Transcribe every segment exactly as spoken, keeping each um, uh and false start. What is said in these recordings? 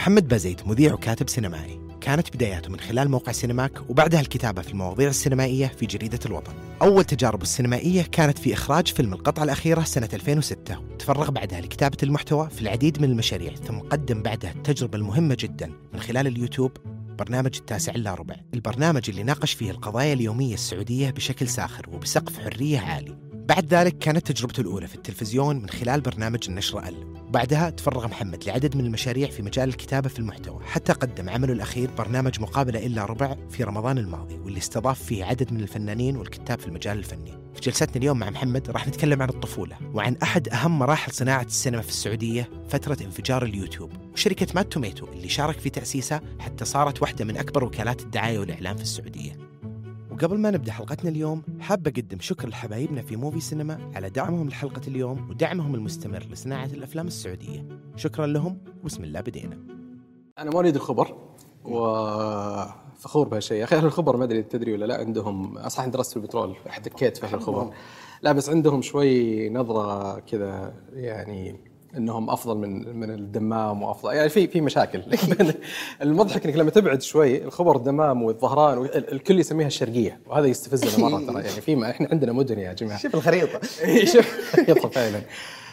محمد بازيت مذيع وكاتب سينمائي، كانت بداياته من خلال موقع سينماك وبعدها الكتابة في المواضيع السينمائية في جريدة الوطن. أول تجاربه السينمائية كانت في إخراج فيلم القطعة الأخيرة سنة ألفين وستة، تفرغ بعدها لكتابة المحتوى في العديد من المشاريع، ثم قدم بعدها التجربة المهمة جدا من خلال اليوتيوب برنامج التاسع إلا ربع، البرنامج اللي ناقش فيه القضايا اليومية السعودية بشكل ساخر وبسقف حرية عالي. بعد ذلك كانت تجربته الأولى في التلفزيون من خلال برنامج النشرة ال. بعدها تفرغ محمد لعدد من المشاريع في مجال الكتابة في المحتوى، حتى قدم عمله الأخير برنامج مقابلة إلا ربع في رمضان الماضي، واللي استضاف فيه عدد من الفنانين والكتاب في المجال الفني. في جلستنا اليوم مع محمد راح نتكلم عن الطفولة وعن أحد أهم مراحل صناعة السينما في السعودية، فترة انفجار اليوتيوب وشركة مات توميتو اللي شارك في تأسيسها حتى صارت واحدة من أكبر وكالات الدعاية والإعلام في السعودية. وقبل ما نبدأ حلقتنا اليوم حاب أقدم شكر لحبايبنا في موفي سينما على دعمهم لحلقة اليوم ودعمهم المستمر لصناعة الأفلام السعودية. شكرا لهم وبسم الله بدينا. أنا مواليد الخبر وفخور بهالشيء يا أخي. أهل الخبر ما أدري تدري ولا لا، عندهم أصلا درست في البترول، احتكيت في أهل الخبر، لا بس عندهم شوي نظرة كذا يعني انهم افضل من من الدمام وافضل، يعني في في مشاكل. المضحك انك لما تبعد شوي الخبر الدمام والظهران الكل يسميها الشرقيه، وهذا يستفزنا مره ترى. يعني في ما احنا عندنا مدن يا جماعه، شوف الخريطه. شوف الخريطه فعلا.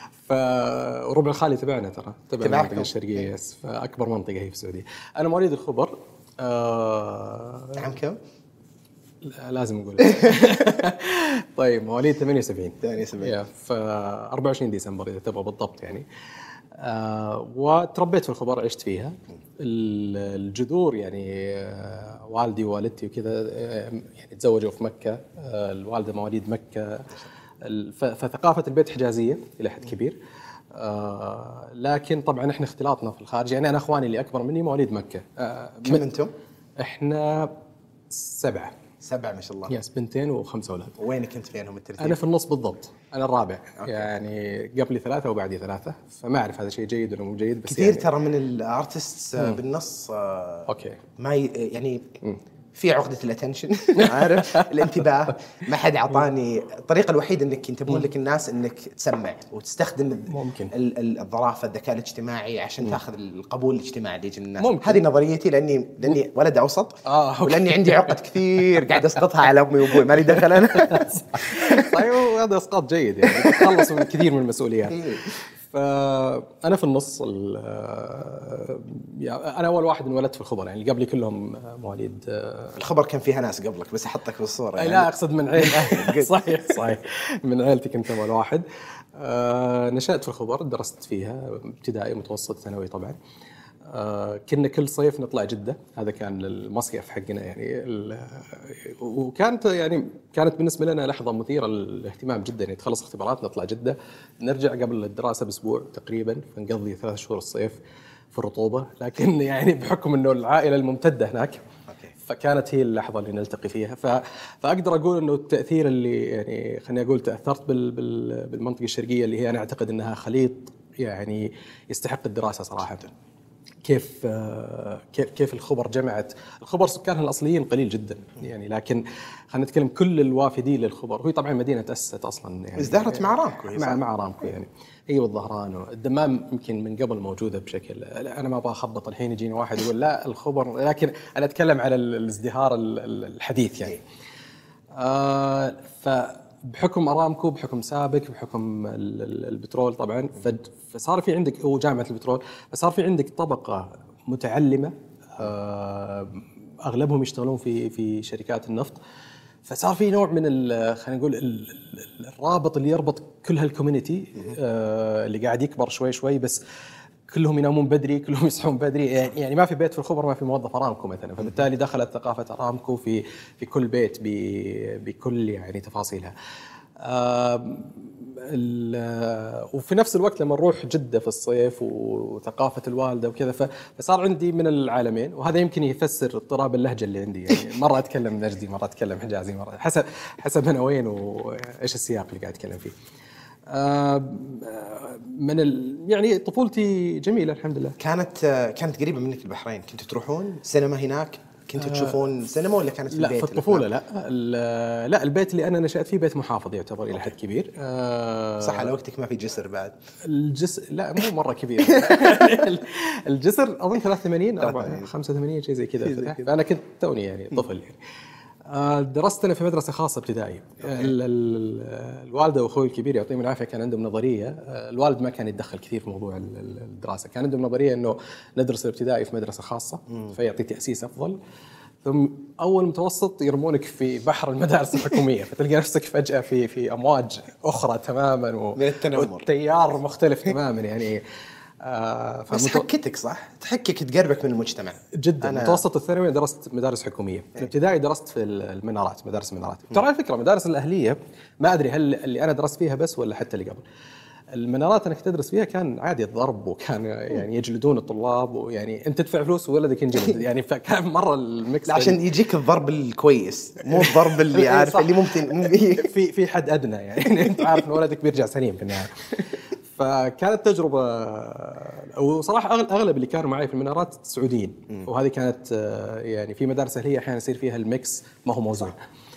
فربع الخالي تبعنا ترى، تبع المنطقه الشرقيه، فاكبر منطقه هي في السعوديه. انا مواليد الخبر. آه عام كم؟ لازم نقول. طيب مواليد ثمانية وسبعين. ثمانية وسبعين في أربعة وعشرين ديسمبر إذا تبغى بالضبط يعني. آه وتربيت في الخبر، عشت فيها. الجذور يعني آه والدي ووالدتي وكذا آه يعني تزوجوا في مكة. آه الوالدة مواليد مكة، فثقافة البيت حجازية إلى حد كبير. آه لكن طبعا احنا اختلاطنا في الخارج، يعني أنا أخواني اللي أكبر مني مواليد مكة. آه كم أنتم؟ احنا سبعة. سبعة ما شاء الله. يس، بنتين وخمسة أولاد. وين كنت بينهم الترتيب؟ أنا في النص بالضبط، أنا الرابع. أوكي. يعني قبلي ثلاثة وبعدي ثلاثة، فما أعرف هذا شيء جيد ولا مو جيد. بس كثير يعني ترى من الارتستس بالنص. آه أوكي. ما ي... يعني مم. في عقدة الاتنشن. عارف الانتباه، ما حد عطاني. الطريقة الوحيدة انك انت تبون لك الناس انك تسمع وتستخدم ممكن الظرافة الذكاء الاجتماعي عشان مم. تاخذ القبول الاجتماعي اللي يجي الناس. ممكن. هذه نظريتي، لاني لاني ولد اوسط. آه، ولاني عندي عقد كثير قاعد اسقطها على امي وابوي، ما لي دخل انا. طيب هذا اسقاط جيد، يعني تخلص من كثير من المسؤوليات. فأنا في النص. أنا أول واحد انولدت في الخبر، يعني اللي قبلي كلهم مواليد. الخبر كان فيها ناس قبلك بس أحطك في الصورة يعني. لا أقصد من عيل. صحيح صحيح، من عيلتي كنت أول واحد. نشأت في الخبر، درست فيها ابتدائي متوسط ثانوي طبعا. آه كنا كل صيف نطلع جدة، هذا كان المصيف حقنا يعني. وكانت يعني كانت بالنسبة لنا لحظة مثيرة للاهتمام جدا، يعني تخلص اختبارات نطلع جدة، نرجع قبل الدراسة بأسبوع تقريبا، فنقضي ثلاث شهور الصيف في الرطوبة. لكن يعني بحكم إنه العائلة الممتدة هناك، فكانت هي اللحظة اللي نلتقي فيها. فأقدر أقول إنه التأثير اللي يعني خليني أقول تأثرت بالمنطقة الشرقية اللي هي أنا أعتقد أنها خليط يعني يستحق الدراسة صراحة. كيف كيف كيف الخبر جمعت الخبر سكانها الاصليين قليل جدا يعني، لكن خلينا نتكلم كل الوافدين للخبر. وهي طبعا مدينه تاسست اصلا يعني ازدهرت مع ارامكو. مع مع ارامكو يعني، هي والظهران والدمام يمكن من قبل موجوده بشكل. انا ما ابغى اخبط الحين يجيني واحد يقول لا الخبر، لكن انا اتكلم على الازدهار الحديث يعني. آه ف بحكم أرامكو، بحكم سابك، بحكم البترول طبعاً، فصار في عندك هو جامعة البترول، فصار في عندك طبقة متعلمة أغلبهم يشتغلون في في شركات النفط. فصار في نوع من خلينا نقول الرابط اللي يربط كل هالكوميونتي اللي قاعد يكبر شوي شوي، بس كلهم ينامون بدري، كلهم يصحون بدري. يعني ما في بيت في الخبر ما في موظف أرامكو مثلا، فبالتالي دخلت ثقافة أرامكو في في كل بيت بكل يعني تفاصيلها. وفي نفس الوقت لما نروح جدة في الصيف وثقافة الوالدة وكذا، فصار عندي من العالمين، وهذا يمكن يفسر اضطراب اللهجة اللي عندي. يعني مرة أتكلم نجدي، مرة أتكلم حجازي، مرة حسب حسب أنا وين وإيش السياق اللي قاعد أتكلم فيه. من ال... يعني طفولتي جميلة الحمد لله. كانت كانت قريبة منك البحرين، كنتوا تروحون سينما هناك؟ كنتوا تشوفون سينما ولا كانت في لا البيت؟ في الطفولة لا لا البيت اللي أنا نشأت فيه بيت محافظ يعتبر إلى حد كبير. أه صح على وقتك ما في جسر بعد. الجسر لا مو مرة كبير. الجسر أظن ثلاثة وثمانين أربعة خمسة وثمانين شيء زي كذا، فأنا كنت توني يعني طفل يعني. درست أنا في مدرسة خاصة ابتدائي. الوالدة وأخوي الكبير يعطيهم العافية كان عندهم نظرية، الوالد ما كان يتدخل كثير في موضوع الدراسة، كان عندهم نظرية إنه ندرس الابتدائي في مدرسة خاصة فيعطي تأسيس أفضل، ثم أول متوسط يرمونك في بحر المدارس الحكومية فتلقى نفسك فجأة في في أمواج أخرى تماما والتيار مختلف تماما يعني. آه بس حكتك صح؟ تحكك تقربك من المجتمع جدا. متوسط الثانوي درست مدارس حكومية، الابتدائي درست في المنارات، مدارس المنارات. ترى على فكرة مدارس الأهلية ما أدري هل اللي أنا درست فيها بس ولا حتى اللي قبل. المنارات أنك تدرس فيها كان عادي الضرب، وكان يعني يجلدون الطلاب، ويعني أنت تدفع فلوس وولدك ينجلد يعني، فكان مرة الميكس عشان يجيك الضرب الكويس مو الضرب اللي عارف اللي ممكن في في حد أدنى يعني أنت عارف إن ولدك بيرجع سليم في النهاية. فكانت تجربة، وصراحة أغلب اللي كانوا معي في المنارات سعوديين، وهذه كانت يعني في مدارس أهلية أحيانا يصير فيها الميكس ما هو موزون.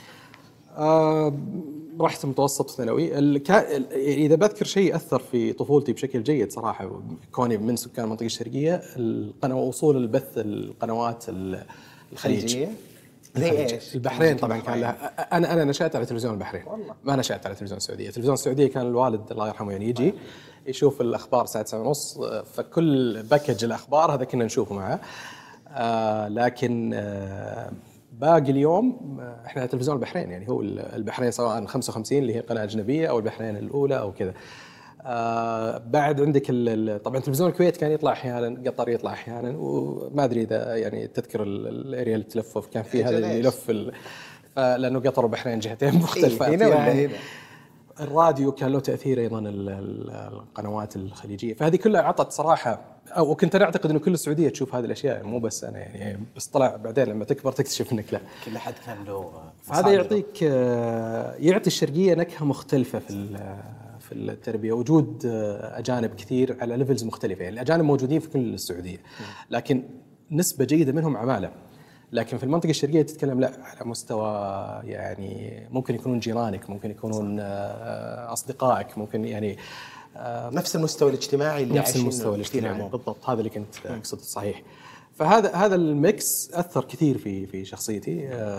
آه رحت متوسط ثانوي. إذا بذكر شيء أثر في طفولتي بشكل جيد صراحة كوني من سكان المنطقة الشرقية، القناة وصول البث القنوات الخليجية زي ايش؟ البحرين طبعا كان لها. انا انا نشأت على تلفزيون البحرين والله. ما نشأت على تلفزيون السعودية. التلفزيون السعودية كان الوالد الله يرحمه يعني يجي يشوف الأخبار الساعة تسعة ونص، فكل باكج الأخبار هذا كنا نشوفه معه. آه لكن آه باقي اليوم احنا على تلفزيون البحرين، يعني هو البحرين سواء خمسة وخمسين اللي هي قناة أجنبية أو البحرين الأولى أو كذا. آه بعد عندك طبعا تلفزيون الكويت كان يطلع احيانا، قطر يطلع احيانا، وما ادري اذا يعني تذكر الاريا اللي تلفف كان في هذا اللي يلف ال... لانه قطر وبحرين جهتين مختلفه. هنا ولا هنا؟ الراديو كان له تاثير ايضا، القنوات الخليجيه، فهذه كلها اعطت صراحه، او كنت انا اعتقد انه كل السعوديه تشوف هذه الاشياء مو بس انا يعني، بس طلع بعدين لما تكبر تكتشف انك لا، كل حد كان له. هذا يعطيك يعطي الشرقيه نكهه مختلفه في في التربيه، وجود اجانب كثير على ليفلز مختلفه، يعني الاجانب موجودين في كل السعوديه لكن نسبه جيده منهم عماله، لكن في المنطقه الشرقيه تتكلم لا على مستوى يعني ممكن يكونون جيرانك، ممكن يكونون اصدقائك، ممكن يعني نفس المستوى الاجتماعي اللي نفس المستوى الاجتماعي بالضبط، هذا اللي كنت اقصد صحيح. فهذا هذا الميكس اثر كثير في في شخصيتي،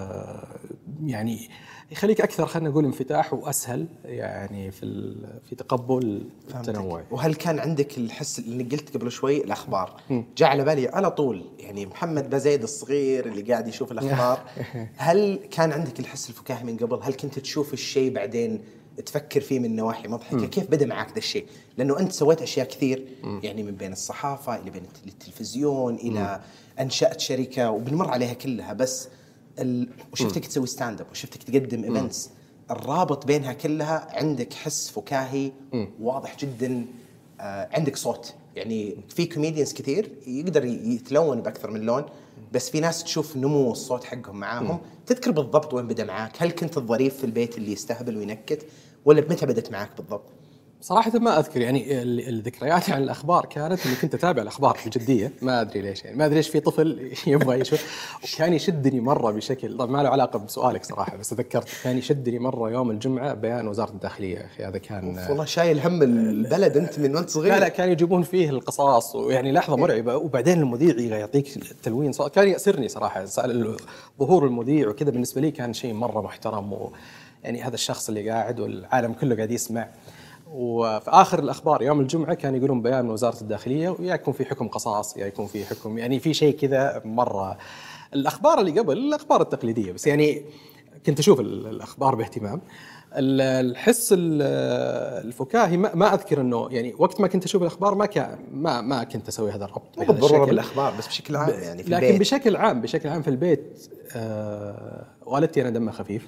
يعني يخليك اكثر خلينا نقول انفتاح واسهل يعني في في تقبل التنوع. وهل كان عندك الحس اللي قلت قبل شوي الاخبار؟ جاء على بالي على طول يعني محمد بزيد الصغير اللي قاعد يشوف الاخبار، هل كان عندك الحس الفكاهي من قبل؟ هل كنت تشوف الشيء بعدين تفكر فيه من نواحي مضحكه؟ كيف بدا معك ذا الشيء؟ لانه انت سويت اشياء كثير يعني، من بين الصحافه الى بين التلفزيون الى انشات شركه وبنمر عليها كلها، بس ال... وشفتك تسوي ستاند اب وشفتك تقدم ايفنتس، الرابط بينها كلها عندك حس فكاهي واضح جدا. آه عندك صوت، يعني في كوميديانز كثير يقدر يتلون باكثر من لون، بس في ناس تشوف نمو الصوت حقهم معاهم. تذكر بالضبط وين بدا معاك؟ هل كنت الظريف في البيت اللي يستهبل وينكت، ولا متى بدت معاك بالضبط؟ صراحة ما أذكر يعني، الذكريات عن الأخبار كانت إني كنت أتابع الأخبار بجدية، ما أدري ليش يعني، ما أدري ليش في طفل يبغى يشوف، وكان يشدني مرة بشكل، طب ما له علاقة بسؤالك صراحة بس تذكرت، كان يشدني مرة يوم الجمعة بيان وزارة الداخلية يا أخي، هذا كان والله شايل هم البلد أنت من وأنت صغير. لا لا كان يجيبون فيه القصاص، ويعني لحظة مرعبة، وبعدين المذيع يعطيك التلوين صوت، كان يأسرني صراحة ظهور المذيع وكذا، بالنسبة لي كان شيء مرة محترم، ويعني هذا الشخص اللي قاعد والعالم كله قاعد يسمع. وفي آخر الأخبار يوم الجمعة كان يقولون بيان من وزارة الداخلية، ويا يكون في حكم قصاص يا يكون في حكم، يعني في شيء كذا مرة. الأخبار اللي قبل الأخبار التقليدية بس، يعني كنت أشوف الأخبار باهتمام. الحس الفكاهي ما, ما أذكر إنه يعني وقت ما كنت أشوف الأخبار ما كان ما ما كنت أسوي هذا الربط. مو بالضرورة بالأخبار بس بشكل عام يعني في لكن البيت. بشكل عام بشكل عام في البيت. آه والدتي أنا دمها خفيف،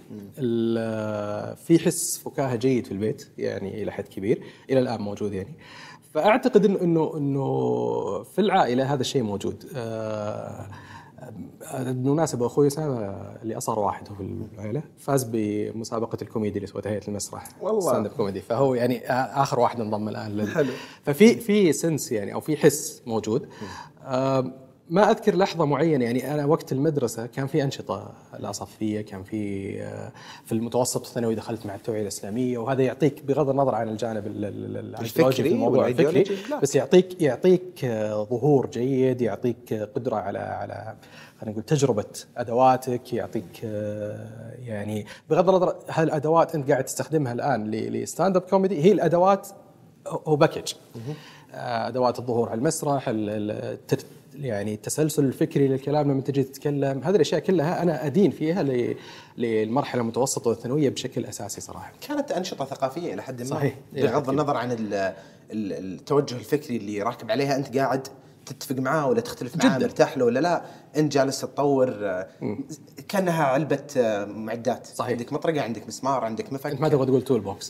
في حس فكاهة جيد في البيت يعني إلى حد كبير، إلى الآن موجود يعني. فأعتقد إنه إنه إنه في العائلة هذا الشيء موجود. آه بالمناسبة أخوي أسامة اللي أصغر واحد هو في العائلة فاز بمسابقة الكوميدي اللي سوتها هيئة المسرح، ستاند اب كوميدي، فهو يعني آخر واحد انضم الآن. حلو. ففي في سنس يعني أو في حس موجود. آه ما أذكر لحظة معينة، يعني أنا وقت المدرسة كان في أنشطة لا صفية، كان في في المتوسط والثانوي دخلت مع التوعية الإسلامية، وهذا يعطيك بغض النظر عن الجانب الفكري في الموضوع الفكري، بس يعطيك يعطيك ظهور جيد، يعطيك قدرة على على خلينا نقول تجربة أدواتك، يعطيك يعني بغض النظر هل الأدوات أنت قاعد تستخدمها الآن لستاند اب كوميدي، هي الأدوات هو باكج، أدوات الظهور على المسرح، يعني التسلسل الفكري للكلام لما تجي تتكلم، هذه الأشياء كلها أنا أدين فيها للمرحلة المتوسطة والثانوية بشكل أساسي صراحة. كانت أنشطة ثقافية إلى حد ما، صحيح، بغض النظر عن التوجه الفكري اللي راكب عليها، أنت قاعد تتفق معاه ولا تختلف معاه، مرتاح له ولا لا، أنت جالس تطور كأنها علبة معدات. صحيح. عندك مطرقة، عندك مسمار، عندك مفك، أنت ما تبغى تقول تول بوكس.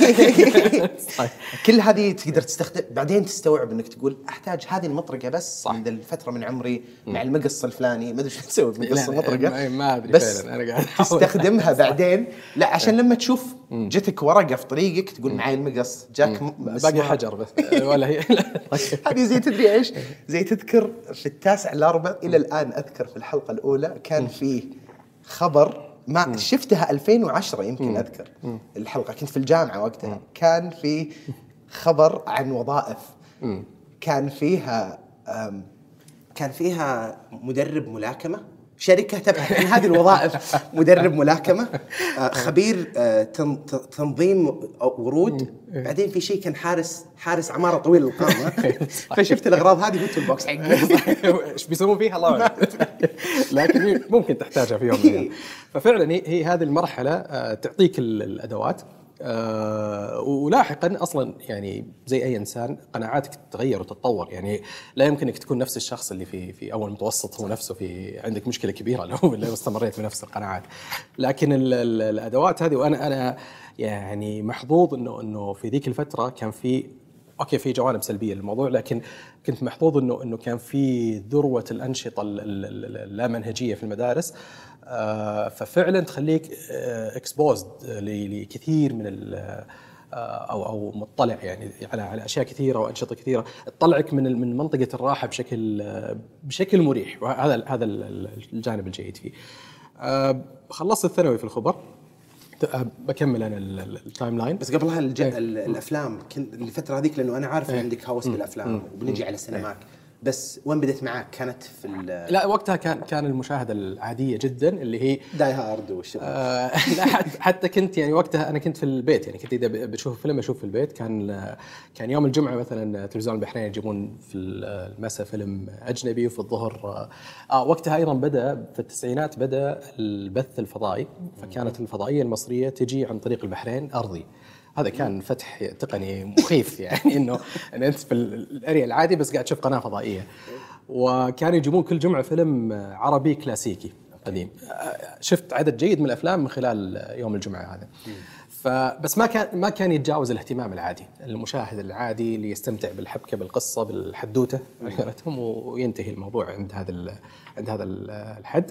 كل هذه تقدر تستخدم، بعدين تستوعب أنك تقول أحتاج هذه المطرقة بس عند الفترة من عمري مع المقص الفلاني، ما أدري شو تسوي بمقص المطرقة، ما أدري بس فعلا أنا قاعد تستخدمها بعدين، لا عشان لما تشوف جتك ورقة في طريقك تقول معي المقص، جاك باقي حجر بس ولا هي. هذه زي تدري إيش، زي تذكر في التاسع الأربع إلى الآن أذكر في الحلقة الأولى كان فيه خبر ما شفتها ألفين وعشرة يمكن أذكر الحلقة، كنت في الجامعة وقتها، كان في خبر عن وظائف، كان فيها كان فيها مدرب ملاكمة، شركة تبحث عن هذه الوظائف، مدرب ملاكمة، خبير تنظيم ورود، بعدين في شيء كان حارس حارس عمارة طويل القامة. فشفت الأغراض هذه قلت البوكس حقي إيش بيسوون فيها الله أعلم، لكن ممكن تحتاجها في يوم من الأيام. ففعلا هي هذه المرحلة تعطيك الأدوات. أه ولاحقا اصلا يعني زي اي انسان قناعاتك تتغير وتتطور، يعني لا يمكنك تكون نفس الشخص اللي في في اول متوسط هو نفسه في عندك مشكله كبيره لو لو استمريت بنفس القناعات. لكن ال ال الادوات هذه، وانا انا يعني محظوظ انه انه في ذيك الفتره كان في اوكي في جوانب سلبيه للموضوع، لكن كنت محظوظ انه انه كان في ذروه الانشطه اللامنهجيه في المدارس، آه ففعلا تخليك اكسبوزد آه لكثير من ال او او مطلع يعني على على اشياء كثيره وانشطه كثيره تطلعك من من منطقه الراحه بشكل بشكل مريح، وهذا هذا الجانب الجيد فيه. آه خلصت الثانوي في الخبر، بكمل انا التايم لاين، بس قبلها الج... الافلام الفتره هذيك، لانه انا عارف ان عندك هوس بالافلام وبنجي على السينمات، بس وين بدت معك؟ كانت في لا وقتها كان كان المشاهده العاديه جدا اللي هي داي هارد والشغل. آه لا حتى كنت يعني وقتها انا كنت في البيت، يعني كنت اذا بشوف فيلم اشوف في البيت. كان كان يوم الجمعه مثلا تلفزيون البحرين يجيبون في المساء فيلم اجنبي، وفي الظهر اه وقتها ايضا بدا في التسعينات بدا البث الفضائي، فكانت الفضائيه المصريه تجي عن طريق البحرين ارضي. هذا كان فتح تقني مخيف، يعني انه ان انت في الاريا العادي بس قاعد تشوف قناه فضائيه. وكانوا يجيبون كل جمعه فيلم عربي كلاسيكي قديم. شفت عدد جيد من الافلام من خلال يوم الجمعه هذا. فبس ما كان ما كان يتجاوز الاهتمام العادي، المشاهد العادي اللي يستمتع بالحبكه بالقصه بالحدوته عشانتهم، وينتهي الموضوع عند هذا عند هذا الحد.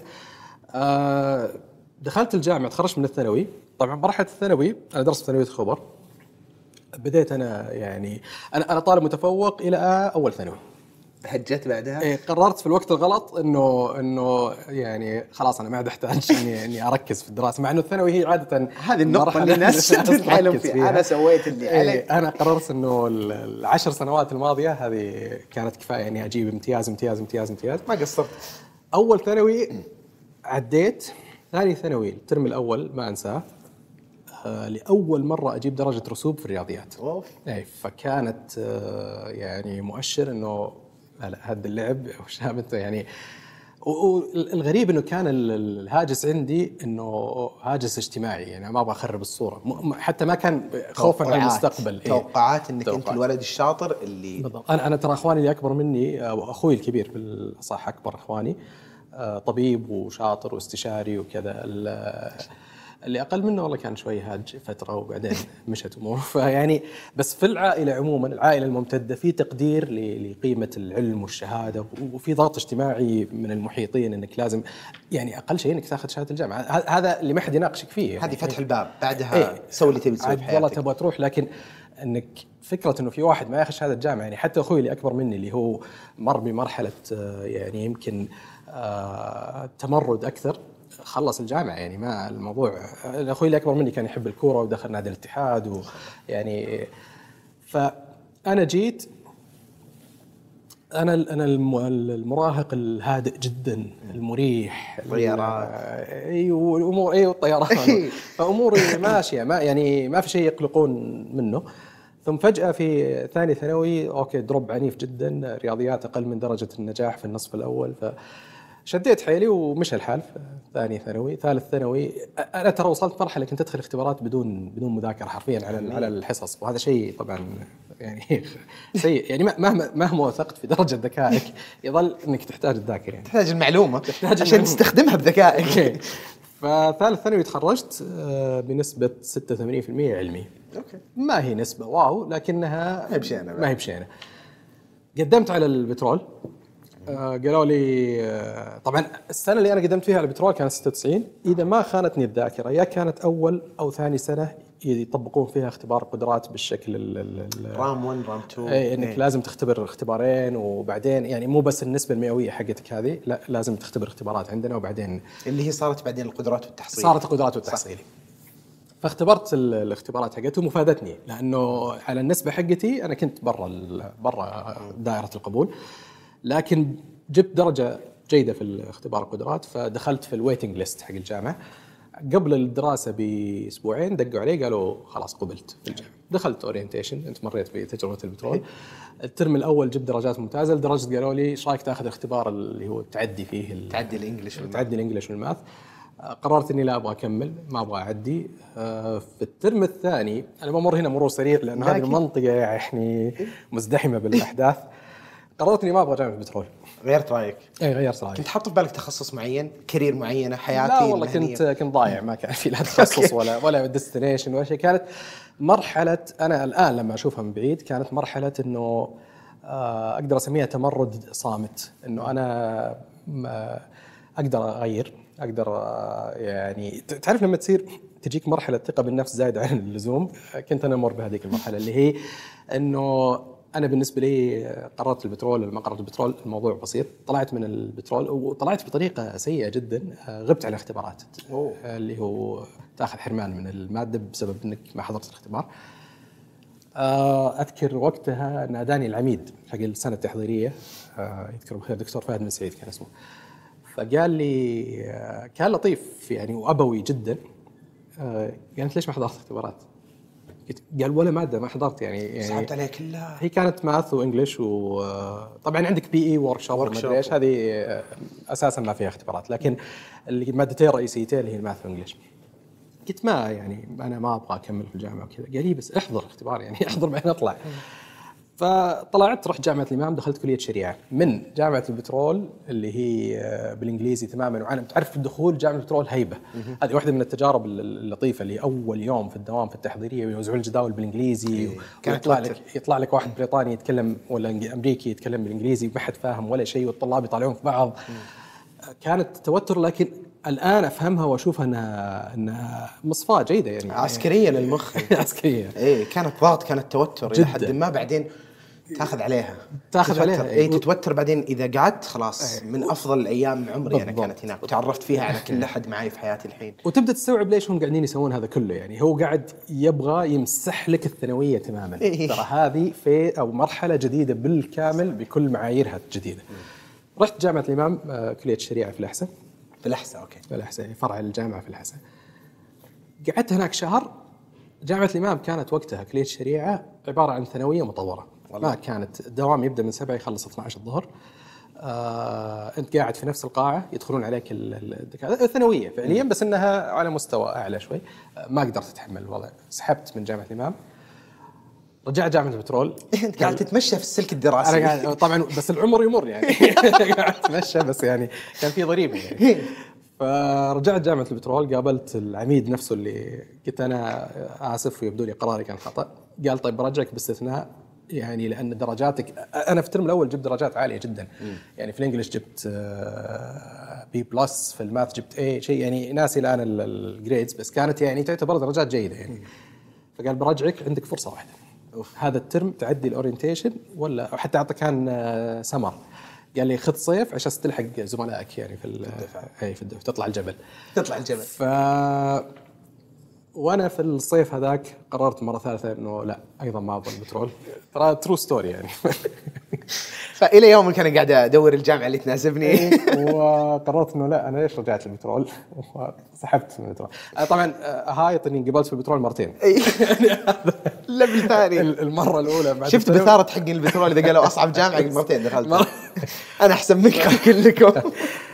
دخلت الجامعه، تخرجت من الثانوي. طبعا مرحله الثانوي انا درست ثانويه الخبر، بديت انا يعني انا انا طالب متفوق الى اول ثانوي. هجت بعدها؟ إيه قررت في الوقت الغلط انه انه يعني خلاص انا ما عاد احتاج اني اني اركز في الدراسه، مع انه الثانوي هي عاده هذه النقطه اللي الناس تتحالف فيها. انا سويت اللي علي. إيه انا قررت انه العشر سنوات الماضيه هذه كانت كفايه اني اجيب امتياز امتياز امتياز امتياز. ما قصرت. اول ثانوي عديت، ثاني ثانوي الترم الاول ما انساه، آه لأول مرة أجيب درجة رسوب في الرياضيات. أوف. أي فكانت آه يعني مؤشر إنه لا لا هذا اللعب وشامته يعني. والغريب إنه كان الهاجس عندي إنه هاجس اجتماعي، يعني ما أبغى أخرب الصورة، حتى ما كان خوفا على المستقبل. توقعات إنك توقعات. أنت الولد الشاطر اللي بالضبط. أنا أنا ترى أخواني اللي أكبر مني وأخوي الكبير بالأصح أكبر أخواني طبيب وشاطر واستشاري وكذا. اللي اقل منه والله كان شوي هاج فتره وبعدين مشت امور. فيعني بس في العائله عموما، العائله الممتده، في تقدير لقيمه العلم والشهاده، وفي ضغط اجتماعي من المحيطين انك لازم يعني اقل شيء انك تاخذ شهاده الجامعه. هذا اللي ما حد يناقشك فيه يعني. هذه فتح الباب بعدها ايه سوي اللي تبي تسويه في حياتك. والله تبغى تروح، لكن انك فكره انه في واحد ما ياخذ شهاده جامعه، يعني حتى اخوي اللي اكبر مني اللي هو مر بمرحله يعني يمكن آه تمرد اكثر، خلص الجامعه يعني ما الموضوع. اخوي اللي اكبر مني كان يحب الكوره ودخل نادي الاتحاد ويعني، فانا جيت انا انا المراهق الهادئ جدا المريح، الطيارات ايوه والامور ايوه الطيران فاموري ماشيه، ما يعني ما في شيء يقلقون منه. ثم فجأة في ثاني ثانوي اوكي دروب عنيف جدا، رياضيات اقل من درجة النجاح في النصف الاول، فشديت حيلي ومشى الحال. في ثاني ثانوي ثالث ثانوي انا ترى وصلت مرحلة كنت ادخل اختبارات بدون بدون مذاكرة حرفيا على على الحصص، وهذا شيء طبعا يعني سيء يعني. مهما مهما وثقت في درجة ذكائك يظل انك تحتاج تذاكر، يعني تحتاج المعلومة تحتاج عشان المعلومة. تستخدمها بذكائك. فثالث ثانوي تخرجت بنسبة ستة وثمانين بالمئة علمي. أوكي. ما هي نسبة واو لكنها ما هي بشينة. ما هي بشينة. قدمت على البترول، آه قالوا لي آه طبعا السنة اللي أنا قدمت فيها على البترول كانت ستة وتسعين، إذا ما خانتني الذاكرة يا كانت أول أو ثاني سنة يطبقون فيها اختبار قدرات بالشكل رام واحد رام اثنين، اي انك ايه. لازم تختبر اختبارين وبعدين يعني مو بس النسبه المئويه حقتك هذه، لا لازم تختبر اختبارات عندنا وبعدين اللي هي صارت بعدين القدرات والتحصيل. صارت القدرات والتحصيلي. فاختبرت الاختبارات حقتهم وفادتني، لانه على النسبه حقتي انا كنت برا برا دائره القبول، لكن جبت درجه جيده في الاختبار القدرات، فدخلت في الويتنج ليست حق الجامعه. قبل الدراسة بأسبوعين دقوا علي قالوا خلاص قبلت في الجامعة. دخلت أورينتيشن، أنت مريت بتجربة البترول. الترم الأول جبت درجات ممتازة لدرجة قالوا لي إيش رأيك تأخذ اختبار اللي هو التعدي فيه التعدي الإنجليش التعدي الإنجليش والماث. قررت إني لا أبغى أكمل، ما أبغى أعدي. في الترم الثاني أنا بمر هنا مرور سريع لأن هذه المنطقة يعني مزدحمة بالأحداث. قررت إني ما أبغى جامعة البترول. غيرت رأيك؟ اي غيرت رأيي. كنت حاط في بالك تخصص معين، كارير معينة، حياتي؟ لا والله كنت كنت ضايع، ما كان في لا تخصص ولا ولا ديستنيشن ولا شيء. كانت مرحلة أنا الآن لما أشوفها من بعيد كانت مرحلة إنه أقدر أسميها تمرد صامت، إنه أنا أقدر أغير، أقدر يعني تعرف لما تصير تجيك مرحلة ثقة بالنفس زايدة عن اللزوم. كنت أنا أمر بهذيك المرحلة اللي هي إنه أنا بالنسبة لي قررت البترول ولا ما قررت البترول الموضوع بسيط. طلعت من البترول وطلعت بطريقة سيئة جدا، غبت على الاختبارات اللي هو تأخذ حرمان من المادة بسبب أنك ما حضرت الاختبار. أذكر وقتها ناداني العميد حق السنة التحضيرية، يذكر بخير دكتور فهد بن سعيد كان اسمه، فقال لي كان لطيف يعني وأبوي جدا، قالت ليش ما حضرت اختبارات؟ قال ولا مادة ما حضرت يعني يعني صعبت عليك كلها. هي كانت ماث وإنجليش، وطبعا عندك بي إي وركشوب وما أدري إيش، هذه أساسا ما فيها اختبارات، لكن اللي مادتين رئيسيتين اللي هي الماث وإنجليش. قلت ما يعني أنا ما أبغى أكمل في الجامعة وكذا. قال لي بس احضر اختبار يعني احضر بعدين أطلع. فطلعت رحت جامعة الإمام، دخلت كلية شريعة من جامعة البترول اللي هي بالإنجليزي تماماً. وأنا تعرف الدخول جامعة البترول هيبة. هذه واحدة من التجارب اللطيفة اللي أول يوم في الدوام في التحضيرية ويوزعون الجداول بالإنجليزي، ويطلع لك يطلع لك واحد بريطاني يتكلم ولا أمريكي يتكلم بالإنجليزي وما حد فاهم ولا شيء، والطلاب يطالعون في بعض. كانت توتر، لكن الآن أفهمها وأشوفها أنها أنها مصفاة جيدة يعني عسكرية للمخ. عسكرية. إيه كانت ضغط، كانت توتر إلى حد ما، بعدين تاخذ عليها تاخذ عليها اي تتوتر. بعدين اذا قعدت خلاص من افضل الايام عمري انا كانت هناك، وتعرفت فيها على كل احد معي في حياتي الحين، وتبدا تستوعب ليش هم قاعدين يسوون هذا كله. يعني هو قاعد يبغى يمسح لك الثانويه تماما. ترى هذه في او مرحله جديده بالكامل بكل معاييرها الجديده. رحت جامعه الامام كليه الشريعه في الاحساء. في الاحساء اوكي في الاحساء فرع الجامعه في الاحساء. قعدت هناك شهر. جامعه الامام كانت وقتها كليه الشريعه عباره عن ثانويه مطوره، ما كانت الدوام يبدأ من سبعة يخلص اثنا عشر الظهر. آه، أنت قاعد في نفس القاعة، يدخلون عليك الدكاترة الثانوية فعليا، بس إنها على مستوى أعلى شوي. آه، ما قدرت أتحمل الوضع، سحبت من جامعة الإمام، رجعت جامعة البترول. أنت قاعد تتمشى في السلك الدراسي. أنا قاعد طبعا، بس العمر يمر يعني قاعد أتمشى، بس يعني كان في ضريبة يعني. فرجعت جامعة البترول، قابلت العميد نفسه اللي قلت أنا آسف ويبدو لي قراري كان خطأ. قال طيب برجعك باستثناء، يعني لأن درجاتك، أنا في الترم الأول جبت درجات عالية جدا. م. يعني في الإنجليش جبت بي بلس، في الماث جبت اي شيء، يعني ناسي الآن الجريدز، بس كانت يعني تعتبر درجات جيدة يعني. م. فقال برجعك، عندك فرصة واحدة هذا الترم تعدي الأورينتيشن ولا حتى أعطى كان سمر. قال لي خذ صيف عشان تلحق زملائك يعني في الدفع، اي في الدفع تطلع الجبل تطلع الجبل. ف وانا في الصيف هذاك قررت مره ثالثه انه لا، ايضا ما ابغى البترول. ترى ترو ستوري يعني. فالى يوم كان قاعد ادور الجامعه اللي تناسبني، وقررت انه لا، انا ليش رجعت للبترول وسحبت من البترول. طبعا هايط اني انقبلت في البترول مرتين. يعني هذا الليفل ثاني. المره الاولى شفت بثاره حق البترول اذا قالوا اصعب جامعه مرتين دخلت. انا احسن منكم كلكم.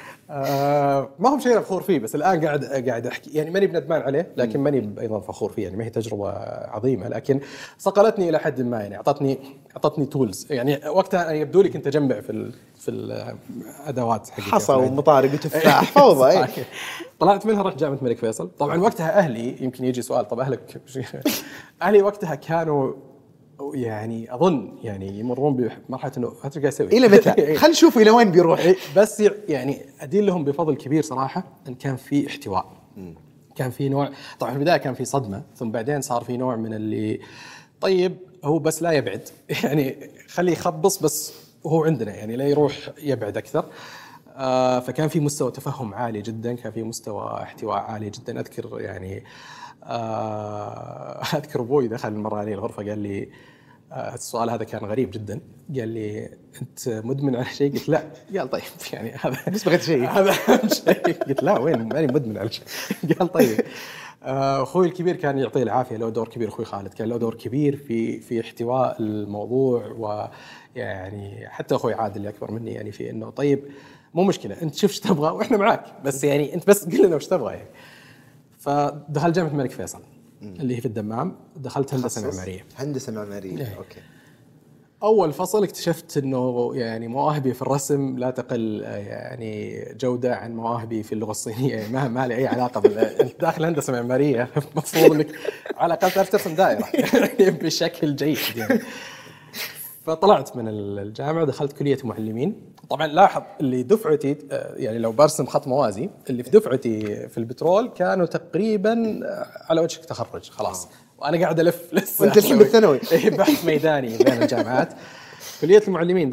آه ما هم شيء فخور فيه، بس الآن قاعد قاعد أحكي يعني ماني بندمان عليه، لكن ماني أيضا فخور فيه. يعني ما هي تجربة عظيمة، لكن صقلتني إلى حد ما. يعني أعطتني أعطتني تولز. يعني وقتها يبدو لي كنت أجمع في ال في الأدوات حقتي، حصى ومطارق وتفاح فوضى. طلعت منها رحت جامعة الملك فيصل. طبعا وقتها أهلي، يمكن يجي سؤال طب أهلك أهلي وقتها كانوا يعني أظن يعني يمرون بمرحلة إنه هاتوا قاعد يسوي إلى متى؟ خل نشوف إلى وين بيروح. بس يعني أدين لهم بفضل كبير صراحة إن كان في احتواء. كان في نوع، طبعا في البداية كان في صدمة، ثم بعدين صار في نوع من اللي طيب هو بس لا يبعد، يعني خليه يخبص بس وهو عندنا، يعني لا يروح يبعد أكثر. آه فكان في مستوى تفهم عالي جدا، كان في مستوى احتواء عالي جدا. أذكر يعني آه أذكر أبوي دخل مرة علي الغرفة قال لي آه السؤال هذا كان غريب جدا، قال لي أنت مدمن على شيء؟ قلت لا. قال طيب يعني هذا بس بغيت شيء هذا أهم شيء. قلت لا وين ماني مدمن على شيء. قال طيب. آه أخوي الكبير كان يعطيه العافية، له دور كبير. أخوي خالد كان له دور كبير في في احتواء الموضوع، ويعني حتى أخوي عادل اللي أكبر مني يعني في إنه طيب مو مشكلة أنت شوف ايش تبغى وإحنا معاك، بس يعني أنت بس قل لنا وش تبغى يعني. فدخلت جامعة الملك فيصل اللي هي في الدمام، دخلت هندسة معمارية. هندسة معمارية إيه. أوكي. أول فصل اكتشفت إنه يعني مواهبي في الرسم لا تقل يعني جودة عن مواهبي في اللغة الصينية. ما ما لي أي علاقة بال. أنت داخل هندسة معمارية مفروض إنك على الأقل تعرف ترسم دائرة بشكل جيد يعني. فطلعت من الجامعة دخلت كلية معلمين. طبعا لاحظ اللي دفعتي يعني لو برسم خط موازي، اللي في دفعتي في البترول كانوا تقريبا على وجه التخرج خلاص، وانا قاعد الف لسه وانت الحين بالثانوي. بحث ميداني بين الجامعات. كلية المعلمين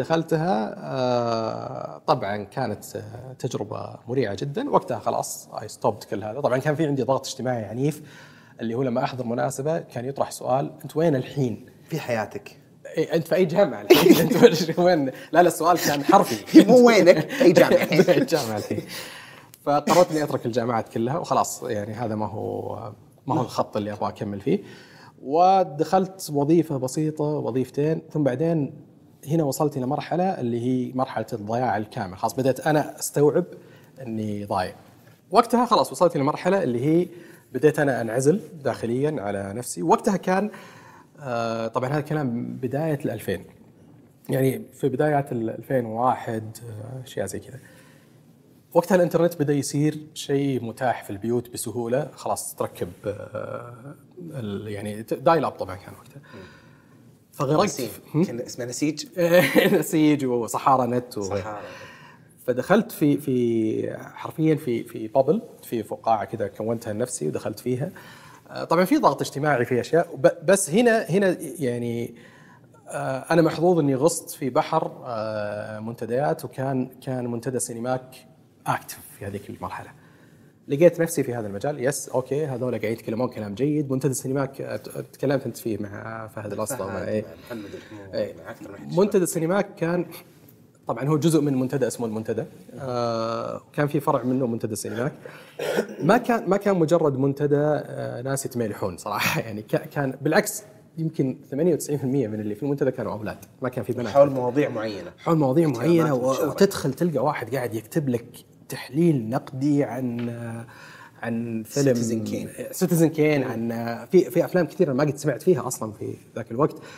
دخلتها، طبعا كانت تجربة مريعة جدا. وقتها خلاص اي ستوبت كل هذا. طبعا كان في عندي ضغط اجتماعي عنيف، اللي هو لما احضر مناسبة كان يطرح سؤال انت وين الحين في حياتك؟ إيه أنت في أي جامعة الحين؟ أنت وين؟ لا لا السؤال كان حرفي. مو وينك في أي جامعة الحين؟ في أي جامعة الحين. فقررت إني أترك الجامعات كلها وخلاص، يعني هذا ما هو ما هو الخط اللي أبغى أكمل فيه. ودخلت وظيفة بسيطة، وظيفتين، ثم بعدين هنا وصلت إلى مرحلة اللي هي مرحلة الضياع الكامل. خلاص بدأت أنا أستوعب إني ضايع. وقتها خلاص وصلت إلى مرحلة اللي هي بديت أنا أنعزل داخليا على نفسي. وقتها كان آه طبعا هذا الكلام بداية الألفين، يعني في بدايات الألفين وواحد أشياء زي كذا. وقتها الإنترنت بدأ يصير شيء متاح في البيوت بسهولة. خلاص تركب آه يعني دايل أب طبعا كان وقتها. فغرقت. كان اسمه نسيج. نسيج وصحارى نت. و... صحارى. فدخلت في في حرفيا في في بابل، في فقاعة كذا كونتها لنفسي ودخلت فيها. طبعا في ضغط اجتماعي في اشياء، بس هنا هنا يعني انا محظوظ اني غصت في بحر منتديات، وكان كان منتدى سينماك اكتف في هذيك المرحله. لقيت نفسي في هذا المجال. يس اوكي هذول قاعد يتكلمون كلام جيد. منتدى السينماك تكلمت انت فيه مع فهد الاسطى ومع ايه محمد الحمود مع اكثر من منتدى السينماك. كان طبعا هو جزء من منتدى اسمه المنتدى. آه كان في فرع منه منتدى السينماك. ما كان ما كان مجرد منتدى آه ناس يتميلحون صراحه، يعني كان بالعكس يمكن ثمانية وتسعين بالمئة من اللي في المنتدى كانوا اولاد، ما كان في بنات. حول مواضيع معينه حول مواضيع معينه وتدخل تلقى واحد قاعد يكتب لك تحليل نقدي عن آه عن فيلم سيتيزن كين سيتيزن كين عن آه في في افلام كثيره ما قد سمعت فيها اصلا في ذاك الوقت.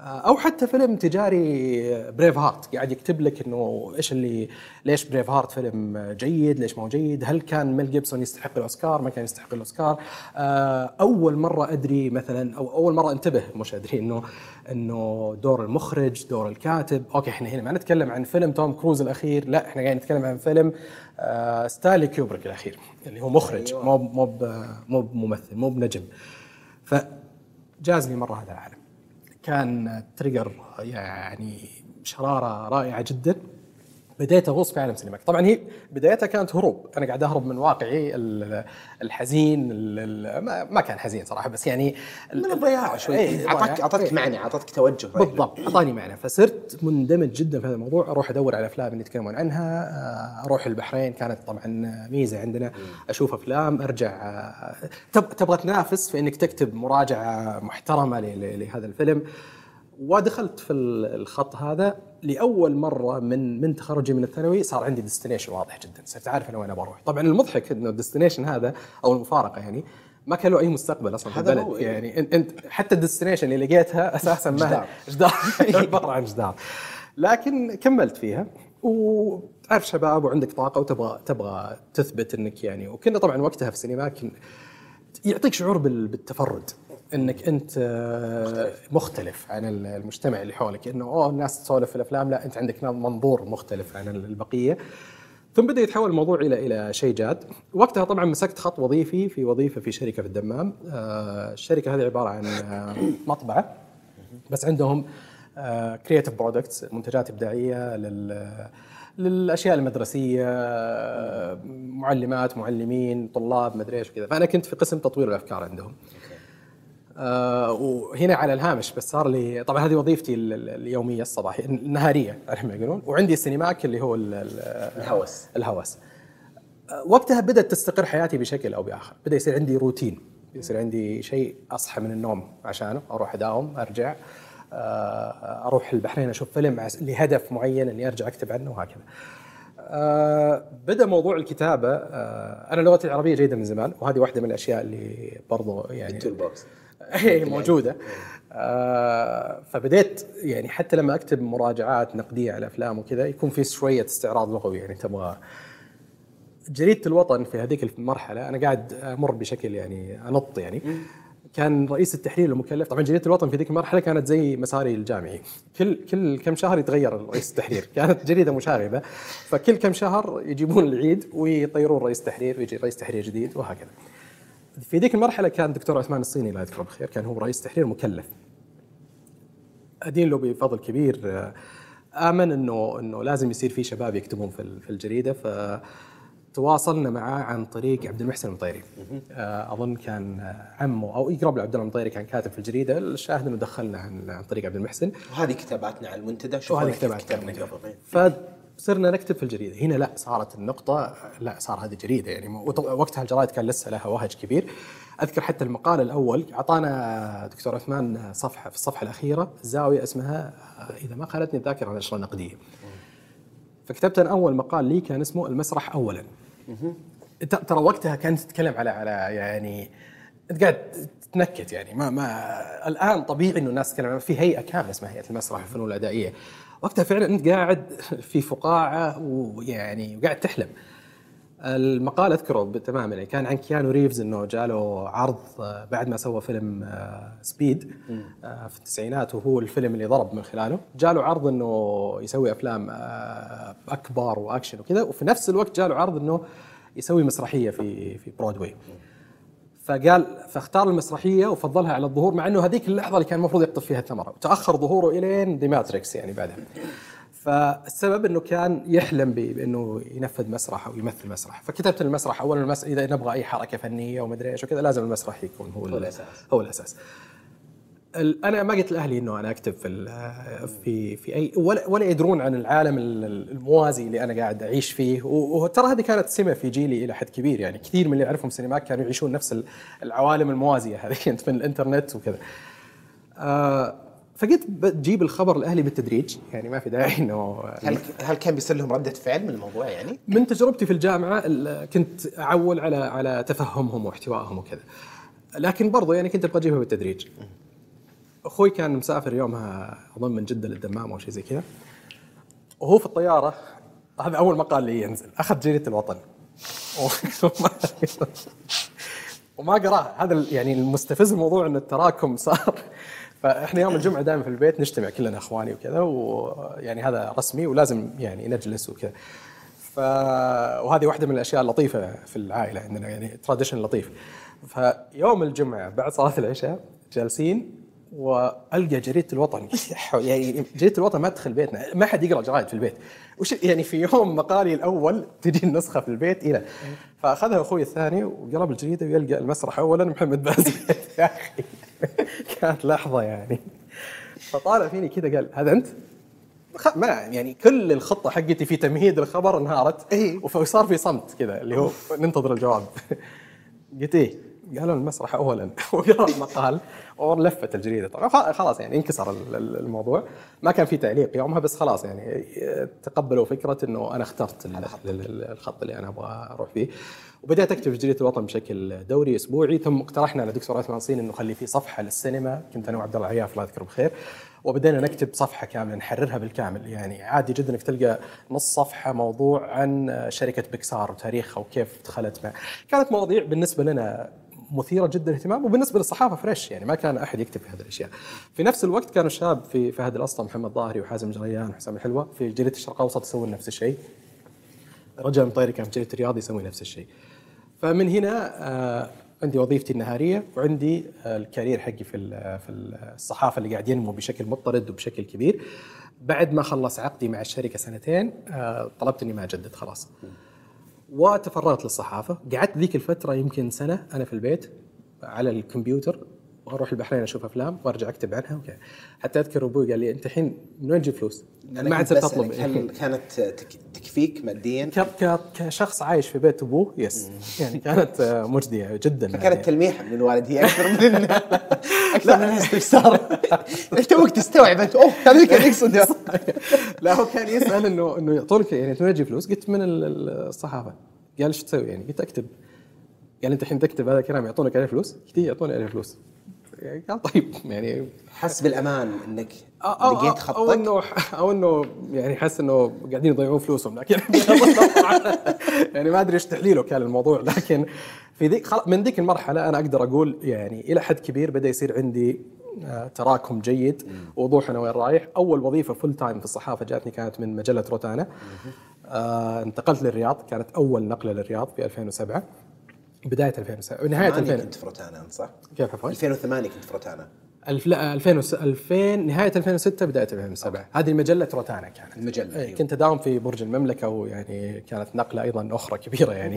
او حتى فيلم تجاري بريف هارت قاعد يكتب لك انه ايش اللي ليش بريف هارت فيلم جيد، ليش ما هو جيد، هل كان ميل جيبسون يستحق الاوسكار، ما كان يستحق الاوسكار. اول مره ادري مثلا او اول مره انتبه مش ادري انه انه دور المخرج دور الكاتب. اوكي احنا هنا ما نتكلم عن فيلم توم كروز الاخير، لا احنا قاعدين نتكلم عن فيلم ستانلي كوبريك الاخير اللي هو مخرج مو مو مو بممثل مو بنجم. فجازني مره هذا العالم، كان تريجر يعني شرارة رائعة جدا. بديت أغوص في عالم سينمائي. طبعا هي بدايتها كانت هروب، أنا قاعد أهرب من واقعي الحزين، ما كان حزين صراحة بس يعني من الضياع شوي. أعطاك أعطتك معنى، أعطتك توجه. بالضبط، أعطاني معنى. فصرت مندمج جدا في هذا الموضوع، أروح أدور على أفلام يتكلمون عنها، أروح البحرين كانت طبعا ميزة عندنا، أشوف أفلام أرجع. تبغى تنافس في إنك تكتب مراجعة محترمة لهذا الفيلم. ودخلت في الخط هذا لأول مرة من من تخرجي من الثانوي، صار عندي ديستنيشن واضح جدا، صرت عارف أنا وين بروح. طبعا المضحك إنه الديستنيشن هذا أو المفارقة يعني ما كان له أي مستقبل أصلا في البلد. يعني أنت حتى الديستنيشن اللي لقيتها أساسا ما جدار عبارة عن جدار، لكن كملت فيها وتعرف شباب وعندك طاقة وتبغى تبغى تثبت إنك يعني. وكنا طبعا وقتها في السينما يعطيك شعور بالتفرد، انك انت مختلف, مختلف عن المجتمع اللي حولك، انه اوه الناس تسولف في الافلام، لا انت عندك منظور مختلف عن البقيه. ثم بدا يتحول الموضوع الى الى شيء جاد. وقتها طبعا مسكت خط وظيفي في وظيفه في شركه في الدمام. الشركه هذه عباره عن مطبعه بس عندهم كرياتيف برودكتس، منتجات ابداعيه لل للاشياء المدرسيه، معلمات معلمين طلاب مدري ايش وكذا. فانا كنت في قسم تطوير الافكار عندهم. آه وهنا على الهامش بس صار لي طبعا هذه وظيفتي اليوميه الصباحيه النهاريه على ما يقولون. وعندي السينماك اللي هو الهوس الهوس آه وقتها بدأت تستقر حياتي بشكل او باخر، بدا يصير عندي روتين، يصير عندي شيء اصحى من النوم عشانه، اروح اداوم ارجع، آه اروح البحرين اشوف فيلم لهدف معين اني ارجع اكتب عنه وهكذا. آه بدأ موضوع الكتابه. آه انا لغتي العربيه جيده من زمان، وهذه واحده من الاشياء اللي برضو يعني هي موجودة. آه فبديت يعني حتى لما أكتب مراجعات نقدية على أفلام وكذا يكون في شوية استعراض لغوي. يعني تبغى جريدة الوطن في هذيك المرحلة أنا قاعد أمر بشكل يعني أنط يعني. كان رئيس التحرير المكلف، طبعا جريدة الوطن في ذيك المرحلة كانت زي مساري الجامعي، كل كل كم شهر يتغير رئيس التحرير، كانت جريدة مشاغبة، فكل كم شهر يجيبون العيد ويطيرون رئيس التحرير ويجي رئيس تحرير جديد وهكذا. في ذيك المرحلة كان الدكتور عثمان الصيني الله يذكره بخير كان هو رئيس تحرير مكلف، أدين له بفضل كبير، آمن إنه إنه لازم يصير في شباب يكتبون في في الجريدة. فتواصلنا معاه عن طريق عبد المحسن المطيري، أظن كان عمه أو يقرب له عبد الله المطيري كان كاتب في الجريدة. الشاهد إنه دخلنا عن عن طريق عبد المحسن، وهذه كتاباتنا على المنتدى. وهذه كتاباتنا قبل. صرنا نكتب في الجريدة. هنا لا صارت النقطة، لا صار هذه جريدة يعني. وقتها الجرائد كان لسه لها وهج كبير. أذكر حتى المقال الأول أعطانا دكتور عثمان صفحة، في الصفحة الأخيرة زاوية اسمها إذا ما خانتني الذاكرة عن النشرة النقدية. فكتبت أنا أول مقال لي كان اسمه المسرح أولا. ترى وقتها كانت تتكلم على على يعني أنت قاعد تنكت يعني ما ما الآن طبيعي إنه الناس تتكلم في هيئة كاملة اسمها هيئة المسرح والفنون الأدائية. وقتها فعلا أنت قاعد في فقاعة ويعني وقاعد تحلم. المقال أذكره تماما يعني كان عن كيانو ريفز، إنه جاله عرض بعد ما سوى فيلم سبيد في التسعينات وهو الفيلم اللي ضرب من خلاله، جاله عرض إنه يسوي أفلام أكبر وأكشن وكذا، وفي نفس الوقت جاله عرض إنه يسوي مسرحية في في برودواي. فقال فاختار المسرحية وفضلها على الظهور، مع إنه هذيك اللحظة اللي كان المفروض يقطف فيها الثمرة، وتأخر ظهوره إلين دي ماتريكس يعني بعدها. فالسبب إنه كان يحلم بأنه ينفذ مسرح أو يمثل مسرح. فكتبت المسرح أولا. المس... إذا نبغى أي حركة فنية ومدري إيش وكذا لازم المسرح يكون هو, هو الأساس. هو الأساس. أنا ما قلت لأهلي إنه أنا أكتب في في في أي ولا ولا يدرون عن العالم الموازي اللي أنا قاعد أعيش فيه. وترى هذه كانت سمة في جيلي إلى حد كبير يعني. كثير من اللي أعرفهم سينماك كانوا يعيشون نفس العوالم الموازية هذه كنت من الإنترنت وكذا. آه فقلت بجيب الخبر لأهلي بالتدريج يعني ما في داعي إنه. هل هل كان بيصير لهم ردة فعل من الموضوع يعني؟ من تجربتي في الجامعة كنت أعول على على تفهمهم واحتوائهم وكذا، لكن برضو يعني كنت أبغى أجيبها بالتدريج. اخوي كان مسافر يومها اظن من جده للدمام او شيء زي كذا، وهو في الطياره هذا اول مقال لي ينزل اخذ جريده الوطن وما قراه. هذا يعني المستفز الموضوع ان التراكم صار. فاحنا يوم الجمعه دائما في البيت نجتمع كلنا اخواني وكذا، ويعني هذا رسمي ولازم يعني نجلس وكذا. ف وهذه واحده من الاشياء اللطيفه في العائله عندنا، يعني تراديشن لطيف. فيوم الجمعه بعد صلاه العشاء جالسين والقى جريده الوطن، يعني جريده الوطن ما تدخل بيتنا، ما حد يقرا جرايد في البيت، وش يعني في يوم مقالي الاول تجي النسخه في البيت الى فاخذها اخوي الثاني وقرب الجريده ويلقى المسرح اولا محمد بازيد. يا اخي كانت لحظه يعني. فطالع فيني كذا قال هذا انت؟ ما يعني كل الخطه حقتي في تمهيد الخبر انهارت، وصار في صمت كذا اللي هو ننتظر الجواب. قلت ايه؟ قالوا المسرح اولا وقرا المقال ولفت الجريده. طبعا خلاص يعني انكسر الموضوع، ما كان في تعليق يومها، بس خلاص يعني تقبلوا فكره انه انا اخترت الخط اللي انا ابغى اروح فيه. وبدأت أكتب في جريدة الوطن بشكل دوري أسبوعي، ثم اقترحنا على دكتور عثمان صين إنه خلي فيه صفحة للسينما، كنت أنا وعبد الله عياف الله يذكره بخير، وبدأنا نكتب صفحة كاملة نحررها بالكامل. يعني عادي جدا إنك تلقى نص صفحة موضوع عن شركة بيكسار وتاريخها وكيف دخلت معه. كانت مواضيع بالنسبة لنا مثيرة جدا اهتمام، وبالنسبة للصحافة فريش، يعني ما كان أحد يكتب في هذه الأشياء. في نفس الوقت كانوا الشباب في فهد الأسطى محمد ظاهري وحازم جريان وحسام الحلوة في جريدة الشرق الأوسط يسوون نفس الشيء، رجل مطيري كان في جريدة الرياض يسوي نفس الشيء. فمن هنا آه عندي وظيفتي النهارية، وعندي آه الكارير حقي في في الصحافة اللي قاعد ينمو بشكل مضطرد وبشكل كبير. بعد ما خلص عقدي مع الشركة سنتين آه طلبت إني ما أجدد خلاص، وتفرغت للصحافة. قعدت ذيك الفترة يمكن سنة أنا في البيت على الكمبيوتر، واروح البحرين اشوف افلام وارجع اكتب عنها وكذا. حتى اذكر ابوي قال لي انت الحين من وين تجيب فلوس؟ ما عاد تطلب. هل كانت تكفيك ماديا؟ كشخص عايش في بيت ابوه يس يعني كانت مجديه جدا. فكانت يعني تلميحه من الوالد هي اكثر من اكثر من استفسار. انت وقت تستوعب انت اوه هذا كان يقصد. لا هو كان يسال انه انه يعطونك يعني من وين تجيب فلوس؟ قلت من الصحافه. قال ايش تسوي يعني؟ قلت اكتب. قال انت الحين تكتب هذا الكلام يعطونك عليه فلوس؟ كثير يعطوني عليه فلوس. قال طيب يعني حس بالامان انك لقيت خطك، او انه او انه يعني حس انه قاعدين يضيعون فلوسهم، لكن يعني ما ادري ايش تحليله كان الموضوع. لكن في ذيك من ذيك المرحله انا اقدر اقول يعني الى حد كبير بدا يصير عندي تراكم جيد، وضوح انا وين رايح. اول وظيفه فول تايم في الصحافه جاتني كانت من مجله روتانا. آه انتقلت للرياض، كانت اول نقله للرياض في ألفين وسبعة، بداية ألفين وسبعة نهاية ألفين كنت في روتانا صح؟ كيف عفوا؟ ألفين وثمانية كنت في روتانا. الف لا ألفين وس... ألفين نهاية ألفين وستة بداية ألفين وسبعة. هذه مجلة روتانا كانت المجلة. أيوه. كنت أداوم في برج المملكة، ويعني كانت نقلة أيضا أخرى كبيرة يعني.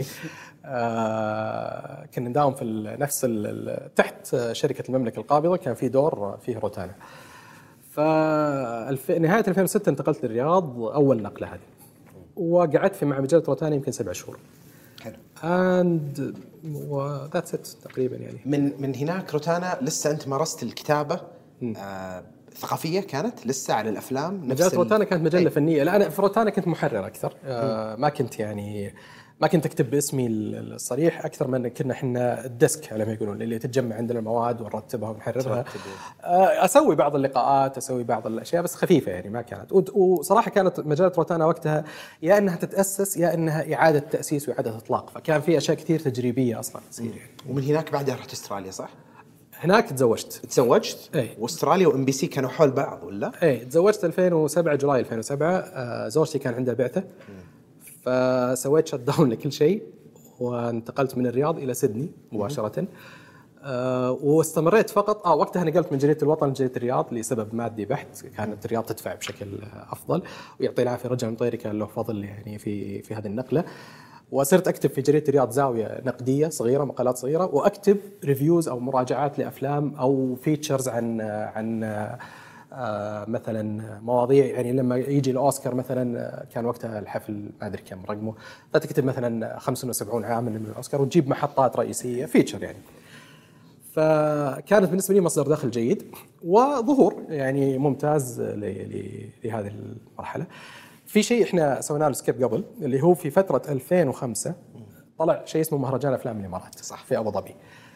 آه كنا نداوم في نفس ال... تحت شركة المملكة القابضة كان في دور فيه روتانا. فالف... نهاية ألفين وستة انتقلت للرياض، أول نقلة هذه، وقعدت في مع مجلة روتانا يمكن سبع شهور. حلو. and that's it تقريبا يعني. من من هناك روتانا لسه أنت مارست الكتابة آه ثقافية، كانت لسه على الأفلام. مجلة روتانا كانت مجلة أي. فنية. لا أنا في روتانا كنت محرر أكثر. آه ما كنت يعني ما كنت أكتب باسمي الصريح أكثر من كنا إحنا الديسك على ما يقولون، اللي تتجمع عندنا المواد ونرتبها ونحررها. آه أسوي بعض اللقاءات، أسوي بعض الأشياء بس خفيفة يعني ما كانت. وصراحة كانت مجلة روتانا وقتها يا أنها تتأسس يا أنها إعادة تأسيس وإعادة إطلاق، فكان في أشياء كثير تجريبية أصلاً تصير يعني. ومن هناك بعدها رحت أستراليا صح؟ هناك تزوجت. تزوجت؟ اي. واستراليا وام بي سي كانوا حول بعض ولا؟ اي تزوجت ألفين وسبعة جولاي ألفين وسبعة. آه زوجتي كان عندها بعثة، فسويت شت داون لكل شيء وانتقلت من الرياض إلى سيدني مباشرة. آه واستمريت فقط اه وقتها نقلت من جريدة الوطن لجريدة الرياض لسبب مادي بحت. كانت الرياض تدفع بشكل أفضل، ويعطي العافية رجل مطيري كان له فضل يعني في في هذه النقلة. وصرت أكتب في جريدة الرياض زاوية نقدية صغيرة، مقالات صغيرة، وأكتب ريفيوز أو مراجعات لأفلام أو فيتشرز عن عن آه مثلا مواضيع. يعني لما يجي الأوسكار مثلا كان وقتها الحفل ما أدري كم رقمه، فتكتب مثلا خمسة وسبعين عاما من الأوسكار وتجيب محطات رئيسية فيتشر يعني. فكانت بالنسبة لي مصدر دخل جيد وظهور يعني ممتاز لهذه المرحلة. في شيء احنا سوينا له سكيب قبل، اللي هو في فترة ألفين وخمسة طلع شيء اسمه مهرجان افلام الامارات صح. في ابو ظبي،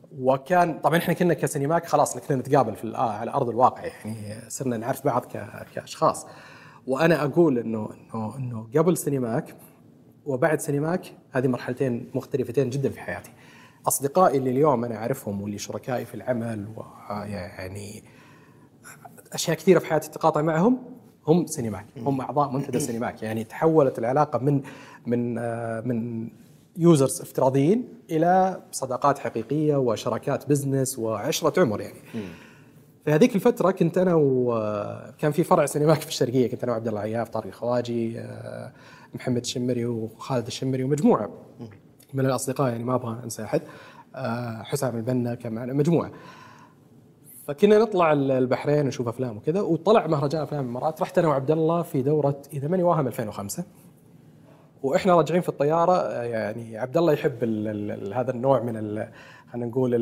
وكان طبعا احنا كنا كسينماك خلاص كنا نتقابل في آه على ارض الواقع، يعني صرنا نعرف بعض كاشخاص. وانا اقول انه انه انه قبل سينماك وبعد سينماك هذه مرحلتين مختلفتين جدا في حياتي. اصدقائي اللي اليوم انا اعرفهم واللي شركائي في العمل ويعني اشياء كثيره في حياتي تقاطع معهم هم سينماك، هم اعضاء منتدى سينماك. يعني تحولت العلاقه من من آه من يوزرز افتراضيين الى صداقات حقيقيه وشراكات بزنس وعشره عمر. يعني في هذيك الفتره كنت انا وكان في فرع سينماك في الشرقيه، كنت انا وعبد الله عياف، طارق الخواجي، محمد الشمري وخالد الشمري ومجموعه من الاصدقاء، يعني ما ابغى انسى احد، حسام البنا كان معنا مجموعه. فكنا نطلع البحرين نشوف افلام وكذا، وطلع مهرجان افلام الامارات. رحت انا وعبد الله في دوره اذا ماني واهم ألفين وخمسة، واحنا راجعين في الطياره يعني عبد الله يحب ال ال هذا النوع من خلينا نقول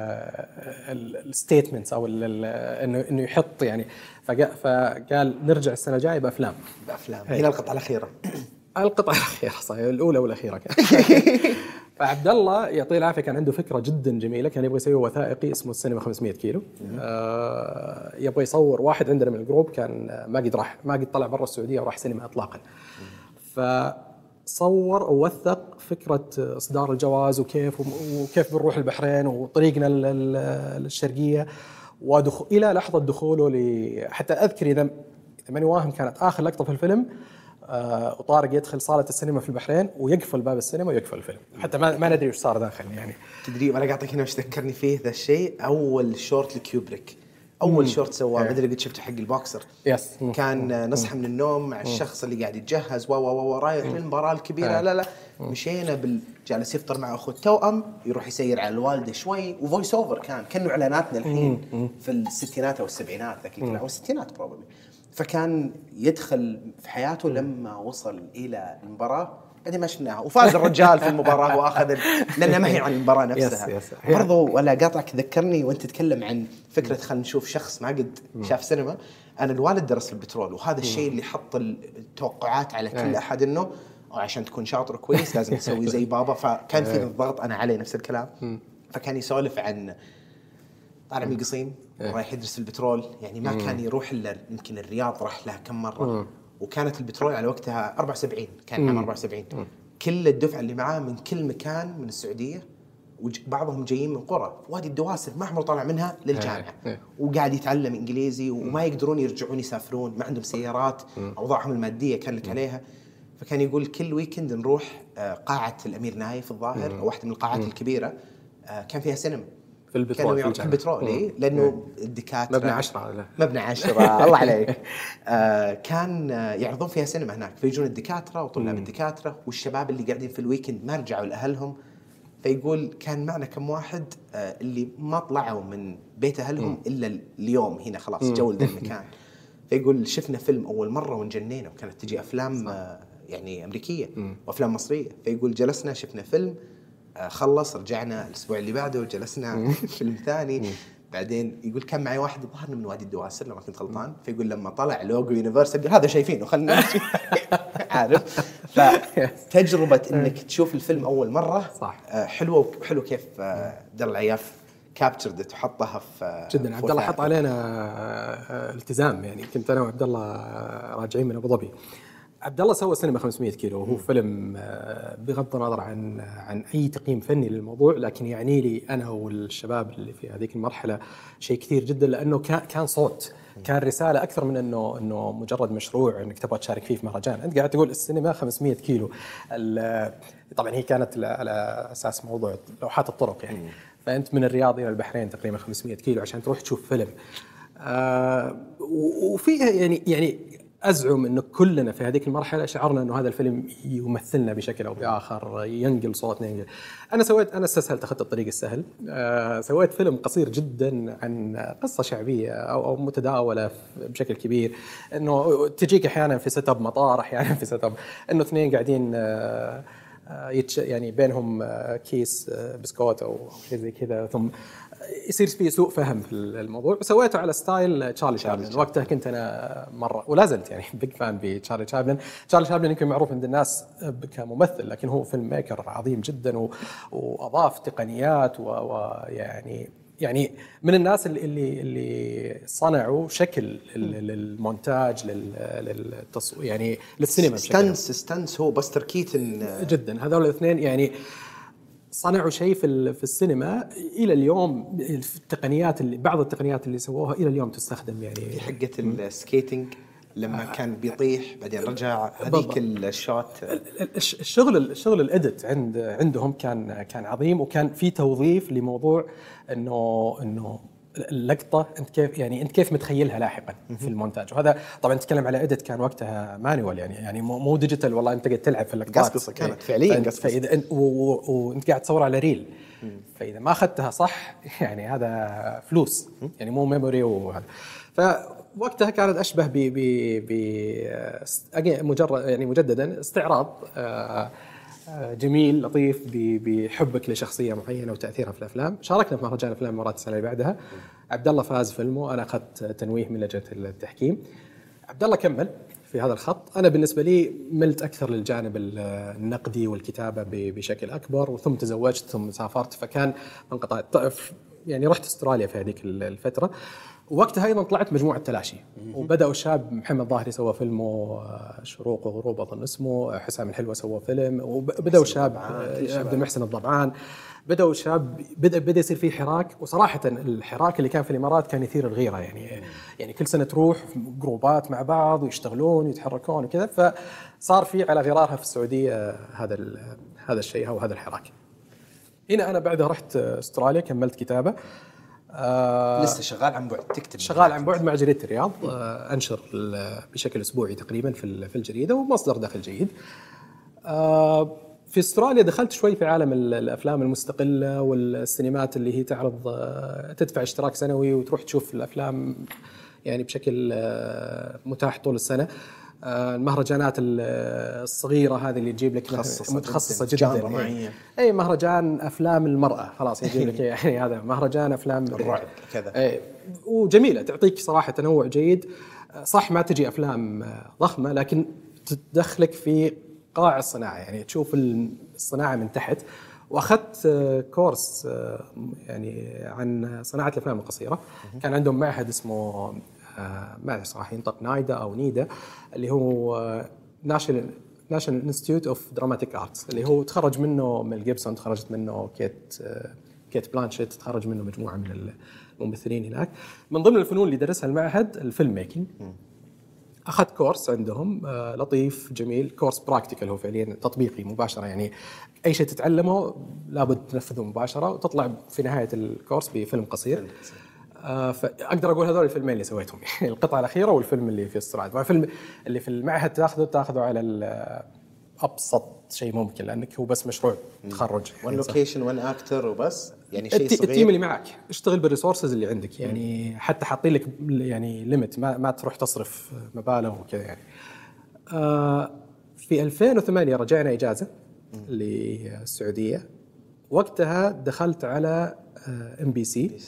الستيتمنتس او ال انه انه يحط يعني، فقال نرجع السنه الجايه بافلام بافلام هنا القطعه الاخيره القطعه الاخيره صحيح، الاولى والاخيره. فعبد الله يعطيه العافيه كان عنده فكره جدا جميله، كان يبغى يسوي وثائقي اسمه السينما خمسمية كيلو. آه يبغى يصور واحد عندنا من الجروب كان ما قد راح ما قد طلع برا السعوديه وراح سينما اطلاقا. ف صور أو وثق فكرة إصدار الجواز وكيف وكيف بنروح البحرين وطريقنا للشرقية ودخول إلى لحظة دخوله ل حتى أذكر إذا ماني واهم كانت آخر لقطة في الفيلم آه وطارق يدخل صالة السينما في البحرين ويقفل باب السينما ويقفل الفيلم، حتى ما ما ندري وش صار داخل. يعني تدري أنا قاعدك هنا وش ذكرني فيه ذا الشيء، أول شورت لكيوبريك، أول شورت سواه بدل اللي قد شفته حق البوكسر. يس. كان نصحى من النوم مع الشخص اللي قاعد يتجهز و و و رايح للمباراة الكبيرة. لا لا مشينا بالجالس يفطر مع أخوه التوأم، يروح يسير على الوالدة شوي، وفويس أوفر كان كأنه إعلاناتنا الحين في الستينات أو السبعينات ذاك أو الستينات بروبلي. فكان يدخل في حياته لما وصل إلى المباراة بعدين ما شفناها وفاز الرجال في المباراة واخذ، لأنها ما هي عن المباراة نفسها. برضو ولا قاطعك ذكرني وانت تتكلم عن فكرة خلينا نشوف شخص ما قد شاف سينما. أنا الوالد درس البترول، وهذا الشيء اللي حط التوقعات على كل أحد إنه عشان تكون شاطر كويس لازم تسوي زي بابا. فكان في الضغط أنا علي نفس الكلام. فكان يسولف عن طالع من القصيم رايح يدرس البترول، يعني ما كان يروح إلا يمكن الرياض راح لها كم مرة. وكانت البترول على وقتها أربعة وسبعين، كان عام أربعة وسبعين. كل الدفعة اللي معاه من كل مكان من السعودية، وبعضهم جايين من قرى وادي الدواسر ما عمره طالع منها للجامعة، وقاعد يتعلم إنجليزي وما يقدرون يرجعون يسافرون، ما عندهم سيارات، أوضاعهم المادية كان لك عليها. فكان يقول كل ويكند نروح قاعة الأمير نايف الظاهر، واحدة من القاعات الكبيرة كان فيها سينما في البترول. في البترول إيه؟ لأنه الدكاترة مبنى عشرة لا. مبنى عشرة الله عليك. آه كان يعرضون فيها سينما هناك، فيجون الدكاترة وطلاب الدكاترة والشباب اللي قاعدين في الويكند ما رجعوا لأهلهم. فيقول كان معنا كم واحد آه اللي ما طلعوا من بيت أهلهم مم. إلا اليوم هنا خلاص جو ذا المكان. فيقول شفنا فيلم أول مرة ونجنينا، وكانت تجي أفلام آه يعني أمريكية مم. وأفلام مصرية. فيقول جلسنا شفنا فيلم خلص رجعنا الأسبوع اللي بعده وجلسنا فيلم ثاني. بعدين يقول كان معي واحد ظهرنا من وادي الدواسر لما كنت غلطان. فيقول لما طلع لوجو يونيفرسال هذا شايفينه خلنا نمشي. عارف فتجربة إنك تشوف الفيلم أول مرة صح. حلوة حلو كيف عبد الله عياف كابتشرد تحطها في جدا. عبد الله حط علينا التزام، يعني كنت أنا وعبد الله راجعين من أبو ظبي. عبد الله سوى سينما خمسمية كيلو، وهو فيلم بغض النظر عن عن اي تقييم فني للموضوع، لكن يعني لي انا والشباب اللي في هذيك المرحله شيء كثير جدا، لانه كان صوت، كان رساله اكثر من انه انه مجرد مشروع انك تبغى تشارك فيه في مهرجان. انت قاعد تقول السينما خمسمية كيلو. طبعا هي كانت على اساس موضوع لوحات الطرق يعني، فانت من الرياض الى البحرين تقريبا خمسمية كيلو عشان تروح تشوف فيلم. آه وفيها يعني يعني أزعم أنه كلنا في هذيك المرحلة شعرنا أنه هذا الفيلم يمثلنا بشكل أو بآخر، ينقل صوتنا ينقل. أنا سويت أنا استسهلت أخذت الطريق السهل. أه سويت فيلم قصير جدا عن قصة شعبية أو, أو متداولة بشكل كبير، أنه تجيك أحيانا في سيت اب مطار، أحيانا في سيت اب أنه اثنين قاعدين أه يتش يعني بينهم كيس بسكوت أو شيء زي كذا، ثم يصير فيه سوء فهم في الموضوع، وسويته على ستايل تشارلي شابلن. وقتها كنت انا مره ولا زلت يعني بيج فان بتشارلي شابلن. تشارلي شابلن يمكن معروف عند الناس كممثل، لكن هو فيلم ميكر عظيم جدا، و... واضاف تقنيات ويعني يعني من الناس اللي اللي اللي صنعوا شكل للمونتاج للتصوير يعني للسينما. ستانس ستانس هو باستر كيتن جدا. هذول الاثنين يعني صنعوا شيء في في السينما الى اليوم. التقنيات اللي بعض التقنيات اللي سووها الى اليوم تستخدم، يعني حقه السكيتنج لما كان بيطيح بعدين رجع، هذيك الشوت. الشغل الشغل الاديت عند عندهم كان كان عظيم، وكان في توظيف لموضوع انه انه اللقطه انت كيف يعني انت كيف متخيلها لاحقا في المونتاج. وهذا طبعا نتكلم على اديت كان وقتها مانوال، يعني يعني مو ديجيتال. والله انت قاعد تلعب في اللقطات، قصقصه كانت فعليا قصقصه، فاذا وانت قاعد تصور على ريل، فاذا ما اخذتها صح يعني هذا فلوس، يعني مو ميموري. وهذا فوقتها كانت اشبه ب ب مجرد يعني مجددا استعراض جميل لطيف بحبك لشخصيه معينه وتاثيرها في الافلام. شاركنا في مهرجان افلام الامارات السنه اللي بعدها. عبد الله فاز فيلمه، انا اخذت تنويه من لجنه التحكيم. عبد الله كمل في هذا الخط. انا بالنسبه لي ملت اكثر للجانب النقدي والكتابه بشكل اكبر، وثم تزوجت ثم سافرت، فكان منقطع يعني. رحت استراليا في هذيك الفتره، ووقتها ايضا طلعت مجموعه تلاشي، وبداوا الشاب محمد ظاهري سوى فيلمه شروق وغروب اظن اسمه، حسام الحلوه سوى فيلم، وبداوا الشاب عبد المحسن الضبعان، بداوا الشاب بدا بدا يصير فيه حراك. وصراحه الحراك اللي كان في الامارات كان يثير الغيره، يعني يعني كل سنه تروح جروبات مع بعض ويشتغلون ويتحركون وكذا، فصار في على غرارها في السعوديه هذا هذا الشيء او هذا الحراك. هنا انا بعدها رحت استراليا، كملت كتابه. آه لسه شغال عن بعد تكتب؟ شغال عن بعد مع جريدة الرياض. آه أنشر بشكل أسبوعي تقريبا في في الجريدة، ومصدر دخل جيد. آه في استراليا دخلت شوي في عالم الأفلام المستقلة والسينمات اللي هي تعرض آه تدفع اشتراك سنوي وتروح تشوف الأفلام يعني بشكل آه متاح طول السنة. المهرجانات الصغيرة هذه اللي تجيب لك متخصصة, متخصصة جدا, جداً معين. أي مهرجان أفلام المرأة خلاص يجيب لك يعني هذا مهرجان أفلام الرعب كذا. أي وجميلة، تعطيك صراحة تنوع جيد. صح ما تجي أفلام ضخمة، لكن تدخلك في قاع الصناعة، يعني تشوف الصناعة من تحت. وأخذت كورس يعني عن صناعة الأفلام القصيرة. كان عندهم معهد اسمه ما أدري صراحة ينطق نايدا أو نيدا، اللي هو ناشونال ناشونال انستيتيوت اوف دراماتيك آرتس، اللي هو تخرج منه ميل جيبسون، تخرجت منه كيت كيت بلانشيت، تخرج منه مجموعة من الممثلين هناك. من ضمن الفنون اللي درسها المعهد الفيلم ميكينج. أخذت كورس عندهم لطيف جميل، كورس براكتيكال، هو فعليا تطبيقي مباشرة، يعني أي شيء تتعلمه لابد تنفذه مباشرة، وتطلع في نهاية الكورس بفيلم قصير. آه فأقدر أقول هذول الفيلمين اللي سويتهم القطعة الأخيرة والفيلم اللي في استراليا. الفيلم اللي في المعهد تأخذه تأخذه على أبسط شيء ممكن، لأنك هو بس مشروع تخرج، وان لوكيشن وان أكتر وبس، يعني شيء صغير. التيم اللي معك اشتغل بالريسورسز اللي عندك، يعني حتى حاطين لك يعني ليميت، ما ما تروح تصرف مبالغ وكذا يعني. آه في ألفين وثمانية رجعنا إجازة للسعودية. وقتها دخلت على ام بي سي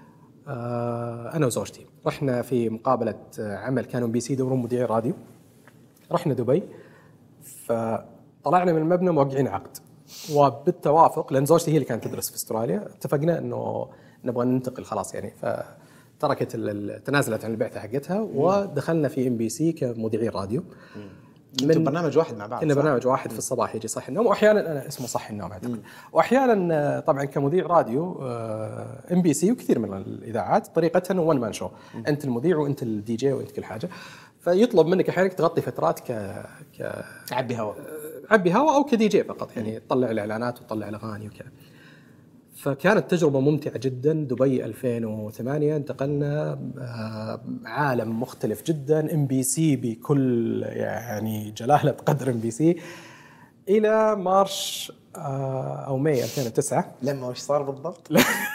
أنا وزوجتي، رحنا في مقابلة عمل، كانوا ام بي سي دورون مذيعي راديو. رحنا دبي، فطلعنا من المبنى موقعين عقد، وبالتوافق لأن زوجتي هي اللي كانت تدرس في استراليا، اتفقنا إنه نبغى ننتقل خلاص يعني، فتركت تنازلت عن البعثة حقتها، ودخلنا في ام بي سي كمذيعي راديو. من برنامج واحد مع بعض. كنا برنامج واحد في الصباح يجي صح النوم، واحيانا انا اسمه صح النوم اعتقد، واحيانا طبعا كمذيع راديو ام بي سي وكثير من الاذاعات طريقتها انه ون مان شو، انت المذيع وانت الدي جي وانت كل حاجه، فيطلب منك احيانا تغطي فترات ك ك تعبي هواء عبي هواء او كدي جي فقط، يعني تطلع الاعلانات وتطلع الاغاني وكذا. فكانت تجربة ممتعة جدا. دبي ألفين وثمانية انتقلنا، عالم مختلف جدا، ام بي سي بكل يعني جلالة قدر ام بي سي، إلى مارش أو ماي ألفين وتسعة. لما وش صار بالضبط؟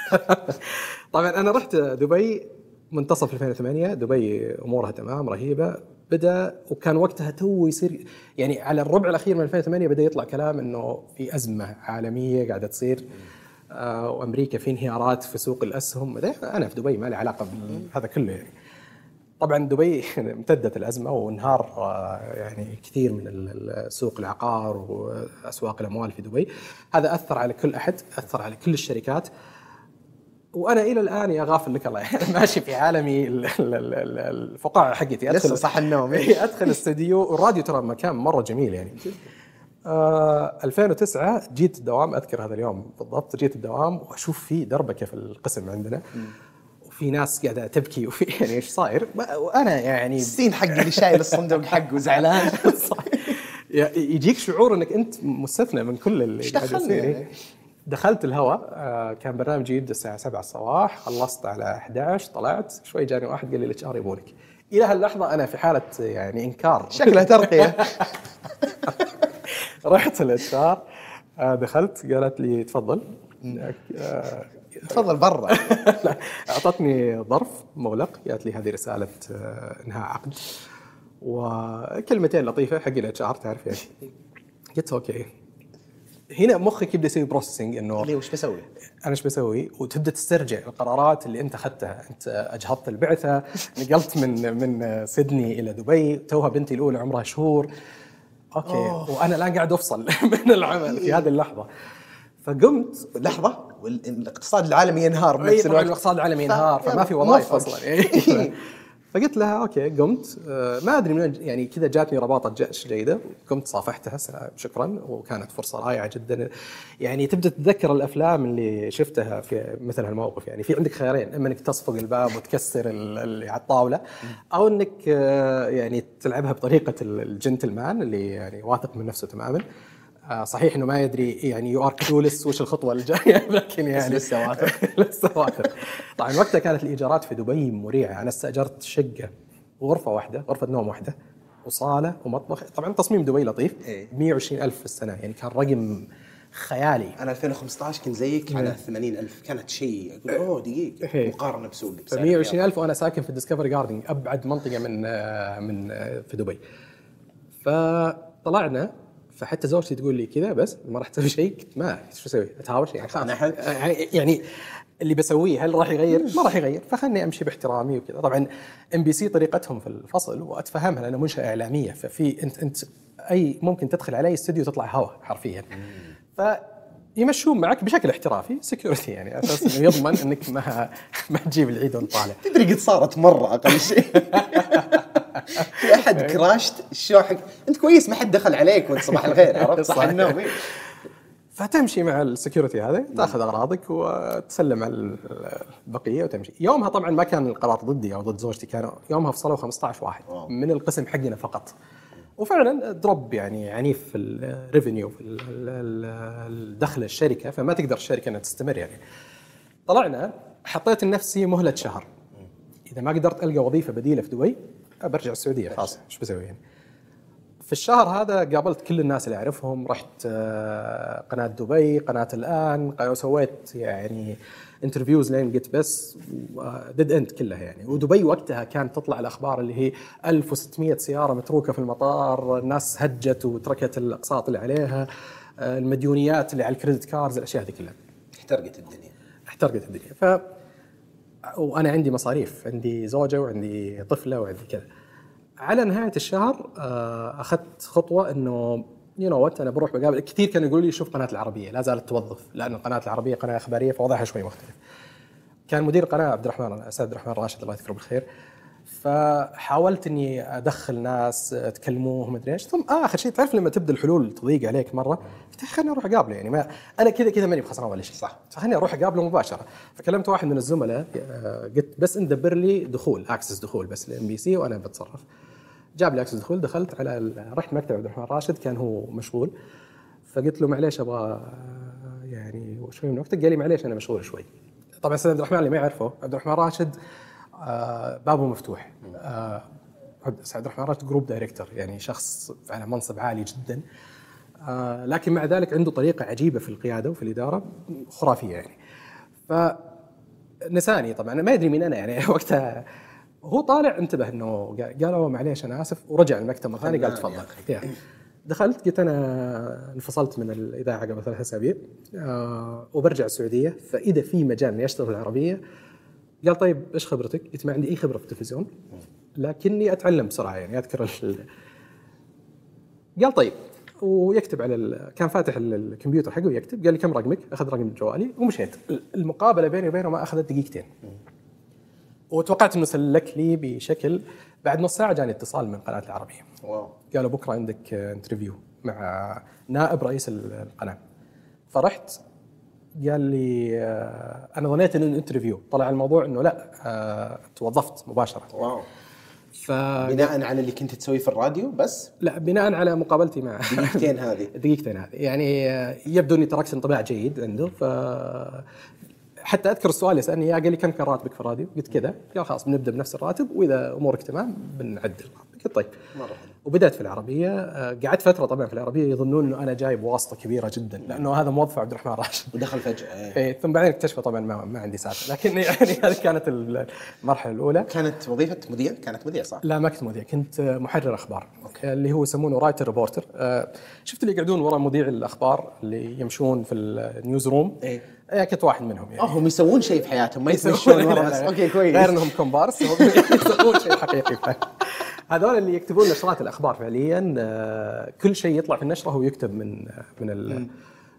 طبعا أنا رحت دبي منتصف ألفين وثمانية، دبي أمورها تمام رهيبة. بدأ وكان وقتها تو يصير يعني على الربع الأخير من ألفين وثمانية بدأ يطلع كلام إنه في أزمة عالمية قاعدة تصير. آه وامريكا في انهيارات في سوق الاسهم. انا في دبي ما لي علاقه بهذا كله يعني. طبعا دبي امتدت الازمه وانهار يعني كثير من سوق العقار واسواق الاموال في دبي. هذا اثر على كل احد، اثر على كل الشركات. وانا الى الان يا غافل لك الله يعني ماشي في عالمي الفقاعه حقتي، لسه صح النوم ادخل الاستديو والراديو ترى مكان مره جميل يعني. آه ألفين وتسعة جيت الدوام، اذكر هذا اليوم بالضبط، جيت الدوام واشوف فيه دربكه في القسم عندنا، في ناس قاعده تبكي وفي يعني ايش صاير. وانا يعني السين حق اللي شايل الصندوق حقه زعلان يجيك شعور انك انت مستثنى من كل اللي قاعد يصير يعني. دخلت الهواء، كان برنامجي يبدا الساعه سبعة الصباح، خلصت على إحدى عشر، طلعت شوي جاني واحد قال لي الاتش ار يبونك. الى هاللحظه انا في حاله يعني انكار شكلها ترقيه. رحت الاتش ار، دخلت قالت لي تفضل تفضل برا. لا اعطتني ظرف مغلق، قالت لي هذه رساله انهاء عقد وكلمتين لطيفه حق الاتش ار تعرف يعني. قلت اوكي. هنا مخك يبدا يسوي بروسيسنج انه ليه وش بسوي؟ انا ايش بسوي؟ وتبدا تسترجع القرارات اللي انت اخذتها. انت اجهضت البعثه، نقلت من من سيدني الى دبي، توها بنتي الاولى عمرها شهور. اوكي أوه. وانا الان قاعد افصل من العمل في هذه اللحظه. فقمت لحظه والاقتصاد العالمي ينهار بنفس الوقت. الاقتصاد العالمي ينهار فما في وظائف اصلا. فقلت لها اوكي. قمت ما ادري من يعني كذا جاتني رباطه جأش جيده، قمت صافحتها شكرا، وكانت فرصه رائعه جدا. يعني تبدا تتذكر الافلام اللي شفتها في مثل هالموقف. يعني في عندك خيارين، اما انك تصفق الباب وتكسر اللي على الطاوله، او انك يعني تلعبها بطريقه الجنتلمان اللي يعني واثق من نفسه تماما. صحيح انه ما يدري يعني يو ار كلولس وش الخطوه الجايه، لكن يعني لسه واثق. لسه واثق. طبعا وقتها كانت الايجارات في دبي مريعه. انا استاجرت شقه غرفه واحده، غرفه نوم واحده، وصاله ومطبخ. طبعا تصميم دبي لطيف. مئة وعشرين ألف في السنه، يعني كان رقم خيالي. انا ألفين وخمسة عشر كنت زيك على ثمانين ألف، كانت شيء اقول اوه دقيقه مقارنه بسوق. مئة وعشرين ألف وانا ساكن في الديسكفري جاردن، ابعد منطقه من من في دبي. فطلعنا، فحتى زوجتي تقول لي كذا بس ما راح تسوي شيء. قلت ما شو اسوي؟ اتهاوش يعني خلاص يعني اللي بسويه هل راح يغير؟ ما راح يغير، فخلني امشي باحترامي وكذا. طبعا ام بي سي طريقتهم في الفصل واتفهمها لانه منشاه اعلاميه، ففي انت انت اي ممكن تدخل علي استوديو تطلع هواء حرفيا. فيمشون معك بشكل احترافي سكيورتي، يعني اساس انه يضمن انك ما ما تجيب العيد وانت طالع. تدري قد صارت مره اقل شيء. في احد كراشت الشو حق انت كويس، ما حد دخل عليك وانت صباح الخير، عرفت صح النوم. فتمشي مع السكيورتي هذا، تاخذ اغراضك وتسلم على البقيه وتمشي. يومها طبعا ما كان القرار ضدي او ضد زوجتي، كانوا يومها فصلوا خمسة عشر واحد من القسم حقنا فقط. وفعلا دروب يعني عنيف في الريفينيو، في الدخل الشركه، فما تقدر الشركه انها تستمر. يعني طلعنا، حطيت لنفسي مهله شهر، اذا ما قدرت القى وظيفه بديله في دبي برجع السعوديه خلاص. ايش بسوي يعني؟ في الشهر هذا قابلت كل الناس اللي اعرفهم، رحت قناه دبي، قناه الان، وسويت يعني انترفيوز لين قلت بس ديد اند كلها يعني. ودبي وقتها كانت تطلع الاخبار اللي هي ألف وستمئة سياره متروكه في المطار، الناس هجت وتركت الاقساط اللي عليها، المديونيات اللي على الكريدت كاردز، الاشياء هذه كلها احترقت الدنيا احترقت الدنيا. ف وانا عندي مصاريف، عندي زوجه وعندي طفله وعندي كذا. على نهايه الشهر اخذت خطوه انه يو نو وات، انا بروح بقابل كثير. كانوا يقولوا لي شوف قناه العربيه، لا زالت توظف، لان القناه العربيه قناه اخباريه فوضعها شوي مختلف. كان مدير القناه عبد الرحمن الاسد عبد الرحمن راشد الله يذكره بالخير. فحاولت اني ادخل ناس تكلموهم مدري ايش، ثم اخر شيء تعرف لما تبدا الحلول تضيق عليك مره، قلت خليني اروح اقابله. يعني ما انا كذا كذا ماني بخسران ولا شيء، صح، خليني اروح اقابله مباشره. فكلمت واحد من الزملاء، قلت بس انت دبر لي دخول اكسس دخول بس لام بي سي وانا بتصرف. جاب لي اكسس دخول، دخلت على رحت مكتب عبد الرحمن راشد، كان هو مشغول. فقلت له معليش ابغى يعني شوي من وقتك. قال لي معليش انا مشغول شوي. طبعا سيد عبد الرحمن اللي ما يعرفه، عبد الرحمن راشد آه بابه مفتوح. آه سعد الرحمن راشد جروب دايركتور، يعني شخص على منصب عالي جدا، آه لكن مع ذلك عنده طريقة عجيبة في القيادة وفي الإدارة خرافية يعني. فنساني طبعا، ما يدري مين أنا يعني. وقتها هو طالع انتبه انه قالوا معليش انا اسف، ورجع المكتب مرة ثانية قال تفضل. دخلت قلت انا انفصلت من الاذاعه قبل ثلاث اسابيع أه وبرجع السعوديه، فاذا في مجال اني اشتغل في العربيه. قال طيب ايش خبرتك؟ قلت ما عندي اي خبره في التلفزيون لكني اتعلم بسرعه يعني اذكر ال... قال طيب ويكتب على ال... كان فاتح الكمبيوتر حقه ويكتب. قال لي كم رقمك؟ اخذ رقم جوالي ومشيت. المقابله بيني وبينه ما اخذت دقيقتين، وتوقعت انه سلك لي بشكل. بعد نص ساعه جاني اتصال من قناه العربيه. واو. قالوا بكره عندك انترفيو مع نائب رئيس القناه. فرحت. قال لي انا ظنيت انه انترفيو، طلع الموضوع انه لا توظفت مباشره. واو. ف بناء على اللي كنت تسويه في الراديو بس؟ لا، بناء على مقابلتي مع دقيقتين هذه دقيقتين هذه يعني يبدو اني تركت انطباع جيد عنده. ف حتى اذكر السؤال يسالني اياه، قال لي كم كان راتبك في الراديو؟ قلت كذا. قال خلاص بنبدا بنفس الراتب واذا امورك تمام بنعدل. قلت طيب. مره حلو. وبدات في العربيه. قعدت فتره طبعا في العربيه يظنون انه انا جايب واسطه كبيره جدا لانه هذا موظف عبد الرحمن راشد ودخل فجاه. ايه ثم بعدين اكتشفوا طبعا ما, ما عندي سالفه، لكن يعني هذه كانت المرحله الاولى. كانت وظيفه مذيع؟ كانت مذيع صح؟ لا ما كنت مذيع، كنت محرر اخبار. أوكي. اللي هو يسمونه رايتر ريبورتر. شفت اللي يقعدون وراء مذيع الاخبار اللي يمشون في النيوز روم. ايه ايه كنت واحد منهم يعني. هم يسوون شيء في حياتهم ما يسوون ورا بس. اوكي كويس. غير انهم كومبارس يسوون شيء حقيقي. هذول اللي يكتبون نشرات الاخبار فعليا. كل شيء يطلع في النشره هو يكتب من من ال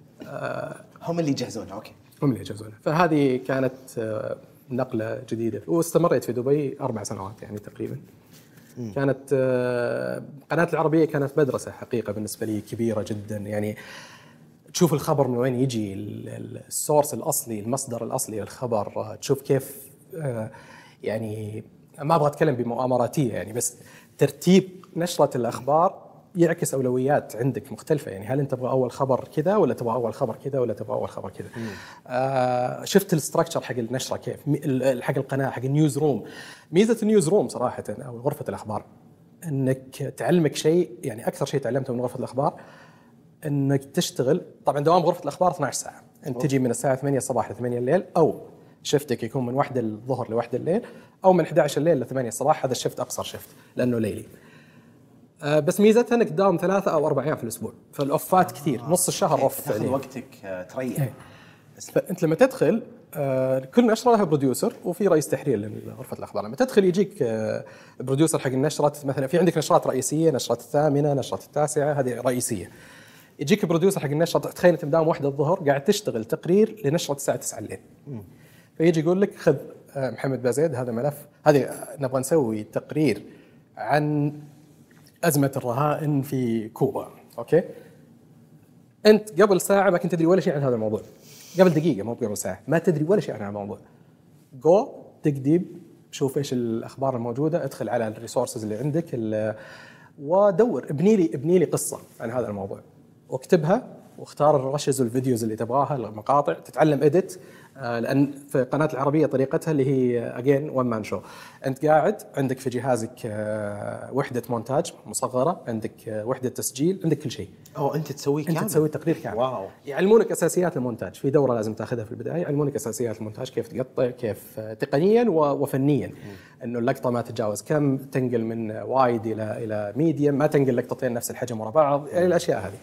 هم اللي يجهزونه. اوكي هم اللي يجهزونه. فهذه كانت نقله جديده واستمريت في دبي اربع سنوات يعني تقريبا. مم. كانت قناه العربيه كانت مدرسه حقيقه بالنسبه لي كبيره جدا يعني. تشوف الخبر من وين يجي، السورس الاصلي، المصدر الاصلي للخبر، تشوف كيف يعني ما ابغى اتكلم بمؤامراتيه يعني، بس ترتيب نشره الاخبار يعكس اولويات عندك مختلفه يعني. هل انت تبغى اول خبر كذا ولا تبغى اول خبر كذا ولا تبغى اول خبر كذا؟ آه شفت الستراكشر حق النشره كيف، حق القناه، حق النيوز روم. ميزه النيوز روم صراحه او غرفه الاخبار انك تعلمك شيء يعني. اكثر شيء تعلمته من غرفه الاخبار انك تشتغل. طبعا دوام غرفه الاخبار اثنعش ساعه، انت تجي من الساعه ثمانية الصباح ل ثمانية الليل، او شفتك يكون من واحدة الظهر لواحدة الليل، او من إحدى عشر الليل ل ثمانية الصباح. هذا الشفت اقصر شفت لانه ليلي. أه بس ميزتها انك تداوم ثلاثة او اربع ايام في الاسبوع، فالاوفات كثير. آه. نص الشهر اوف تاخذ وقتك تريح. ايه. فانت لما تدخل أه كل نشره لها بروديوسر وفي رئيس تحرير لغرفه الاخبار. لما تدخل يجيك أه بروديوسر حق النشرات، مثلا في عندك نشرات رئيسيه، نشرات الثامنه، نشرات التاسعه، هذه رئيسيه. يجيك بروديوسر حق النشره، تخيل انت مداوم واحدة الظهر قاعد تشتغل تقرير لنشره الساعه تسعة الليل. م. فيجي يقول لك خذ محمد بازيد هذا ملف، هذه نبغى نسوي تقرير عن أزمة الرهائن في كوبا. أوكي، أنت قبل ساعة ما كنت تدري ولا شيء عن هذا الموضوع، قبل دقيقة مو قبل ساعة ما تدري ولا شيء عن هذا الموضوع. جو تكذب، شوف إيش الأخبار الموجودة، ادخل على الريسورسز اللي عندك ودور، ابني لي ابني لي قصة عن هذا الموضوع واكتبها، واختار الرشز والفيديوز اللي تبغاها، المقاطع، تتعلم إديت. لأن في قناة العربية طريقتها اللي هي أجين وان مان شو، أنت قاعد عندك في جهازك وحدة مونتاج مصغرة، عندك وحدة تسجيل، عندك كل شيء. أو أنت تسوي كامل. أنت تسوي تقرير كامل. واو. يعلمونك أساسيات المونتاج، في دورة لازم تأخذها في البداية، يعلمونك أساسيات المونتاج، كيف تقطع، كيف تقنيا وفنيا، إنه اللقطة ما تتجاوز كم، تنقل من وايد إلى إلى ميديم، ما تنقل لقطتين نفس الحجم ورا بعض، يعني الأشياء هذه.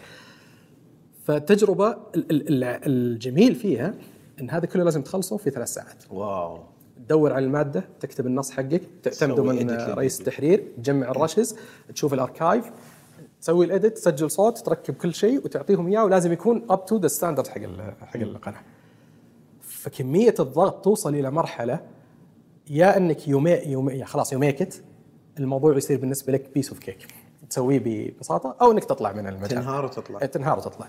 فالتجربة الجميل فيها إن هذا كله لازم تخلصه في ثلاث ساعات. واو. تدور على المادة، تكتب النص حقك، تعتمده من رئيس التحرير، تجمع الرشز، تشوف الاركايف، تسوي الاديت، تسجل صوت، تركب كل شيء وتعطيهم اياه، ولازم يكون اب تو ذا ستاندرد حق حق القناة. فكمية الضغط توصل إلى مرحلة يا انك يومي يومي خلاص يوميكت الموضوع يصير بالنسبة لك بيس اوف كيك، تسويه ببساطة، او انك تطلع من المجال، تنهار وتطلع تنهار وتطلع.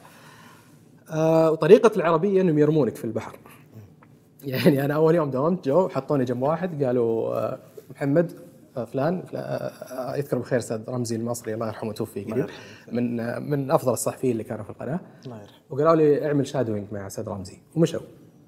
آه وطريقة العربية انهم يرمونك في البحر. يعني انا اول يوم داومت جو حطوني جنب واحد، قالوا آه محمد آه فلان, فلان آه يذكر بخير استاذ رمزي المصري الله يرحمه توفي قريب، من آه من افضل الصحفيين اللي كانوا في القناة، الله يرحمه، وقالوا لي اعمل شادوينج مع استاذ رمزي، ومشوا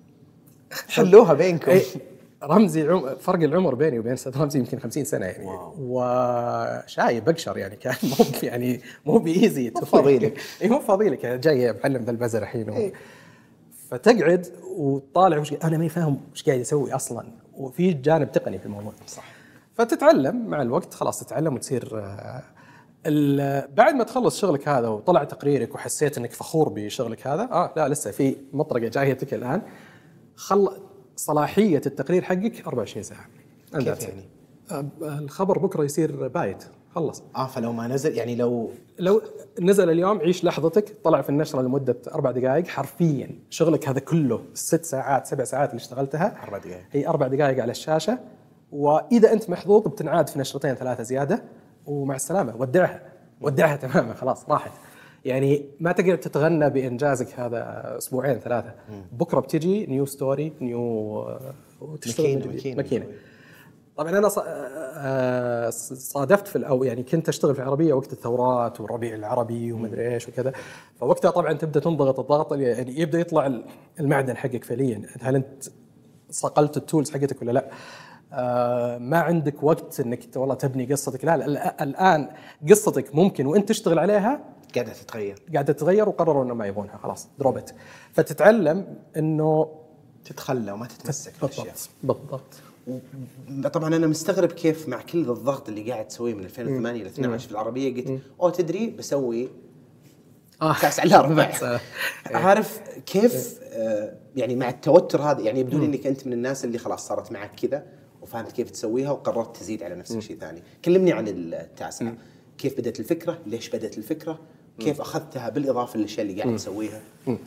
حلوها بينكم. ايه رمزي عم... فرق العمر بيني وبين استاذ رمزي يمكن خمسين سنة يعني. واو. وشايب اقشر يعني، كان مو يعني مو بيزي تفضيلك. اي مو فاضيلك، جاي معلم ذا البزر الحين. إيه. فتقعد وطالع وش انا ماني فاهم وش قاعد يسوي اصلا، وفي جانب تقني في الموضوع. صح. فتتعلم مع الوقت، خلاص تتعلم وتصير بعد ما تخلص شغلك هذا وطلع تقريرك وحسيت انك فخور بشغلك هذا، اه لا لسه في مطرقه جايتك الان. خل صلاحيه التقرير حقك أربعة وعشرين ساعه. كيف يعني؟ الخبر بكره يصير بايت، خلص. اه فلو ما نزل يعني لو لو نزل اليوم عيش لحظتك، طلع في النشره لمده اربع دقائق، حرفيا شغلك هذا كله الست ساعات سبع ساعات اللي اشتغلتها اربع دقائق، هي اربع دقائق على الشاشه. واذا انت محظوظ بتنعاد في نشرتين ثلاثه زياده ومع السلامه، ودعها ودعها تماما، خلاص راحت. يعني ما تقدر تتغنى بانجازك هذا اسبوعين ثلاثه، بكره بتجي نيو ستوري نيو وتشتغل مكينه مكينه. طبعا انا صادفت في الأو يعني كنت اشتغل في العربيه وقت الثورات والربيع العربي ومدري ايش وكذا، فوقتها طبعا تبدا تنضغط الضغط، يعني يبدا يطلع المعدن حقك فعليا، هل انت صقلت التولز حقتك ولا لا؟ آه ما عندك وقت انك والله تبني قصتك، لا, لا الان قصتك ممكن وانت تشتغل عليها قاعده تتغير قاعده تتغير وقرروا انه ما يبونها، خلاص دروبت. فتتعلم انه تتخلى وما تتمسك بالضبط بالضبط. طبعا انا مستغرب كيف مع كل الضغط اللي قاعد تسويه من ألفين وثمانية ل اثني عشر في العربيه قلت او تدري بسوي آه. كاس على الاربع. عارف كيف آه يعني مع التوتر هذا، يعني يبدو لي انك انت من الناس اللي خلاص صارت معك كذا وفهمت كيف تسويها وقررت تزيد على نفسك شيء ثاني. كلمني عن التاسعة، كيف بدأت الفكره؟ ليش بدأت الفكره؟ كيف اخذتها بالاضافه للاشياء اللي قاعد تسويها؟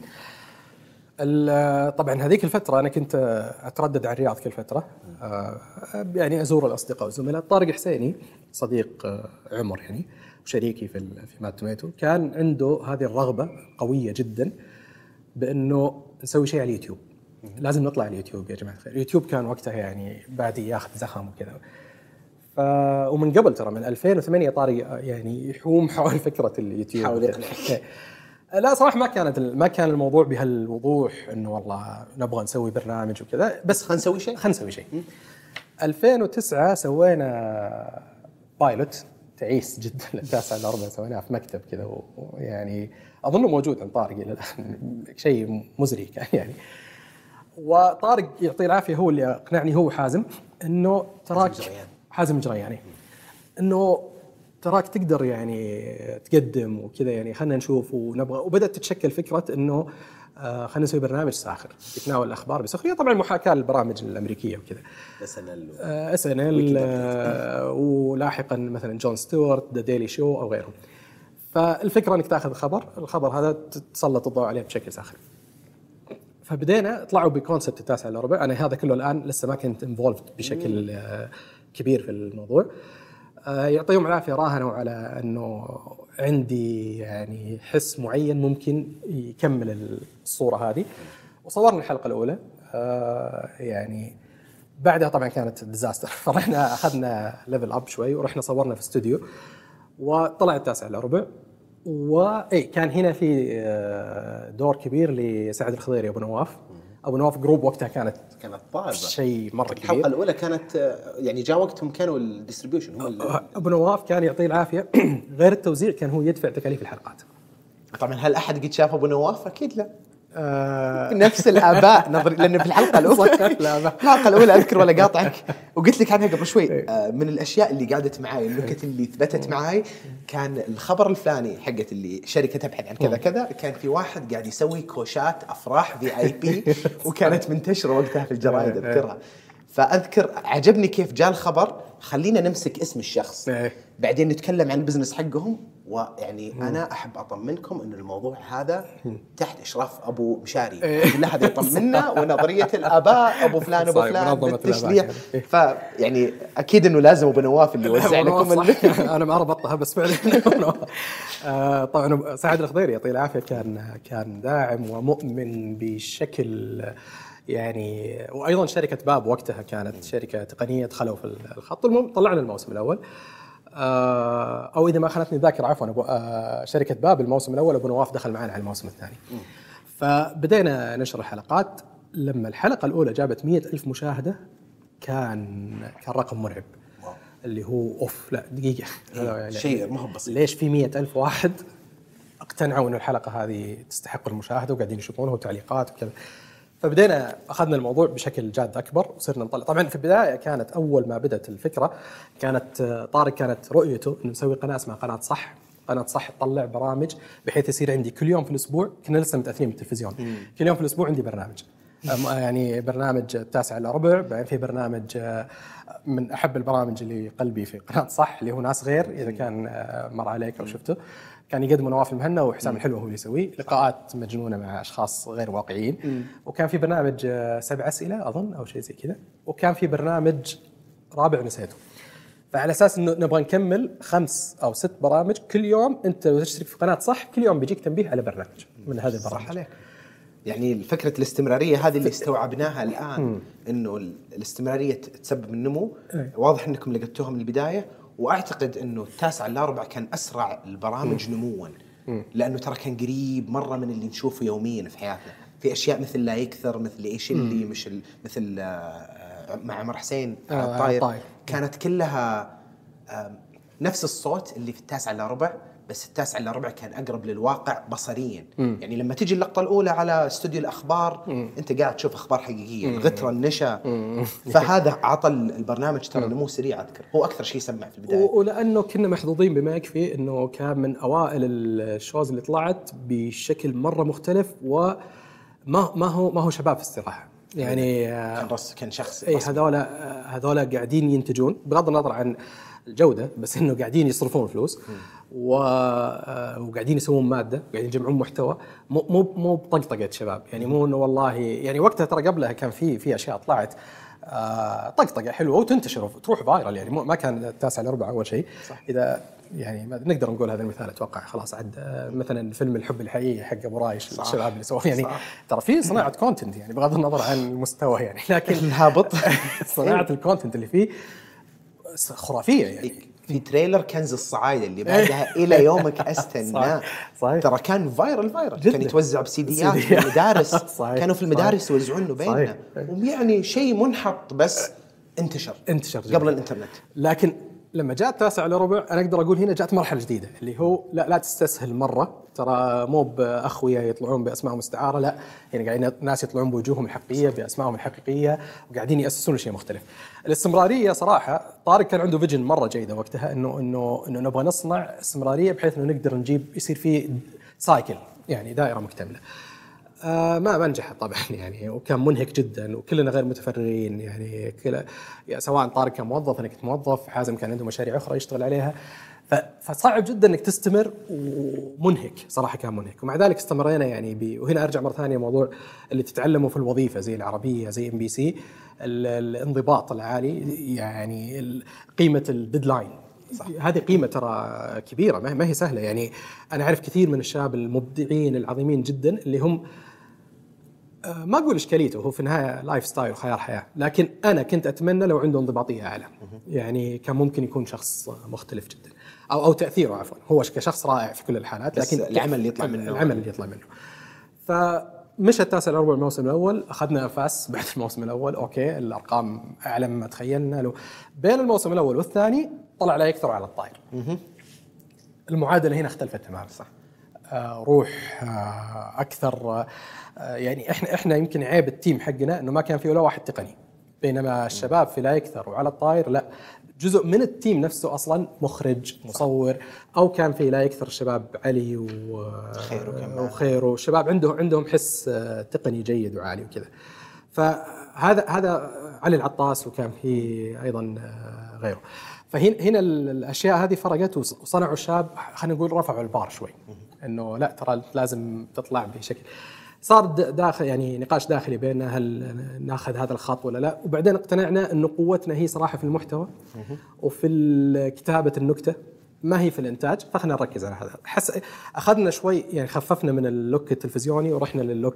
طبعا هذيك الفترة أنا كنت أتردد على الرياض كل فترة، يعني أزور الأصدقاء والزملاء. طارق حسيني صديق عمر يعني وشريكي في في ماد توميتو، كان عنده هذه الرغبة قوية جدا بأنه نسوي شيء على اليوتيوب، لازم نطلع على اليوتيوب يا جماعة الخير. اليوتيوب كان وقتها يعني بادي ياخذ زخم وكذا، ف ومن قبل ترى من ألفين وثمانية طارق يعني يحوم حول فكرة اليوتيوب، حاول يقنع. لا صراحة ما كانت ما كان الموضوع بهالوضوح إنه والله نبغى نسوي برنامج وكذا، بس خلينا نسوي شيء خلينا نسوي شيء. ألفين وتسعة سوينا بايلوت تعيس جدا للتاسعة الأربعة، سويناه في مكتب كذا، ويعني أظنه موجود عند طارق إلى الآن، شيء مزري كان يعني. وطارق يعطيه العافية هو اللي أقنعني، هو حازم، إنه تراك حازم جرياني إنه تراك تقدر يعني تقدم وكذا، يعني خلنا نشوف ونبغى. وبدأت تتشكل فكرة إنه آه خلنا نسوي برنامج ساخر يتناول الأخبار بسخرية، طبعا محاكاة للبرامج الأمريكية وكذا، اس ان ال اس ان ال ولاحقا مثلا جون ستيوارت ذا ديلي شو أو غيرهم. فالفكرة إنك تأخذ خبر، الخبر هذا تسلط الضوء عليه بشكل ساخر. فبدينا طلعوا بكونسبت التاسعة إلى ربع. أنا هذا كله الآن لسه ما كنت انفولفد بشكل آه كبير في الموضوع. يعطيهم العافية راهنوا على أنه عندي يعني حس معين ممكن يكمل الصورة هذه، وصورنا الحلقة الأولى. يعني بعدها طبعا كانت ديزاستر، فرحنا أخذنا ليفل أب شوي ورحنا صورنا في استوديو، وطلع التاسع إلى ربع. وإي كان هنا في دور كبير لسعد الخضيري أبو نواف. أبو نواف جروب وقتها كانت كانت طائبة، شيء مرة كبير. الحلقة الأولى كانت يعني جاء وقتهم كانوا الديستريبيوشن هم أبو نواف كان يعطيه العافية. غير التوزيع كان هو يدفع تكاليف الحلقات. طبعا هل أحد قد شاف أبو نواف؟ أكيد لا. آه نفس الآباء نظري، لأن في الحلقة الأولى الحلقة الأولى أذكر ولا قاطعك وقلت لك عنها قبل شوي. آه من الأشياء اللي قعدت معاي، النكت اللي ثبتت معاي، كان الخبر الفلاني حقت اللي شركة تبحث عن كذا كذا، كان في واحد قاعد يسوي كوشات أفراح في آي بي وكانت منتشرة وقتها في الجرائد أذكرها. فأذكر عجبني كيف جاء الخبر خلينا نمسك اسم الشخص بعدين نتكلم عن البزنس حقهم. ويعني أنا أحب أطمنكم إن الموضوع هذا تحت إشراف أبو مشاري، لا هذا يطمنا، ونظرية الآباء أبو فلان أبو فلان بالتشليح. فيعني أكيد إنه لازم أبو نواف اللي يوزع لكم. أنا ما ربطتها بس فعلا. طبعا سعد الخضيري يعطيه العافية كان كان داعم ومؤمن بشكل يعني. وأيضا شركة باب وقتها كانت شركة تقنية دخلوا في الخط. المهم طلعنا الموسم الأول، أو إذا ما خانتني الذاكرة عفوا أبو شركة باب الموسم الأول، أبو نواف دخل معنا على الموسم الثاني. فبدينا نشر الحلقات. لما الحلقة الأولى جابت مئة ألف مشاهدة كان كان رقم مرعب، اللي هو أوف لا دقيقة يعني شيء ما هو بسيط. ليش في مئة ألف واحد اقتنعوا إنه الحلقة هذه تستحق المشاهدة وقاعدين يشوفونها وتعليقات وكذا. فبدينا أخذنا الموضوع بشكل جاد أكبر وصرنا نطلع. طبعا في البداية كانت أول ما بدأت الفكرة كانت طارق كانت رؤيته إنه نسوي قناة اسمها قناة صح. قناة صح تطلع برامج بحيث يصير عندي كل يوم في الأسبوع، كنا لسه متأثرين بالتلفزيون، كل يوم في الأسبوع عندي برنامج، يعني برنامج التاسع إلى ربع، بعدين في برنامج من أحب البرامج اللي قلبي في قناة صح اللي هو ناس غير، إذا كان مر عليك أو شفته، كان يقدم نواف المهنا وحسام الحلو هو اللي يسويه لقاءات مجنونة مع أشخاص غير واقعيين. م. وكان في برنامج سبع أسئلة أظن أو شيء زي كذا، وكان في برنامج رابع نسيته. فعلى أساس إنه نبغى نكمل خمس أو ست برامج كل يوم، أنت تشترك في قناة صح كل يوم بيجيك تنبيه على برنامج من هذه البرامج. صح عليك. يعني فكرة الاستمرارية هذه اللي استوعبناها الآن، م. إنه الاستمرارية تسبب النمو. أي. واضح إنكم لقيتوها من البداية، وأعتقد إنه التاسع الأربع كان أسرع البرامج م. نمواً، م. لأنه ترى كان قريب مرة من اللي نشوفه يومياً في حياتنا. في أشياء مثل لا يكثر، مثل إيش اللي مش مثل مع عمر حسين على آه الطاير، طاير. كانت كلها نفس الصوت اللي في التاسع إلى ربع، بس التاسع إلى ربع كان أقرب للواقع بصرياً. م. يعني لما تيجي اللقطة الأولى على استوديو الأخبار، م. أنت قاعد تشوف أخبار حقيقية، الغترة النشا، فهذا عطى البرنامج ترى نمو سريع. أذكر هو أكثر شيء سمع في البداية، ولأنه كنا محظوظين بما يكفي إنه كان من أوائل الشوز اللي طلعت بشكل مرة مختلف، وما ما هو ما هو شباب في استراحة. يعني كان رص كان شخص اي هذولا هذولا قاعدين ينتجون بغض النظر عن الجودة، بس إنه قاعدين يصرفون فلوس و... وقاعدين يسوون مادة، وقاعدين يجمعون محتوى، مو مو مو بطقطقة شباب. يعني مو إنه والله يعني وقتها ترى قبلها كان في في أشياء طلعت آه طقطقة حلوة وتنتشر وتروح فايرال. يعني ما كان التاسع الأربعة أول شيء. صح. إذا يعني ما نقدر نقول هذا المثال أتوقع خلاص عد مثلا فيلم الحب الحقيقي حق أبو رايش الشباب اللي سووه، يعني صح. ترى في صناعة كونتنت يعني بغض النظر عن المستوى يعني، لكن الهابط صناعة الكونتنت اللي فيه خرافية. يعني في تريلر كنز الصعايدة اللي بعدها إلى يومك أستنى، ترى كان فايرال فايرال جداً. كان يتوزع بسيديات في المدارس كانوا في المدارس يوزعونه بيننا، ويعني شيء منحط بس انتشر انتشر قبل جداً. الإنترنت. لكن لما جاء التاسع إلى ربع أنا أقدر أقول هنا جاءت مرحلة جديدة، اللي هو لا لا تستسهل مرة، ترى مو بأخويا يطلعون بأسمائهم مستعارة، لا يعني قاعدين ناس يطلعون بوجوههم الحقيقية بأسمائهم الحقيقية وقاعدين يأسسون شيء مختلف. الاستمرارية صراحة طارق كان عنده فيجن مرة جيدة وقتها، إنه إنه إنه نبغى نصنع استمرارية بحيث إنه نقدر نجيب يصير فيه سايكل، يعني دائرة مكتملة. آه ما ما نجح طبعا يعني، وكان منهك جدا وكلنا غير متفرغين يعني، كلا يعني سواء طارق كان موظف، انا كنت موظف، حازم كان عنده مشاريع اخرى يشتغل عليها، فصعب جدا انك تستمر، ومنهك صراحه كان منهك. ومع ذلك استمرينا يعني بي وهنا ارجع مره ثانيه موضوع اللي تتعلمه في الوظيفه زي العربيه زي ام بي سي، الانضباط العالي، يعني قيمه الديدلاين. هذه قيمة ترى كبيرة، ما هي سهلة. يعني أنا أعرف كثير من الشباب المبدعين العظيمين جدا اللي هم ما أقول إشكاليته، هو في النهاية لايف ستايل وخيار حياة، لكن أنا كنت أتمنى لو عنده انضباطية أعلى، يعني كان ممكن يكون شخص مختلف جدا، أو أو تأثيره عفوا، هو كشخص رائع في كل الحالات، لكن العمل اللي يطلع منه العمل اللي يطلع منه. فمشى التاسع الأول الموسم الأول، أخذنا أنفاس بعد الموسم الأول، أوكي الأرقام أعلى مما تخيلنا له. بين الموسم الأول والثاني طلع لا يكثر على الطائر. المعادلة هنا اختلفت تماما. صح. آه روح آه أكثر آه يعني إحنا إحنا يمكن عيب التيم حقنا إنه ما كان فيه ولا واحد تقني، بينما الشباب في لا يكثر وعلى الطائر لا، جزء من التيم نفسه أصلاً مخرج مصور، أو كان في لا يكثر الشباب علي وخير وشباب عنده عندهم حس تقني جيد وعالي وكذا. فهذا هذا علي العطاس، وكان في أيضاً غيره. فهنا هنا الأشياء هذه فرقت وصنعوا الشاب، خلينا نقول رفعوا البار شوي، إنه لا ترى لازم تطلع بشكل. صار داخل يعني نقاش داخلي بيننا هل ناخذ هذا الخط ولا لا، وبعدين اقتنعنا انه قوتنا هي صراحه في المحتوى وفي كتابه النكته، ما هي في الانتاج، فخلنا نركز على هذا. حس اخذنا شوي يعني خففنا من اللوك التلفزيوني ورحنا للوك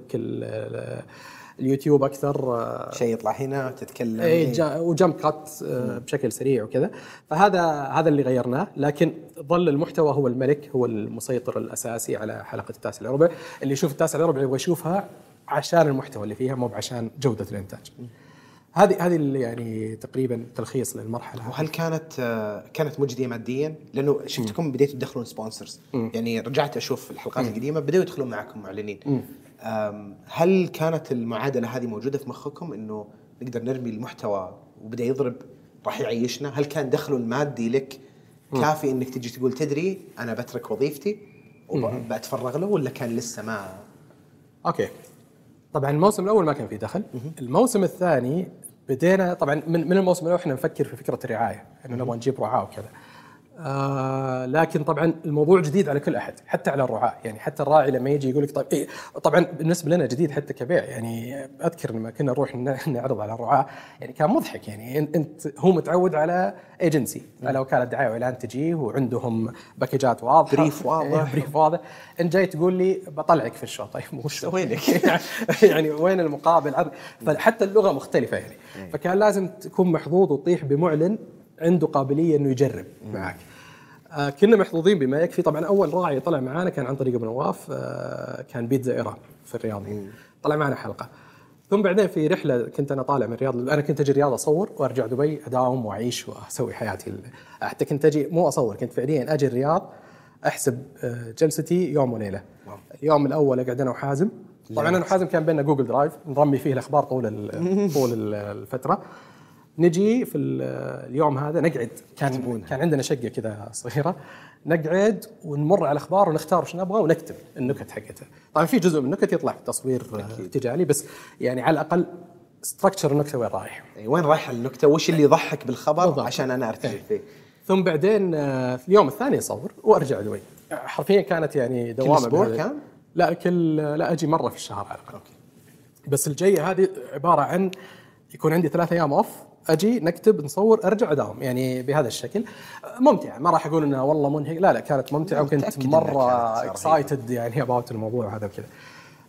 اليوتيوب اكثر، شيء يطلع هنا تتكلم اي وجمب كات بشكل سريع وكذا. فهذا هذا اللي غيرناه، لكن ظل المحتوى هو الملك، هو المسيطر الاساسي على حلقه التاسع الربع. اللي يشوف التاسع الربع يبغى يشوفها عشان المحتوى اللي فيها، مو عشان جوده الانتاج. هذه هذه اللي يعني تقريبا تلخيص للمرحله. وهل كانت كانت مجديه ماديا؟ لانه شفتكم بديتوا تدخلون سبونسرز، يعني رجعت اشوف الحلقات م. القديمه بدأوا يدخلون معكم معلنين. م. هل كانت المعادله هذه موجوده في مخكم انه نقدر نرمي المحتوى وبدا يضرب راح يعيشنا؟ هل كان دخله المادي لك كافي انك تجي تقول تدري انا بترك وظيفتي وبتفرغ له، ولا كان لسه ما؟ اوكي طبعا الموسم الاول ما كان فيه دخل. الموسم الثاني بدينا طبعا من من الموسم الاول احنا نفكر في فكره الرعايه انه نبغى نجيب رعاه وكذا. آه لكن طبعا الموضوع جديد على كل احد حتى على الرعاة، يعني حتى الراعي لما يجي يقول لك طيب إيه، طبعا بالنسبه لنا جديد حتى كبيع. يعني اذكر لما كنا نروح نعرض على الرعاة يعني كان مضحك، يعني انت هو متعود على ايجنسي على وكاله دعايه واعلان تجيه وعندهم باكجات واضحه بريف واضح بريف واضح. انت جاي تقول لي بطلعك في الشو، طيب وش وينك؟ يعني وين المقابل؟ فحتى اللغه مختلفه يعني، فكان لازم تكون محظوظ وتطيح بمعلن عنده قابليه انه يجرب معك. آه كنا محظوظين بما يكفي. طبعا اول راعي طلع معانا كان عن طريق ابو نواف، آه كان بيتزا ايران في الرياض، طلع معنا حلقه. ثم بعدين في رحله كنت انا طالع من الرياض، انا كنت اجي الرياض اصور وارجع دبي اداوم واعيش واسوي حياتي. حتى كنت اجي مو اصور، كنت فعليا اجي الرياض احسب جلستي يوم وليله. اليوم الاول اقعد انا وحازم، طبعا انا وحازم كان بيننا جوجل درايف نرمي فيه الاخبار طول طول الفتره. نجي في اليوم هذا نقعد، كان كان عندنا شقه كذا صغيره، نقعد ونمر على الاخبار ونختار وش نبغى ونكتب النكت حقتها. طبعا في جزء من النكت يطلع في التصوير تجاري، بس يعني على الاقل ستراكشر النكته وين رايح، وين رايح النكته، وش اللي يضحك بالخبر بالضبط. عشان انا ارتجل فيه. ثم بعدين في اليوم الثاني اصور وارجع دبي. حرفيا كانت يعني دوامه. كل اسبوع كان؟ لا كل لا اجي مره في الشهر على الاقل. بس الجايه هذه عباره عن يكون عندي ثلاثة ايام اوف، اجي نكتب نصور ارجع اداوم، يعني بهذا الشكل. ممتع، ما راح اقول انها والله منهك، لا لا كانت ممتعه وكنت مره اكسايتد يعني اباوت الموضوع هذا وكذا.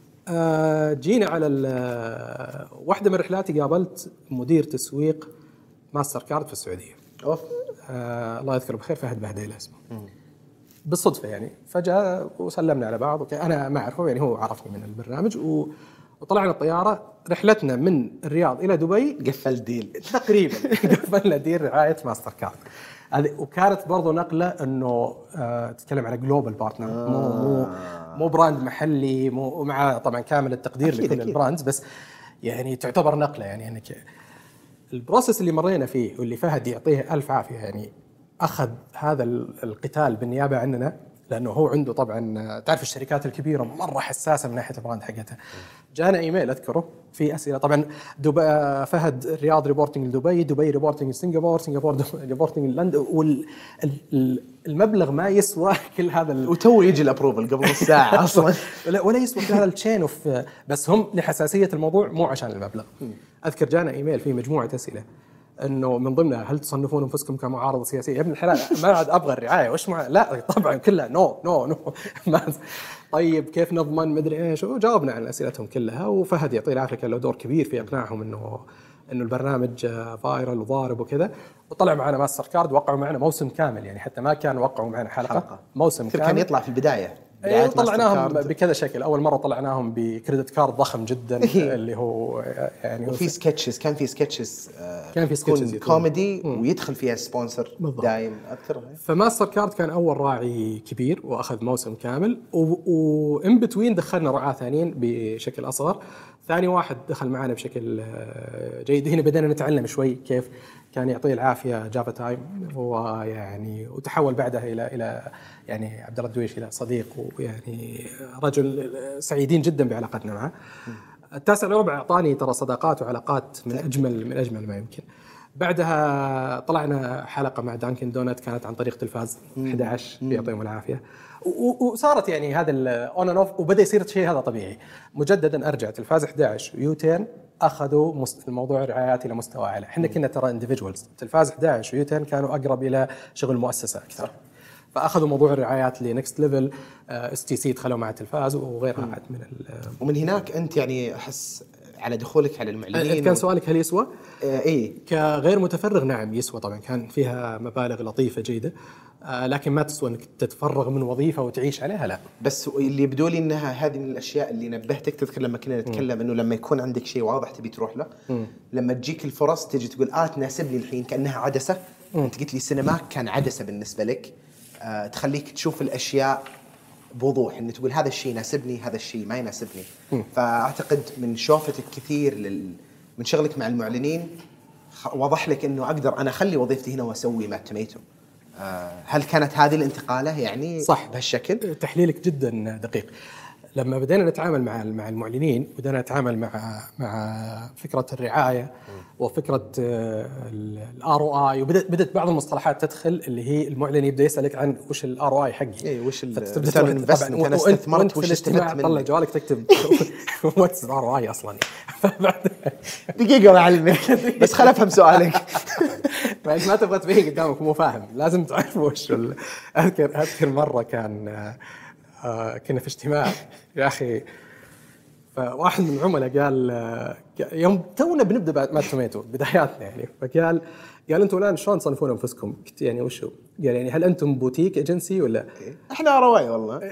آه جينا على واحده من رحلاتي قابلت مدير تسويق ماستر كارد في السعوديه. اوف آه الله يذكره بخير، فهد بهديله اسمه. بالصدفه يعني فجاه وسلمنا على بعض، انا ما اعرفه يعني هو عرفني من البرنامج و وطلعنا الطيارة. رحلتنا من الرياض إلى دبي قفل ديل تقريبا قفلنا ديل رعاية ماستر كارد هذه. وكانت برضو نقلة أنه آه تتكلم على جلوبال بارتنر، آه. مو مو مو براند محلي، مو مع طبعا كامل التقدير لكل البراندز، بس يعني تعتبر نقلة. يعني أنك البروسيس اللي مرينا فيه واللي فهد يعطيه ألف عافية، يعني أخذ هذا القتال بالنيابة عننا، لأنه هو عنده طبعا تعرف الشركات الكبيرة مرة حساسة من ناحية البراند حقتها. جانا إيميل أذكره في أسئلة، طبعا دبي فهد الرياض ريبورتنج لدبي، دبي ريبورتنج لسنغافورة، سنغافورة ريبورتنج لندن، والمبلغ ما يسوى كل هذا، وتو يجي الابروفل قبل نص ساعة أصلا ولا يسوى كل هذا التشين اوف. بس هم لحساسية الموضوع مو عشان المبلغ. أذكر جانا إيميل فيه مجموعة أسئلة انه من ضمنها هل تصنفون انفسكم كمعارضه سياسيه؟ يا ابن الحلال ما عاد ابغى الرعايه، وش مع لا طبعا كلها نو نو نو طيب كيف نضمن مدري ايش، وجاوبنا عن اسئلتهم كلها. وفهد يعطيه العافيه كان له دور كبير في اقناعهم انه انه البرنامج فايرل وضارب وكذا. وطلع معنا ماستر كارد، وقعوا معنا موسم كامل، يعني حتى ما كان وقعوا معنا حلقه, حلقة. موسم كامل كان يطلع في البدايه. ايه طلعناهم بكذا شكل. اول مره طلعناهم بكريدت كارد ضخم جدا اللي هو يعني وفي سكتشز، كان في سكتشز كان في سكتشز كوميدي ويدخل فيها سبونسر دايم اكثر. فماستر كارد كان اول راعي كبير واخذ موسم كامل، وان بتوين دخلنا رعاة ثانيين بشكل اصغر. ثاني واحد دخل معنا بشكل جيد، هنا بدأنا نتعلم شوي كيف كان يعطيه العافيه جافا تايم، هو يعني وتحول بعدها الى الى يعني عبد الله الدويش الى صديق، ويعني رجل سعيدين جدا بعلاقتنا معه. التاسع الربع اعطاني ترى صداقات وعلاقات من اجمل من اجمل ما يمكن. بعدها طلعنا حلقه مع دانكن دونت كانت عن طريق تلفاز أحد عشر يعطيهم العافيه، وصارت يعني هذا الاون اند اوف، وبدا يصير شيء هذا طبيعي. مجددا ارجع تلفاز أحد عشر ويوتين اخذوا الموضوع الرعايات الى مستوى اعلى. احنا كنا ترى انديفيدوالز، تلفاز أحد عشر ويوتين كانوا اقرب الى شغل مؤسسه اكثر، فاخذوا موضوع الرعايات لنكست ليفل. اس تي سي دخلوا مع التلفاز وغيرها عاد من ومن هناك انت يعني احس على دخولك على المعلنين. كان سؤالك هل يسوى؟ آه ايه كغير متفرغ نعم يسوى طبعا، كان فيها مبالغ لطيفه جيده، آه لكن ما تسوى انك تتفرغ من وظيفه وتعيش عليها، لا. بس اللي يبدو لي انها هذه من الاشياء اللي نبهتك. تذكر لما كنا نتكلم انه لما يكون عندك شيء واضح تبي تروح له، م. لما تجيك الفرص تجي تقول اه تناسبني الحين، كانها عدسه. م. انت قلت لي السينما كان عدسه بالنسبه لك، آه تخليك تشوف الاشياء بوضوح إن تقول هذا الشيء يناسبني هذا الشيء ما يناسبني. فأعتقد من شوفتك كثير لل من شغلك مع المعلنين وضح لك إنه أقدر أنا أخلي وظيفتي هنا وأسوي مات توميتو. آه هل كانت هذه الانتقالة يعني صح بهالشكل؟ تحليلك جدا دقيق. لما بدينا نتعامل مع مع المعلنين بدينا نتعامل مع مع فكرة الرعاية وفكرة الار او اي وبدت بدت بعض المصطلحات تدخل اللي هي المعلن يبدا يسالك عن وش الار او اي حقي اي وش طبعا انا استثمرت وش استفدت منه. طلع جوالك تكتب واتس الار او اي اصلا. دقيقه وأعلمك بس خل افهم سؤالك. ما تبغى تبين قدامك مو فاهم لازم تعرف وش. اذكر اذكر مره كان آه كنا في اجتماع يا أخي فواحد من العملاء قال آه يوم تونا بنبدأ مات توميتو بداياتنا يعني فقال قال أنتم الآن شلون تصنفون أنفسكم يعني وشو قال يعني هل أنتم بوتيك ايجنسي ولا إحنا رواي والله.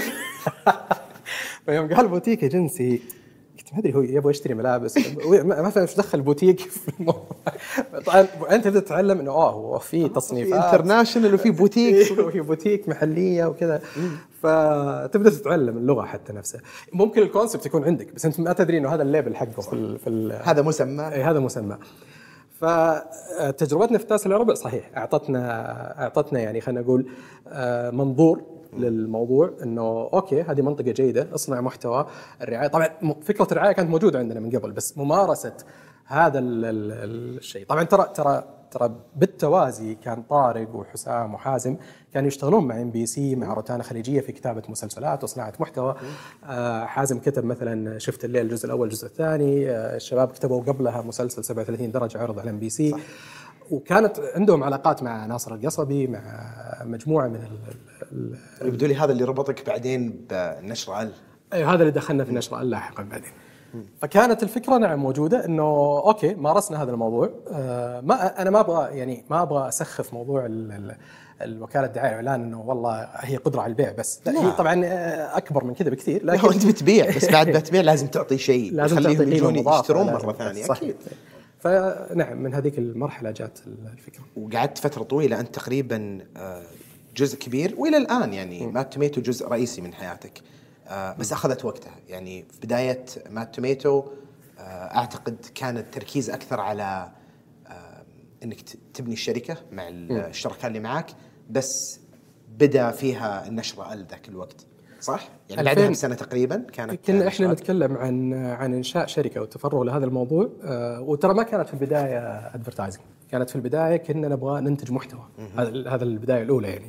فيوم قال بوتيك ايجنسي ما أدري هو يبغى يشتري ملابس ما فهم إيش دخل بوتيك في الموضوع. طبعا أنت تبدأ تتعلم إنه آه هو في تصنيفات انترناشنال وفي بوتيك وفي بوتيك محلية وكذا فتبدأ تتعلم اللغة حتى نفسها. ممكن الكونسبت يكون عندك بس أنت ما تدري إنه هذا الليبل حقه في في هذا مسمى هذا مسمى. فتجربتنا في التاسع الربع صحيح أعطتنا أعطتنا يعني خلينا نقول منظور للموضوع انه اوكي هذه منطقه جيده اصنع محتوى. الرعايه طبعا فكره الرعايه كانت موجوده عندنا من قبل بس ممارسه هذا الشيء طبعا ترى ترى ترى بالتوازي كان طارق وحسام وحازم كانوا يشتغلون مع ام بي سي مع روتانا خليجيه في كتابه مسلسلات وصناعه محتوى. آه حازم كتب مثلا شفت الليل الجزء الاول الجزء الثاني. آه الشباب كتبوا قبلها مسلسل سبعة وثلاثين درجه عرض على ام بي سي وكانت عندهم علاقات مع ناصر القصبي مع مجموعه من ال يبدو لي هذا اللي ربطك بعدين بنشر ال ايوه هذا اللي دخلنا في نشر ال لاحقا بعدين. فكانت الفكره نعم موجوده انه اوكي مارسنا هذا الموضوع. آه ما انا ما ابغى يعني ما ابغى اسخف موضوع ال ال الوكاله الدعايه والاعلان انه والله هي قدره على البيع بس لا, لا. هي طبعا اكبر من كذا بكثير لكن انت بتبيع بس بعد ما تبيع لازم تعطي شيء لازم يخليهم يجون يشترون مره ثانيه اكيد. فنعم من هذيك المرحله جات الفكره وقعدت فتره طويله انت تقريبا جزء كبير والى الان يعني مات توميتو جزء رئيسي من حياتك. بس اخذت وقتها يعني في بدايه مات توميتو اعتقد كان التركيز اكثر على انك تبني الشركه مع الشركاء اللي معك بس بدا فيها النشره ال ذاك الوقت صح يعني بعدها بسنه تقريبا كانت كنا احنا نتكلم عن عن انشاء شركه والتفرغ لهذا الموضوع. آه وترى ما كانت في البدايه ادفرتايزنج كانت في البدايه كنا نبغى ننتج محتوى. هذا هذا البدايه الاولى يعني.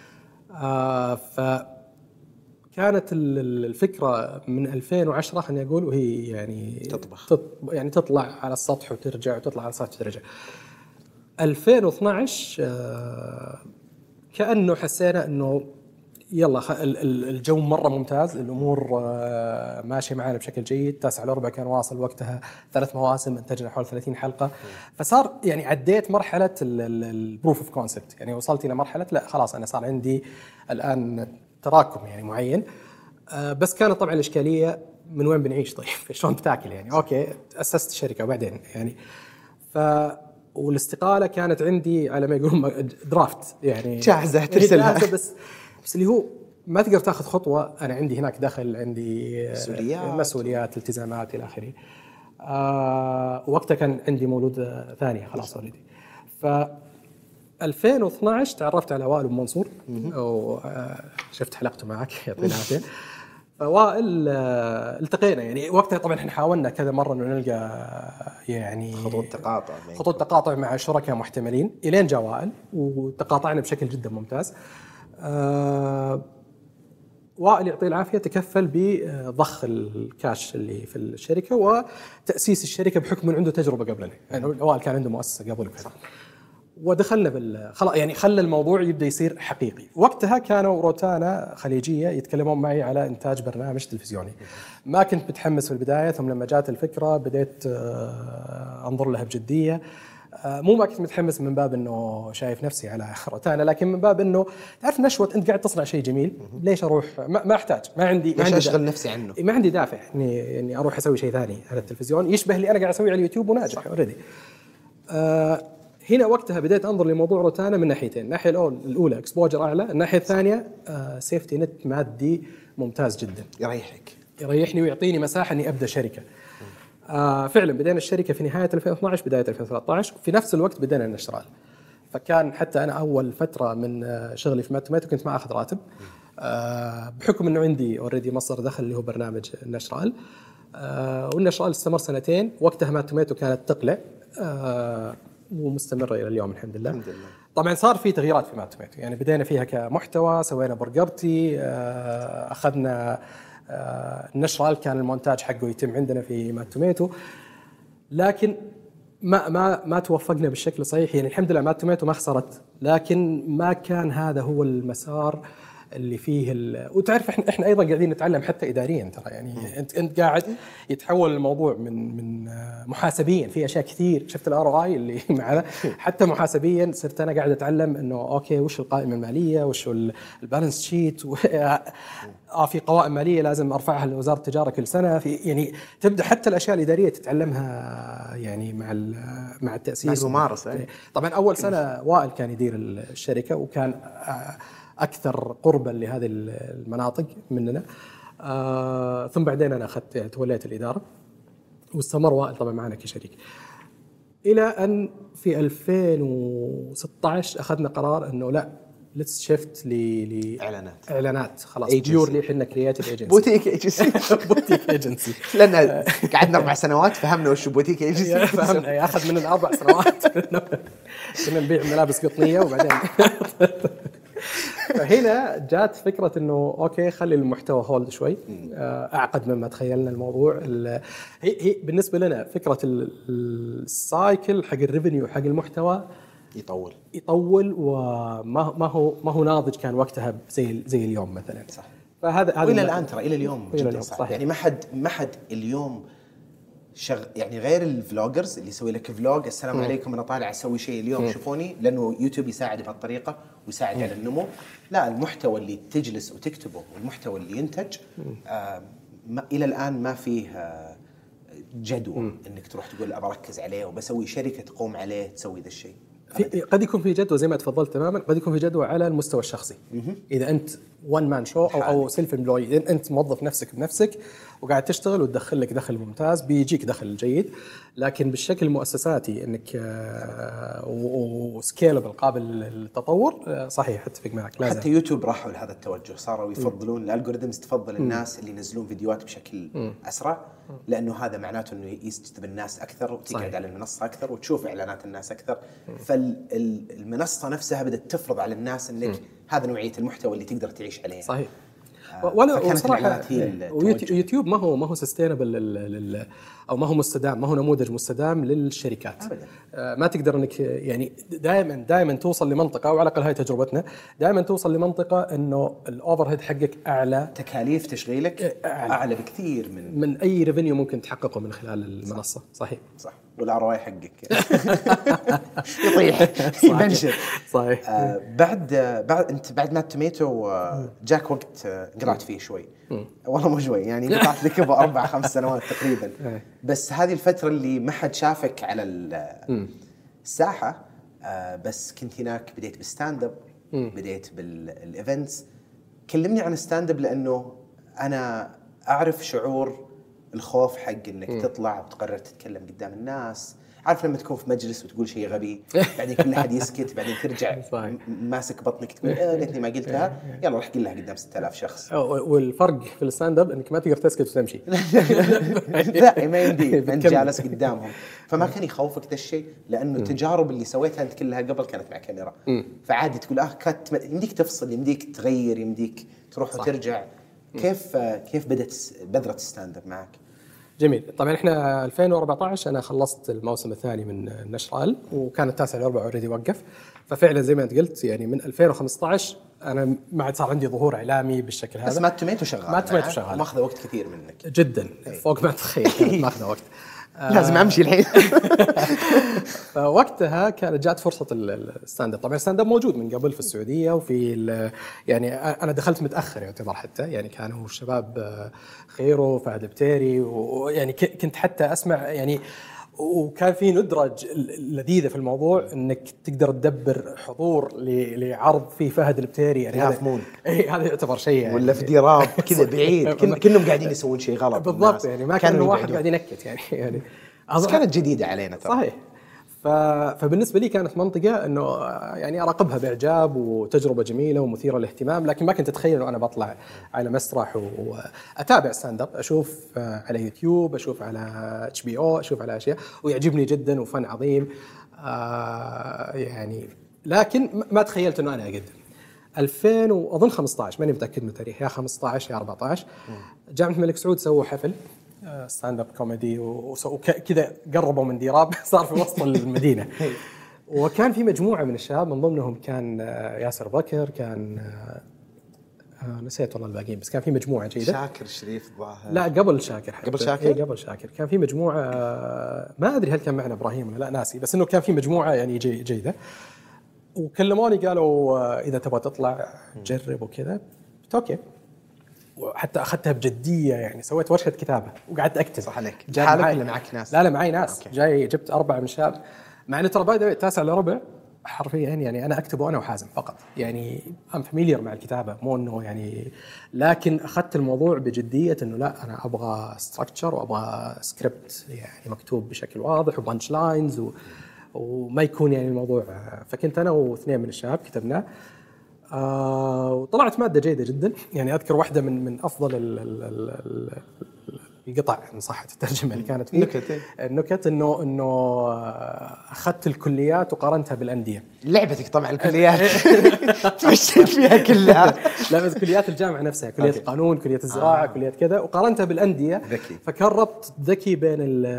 آه ف كانت الفكره من ألفين وعشرة خلينا نقول وهي يعني تطبخ تط يعني تطلع على السطح وترجع وتطلع على السطح وترجع. ألفين واثناشر آه كأنه حسينا انه يلا الجو مره ممتاز الامور آه ماشيه معنا بشكل جيد. تاسع الربع كان واصل وقتها ثلاث مواسم انتجنا حول ثلاثين حلقه. فصار يعني عديت مرحله البروف اوف كونسبت يعني وصلت الى مرحله لا خلاص انا صار عندي الان تراكم يعني معين. آه بس كانت طبعا الاشكاليه من وين بنعيش طيب شلون بتاكل يعني اوكي اسست الشركه وبعدين يعني ف والاستقاله كانت عندي على ما يقولون درافت يعني جاهزه ترسلها بس بس اللي هو ما تقدر تاخذ خطوه. انا عندي هناك دخل عندي مسؤوليات مسؤوليات التزامات الى اخره. آه وقتها كان عندي مولود ثانيه خلاص ولدي. ف ألفين واثناشر تعرفت على وائل بن منصور وشفت حلقته معك يعطيه العافيه. فوائل التقينا يعني وقتها طبعا احنا حاولنا كذا مره انه نلقى يعني خطوط تقاطع خطوط تقاطع مع شركاء محتملين الين جاء وائل وتقاطعنا بشكل جدا ممتاز. آه وائل يعطيه العافيه تكفل بضخ الكاش اللي في الشركه وتاسيس الشركه بحكم انه عنده تجربه قبلنا يعني وائل كان عنده مؤسسه قبل كذا ودخلنا بال خلاص يعني خلى الموضوع يبدا يصير حقيقي. وقتها كانوا روتانا خليجيه يتكلمون معي على انتاج برنامج تلفزيوني. ما كنت متحمس في البدايه ثم لما جات الفكره بديت انظر لها بجديه. مو ما كنت متحمس من باب انه شايف نفسي على روتانا لكن من باب انه تعرف نشوه انت قاعد تصنع شيء جميل ليش اروح ما, ما احتاج ما عندي ما عندي اشغل نفسي عنه ما عندي دافع اني اني اروح اسوي شيء ثاني على التلفزيون يشبه اللي انا قاعد اسويه على اليوتيوب وناجح اوريدي. آه هنا وقتها بديت انظر لموضوع روتانا من ناحيتين، الناحيه الاولى اكسبوجر اعلى، الناحيه الثانيه آه سيفتي نت مادي ممتاز جدا، يريحك يريحني ويعطيني مساحه اني ابدا شركه. آه فعلا بدينا الشركه في نهايه ألفين واثناشر بدايه ألفين وثلاثة عشر، في نفس الوقت بدينا نشتغل. فكان حتى انا اول فتره من شغلي في ماتوميتو كنت ما اخذ راتب، آه بحكم انه عندي اوريدي مصدر دخل اللي هو برنامج النشرال. آه والنشرال استمر سنتين، وقتها ماتوميتو كانت تقلع آه ومستمره الى اليوم الحمد لله. الحمد لله. طبعا صار في تغييرات في ماتوميتو، يعني بدينا فيها كمحتوى، سوينا برجرتي، آه اخذنا آه النشرال كان المونتاج حقه يتم عندنا في ماتوميتو، لكن ما ما ما توفقنا بالشكل الصحيح. يعني الحمد لله ماتوميتو ما خسرت، لكن ما كان هذا هو المسار اللي فيه ال... وتعرف احنا احنا ايضا قاعدين نتعلم حتى اداريا ترى، يعني انت انت قاعد يتحول الموضوع من من محاسبيا في اشياء كثير، شفت الار او اي اللي معنا، حتى محاسبيا صرت انا قاعد اتعلم انه اوكي وش القائمه الماليه، وش البالانس شيت، و... اه في قوائم ماليه لازم ارفعها لوزاره التجاره كل سنه، في يعني تبدا حتى الاشياء الاداريه تتعلمها يعني مع مع التاسيس مع الممارسه. طبعا اول سنه وائل كان يدير الشركه وكان أكثر قربا لهذه المناطق مننا، آه ثم بعدين أنا أخذت يعني توليت الإدارة، واستمر وائل طبعا معنا كشريك، إلى أن في ألفين وستة عشر أخذنا قرار أنه لا ليتس شيفت ل إعلانات إعلانات خلاص بيور لي إحنا كرياتيف إيجنسي بوتيك إيجنسي بوتيك إيجنسي لأن قعدنا أربع سنوات فهمنا وش بوتيك إيجنسي، فهمنا أخذ مننا أربع سنوات كنا نبيع ملابس قطنية، وبعدين فهنا جات فكرة إنه أوكي خلي المحتوى هولد شوي، أعقد مما تخيلنا الموضوع. هي هي بالنسبة لنا فكرة السايكل حق الريفينيو حق المحتوى يطول يطول وما ما هو ما هو ناضج كان وقتها زي زي اليوم مثلا. صح. فهذا هذا وإلى الآن ترى إلى اليوم إلى اليوم صح. يعني ما حد ما حد اليوم شغ يعني غير الفلوجرز اللي يسوي لك فلوج السلام م. عليكم انا طالع اسوي شيء اليوم م. شوفوني، لانه يوتيوب يساعد بهالطريقه ويساعد م. على النمو. لا المحتوى اللي تجلس وتكتبه والمحتوى اللي ينتج آه ما الى الان ما فيه آه جدوى م. انك تروح تقول ابى اركز عليه وبسوي شركه تقوم عليه تسوي ذا الشيء. قد يكون في جدوى زي ما تفضلت تماما، قد يكون في جدوى على المستوى الشخصي. م. اذا انت وان مان شو او او سيلف امبلوي، انت موظف نفسك بنفسك وقاعد تشتغل وتدخل لك دخل ممتاز، بيجيك دخل جيد. لكن بالشكل المؤسساتي انك وسكيلبل قابل للتطور، صحيح اتفق معك. لازم حتى يوتيوب راحوا لهذا التوجه، صاروا يفضلون الالجوريثمز تفضل الناس اللي ينزلون فيديوهات بشكل م. اسرع، لانه هذا معناته انه يجذب الناس اكثر وتقعد على المنصه اكثر وتشوف اعلانات الناس اكثر. فالمنصه نفسها بدات تفرض على الناس انك م. هذا نوعيه المحتوى اللي تقدر تعيش عليه. صحيح. ولا صراحه يوتيوب ما هو ما هو سستينبل او ما هو مستدام، ما هو نموذج مستدام للشركات أبداً. ما تقدر انك يعني دائما دائما توصل لمنطقه، وعلى الاقل هاي تجربتنا، دائما توصل لمنطقه انه الاوفر هيد حقك اعلى، تكاليف تشغيلك اعلى, أعلى بكثير من من اي ريفينيو ممكن تحققه من خلال المنصه. صح. صحيح صح. والار واي حقك يطيح يبنشر. صحيح. آه بعد بعد انت بعد ماتوميتو آه جاك وقت آه قرأت فيه شوي، والله مو شوي يعني قطعت لك اربع خمس سنوات تقريبا، بس هذه الفتره اللي ما حد شافك على الساحه، آه بس كنت هناك بديت بالستاند اب، بديت بالايفنتس. كلمني عن الستاند اب، لانه انا اعرف شعور الخوف حق انك م. تطلع وتقرر تتكلم قدام الناس. عارف لما تكون في مجلس وتقول شيء غبي بعدين كل احد يسكت، بعدين ترجع ماسك بطنك تقول اه ليتني ما قلتها، يلا روح قل لها قدام ستة آلاف شخص. والفرق في الستاند اب انك ما تقدر تسكت وتمشي. لا ما يمدي، انت جالس قدامهم. فما كان يخوفك ذا الشيء، لانه التجارب اللي سويتها انت كلها قبل كانت مع كاميرا، فعادي تقول اه كات، يمديك تفصل، يمديك تغير، يمديك تروح وترجع. كيف كيف بدت بذرة الستاند اب معك؟ جميل. طبعا احنا ألفين وأربعة عشر انا خلصت الموسم الثاني من نشرال، وكان التاسع الاربع اوريدي وقف. ففعلا زي ما انت قلت يعني من ألفين وخمسة عشر انا ما عاد صار عندي ظهور اعلامي بالشكل هذا. بس ماتوميتو شغال، ماتوميتو شغال، ماخذ وقت كثير منك جدا فوق ما تتخيل، كانت ماخذه وقت. لازم امشي الحين. فوقتها كانت جات فرصه الستاند اب. طبعا الستاند اب موجود من قبل في السعوديه، وفي يعني انا دخلت متاخر يعتبر، حتى يعني كانوا الشباب خيرو فهد بتيري، ويعني كنت حتى اسمع يعني وكان في ندرة لذيذة في الموضوع انك تقدر تدبر حضور لعرض فيه فهد البتيري يعني هذا اي هذا يعتبر شيء يعني ولا في ديراب كذا بعيد كن كنهم قاعدين يسوون شيء غلط بالضبط يعني ما كان واحد قاعد ينكت يعني يعني بس كانت جديدة علينا ترى صحيح. فبالنسبة لي كانت منطقة إنه يعني أراقبها بإعجاب وتجربة جميلة ومثيرة للاهتمام، لكن ما كنت أتخيل إنه أنا بطلع على مسرح وأتابع ستاند اب، أشوف على يوتيوب، أشوف على اتش بي او، أشوف على أشياء ويعجبني جدا وفن عظيم آه يعني، لكن ما تخيلت إنه أنا أقدم. ألفين وأظن خمسة عشر ماني متأكد من التاريخ، يا خمسة عشر يا أربعة عشر جامعة الملك سعود سووا حفل ستاند اب كوميدي وكذا قربوا من ديراب صار في وسط المدينة وكان في مجموعة من الشباب من ضمنهم كان ياسر بكر، كان نسيت والله الباقيين، بس كان في مجموعة جيدة. شاكر الشريف ظاهر لا قبل شاكر حتى. قبل شاكر إيه قبل شاكر كان في مجموعة ما أدري هل كان معنا إبراهيم ولا لا ناسي، بس إنه كان في مجموعة يعني جي جيدة وكلموني قالوا إذا تبغى تطلع جرب وكذا أوكي، وحتى أخذتها بجدية يعني سويت ورشة كتابة وقعدت أكتب. صح عليك حالك ولا معك ناس؟ لا لا معي ناس. أوكي. جاي جبت أربعة من الشباب، مع إنه ترى بايدة تاسع لربع حرفيا يعني أنا أكتبه أنا وحازم فقط يعني أم فاميليار مع الكتابة مو إنه يعني، لكن أخذت الموضوع بجدية إنه لا أنا أبغى ستراكتشر وأبغى سكريبت يعني مكتوب بشكل واضح وبانش لاينز و... وما يكون يعني الموضوع. فكنت أنا واثنين من الشباب كتبناه آه وطلعت مادة جيدة جدا يعني. أذكر واحدة من من أفضل ال ال ال القطع إن صحت الترجمة اللي كانت فيه النكت النكت إنه إنه أخذت الكليات وقارنتها بالأندية. لعبتك طبعا الكليات تمشيت فيها كلها. لا بس كليات الجامعة نفسها، كلية أوكي. القانون، كلية الزراعة، آه. كلية كذا، وقارنتها بالأندية ذكي. فكان ربط ذكي بين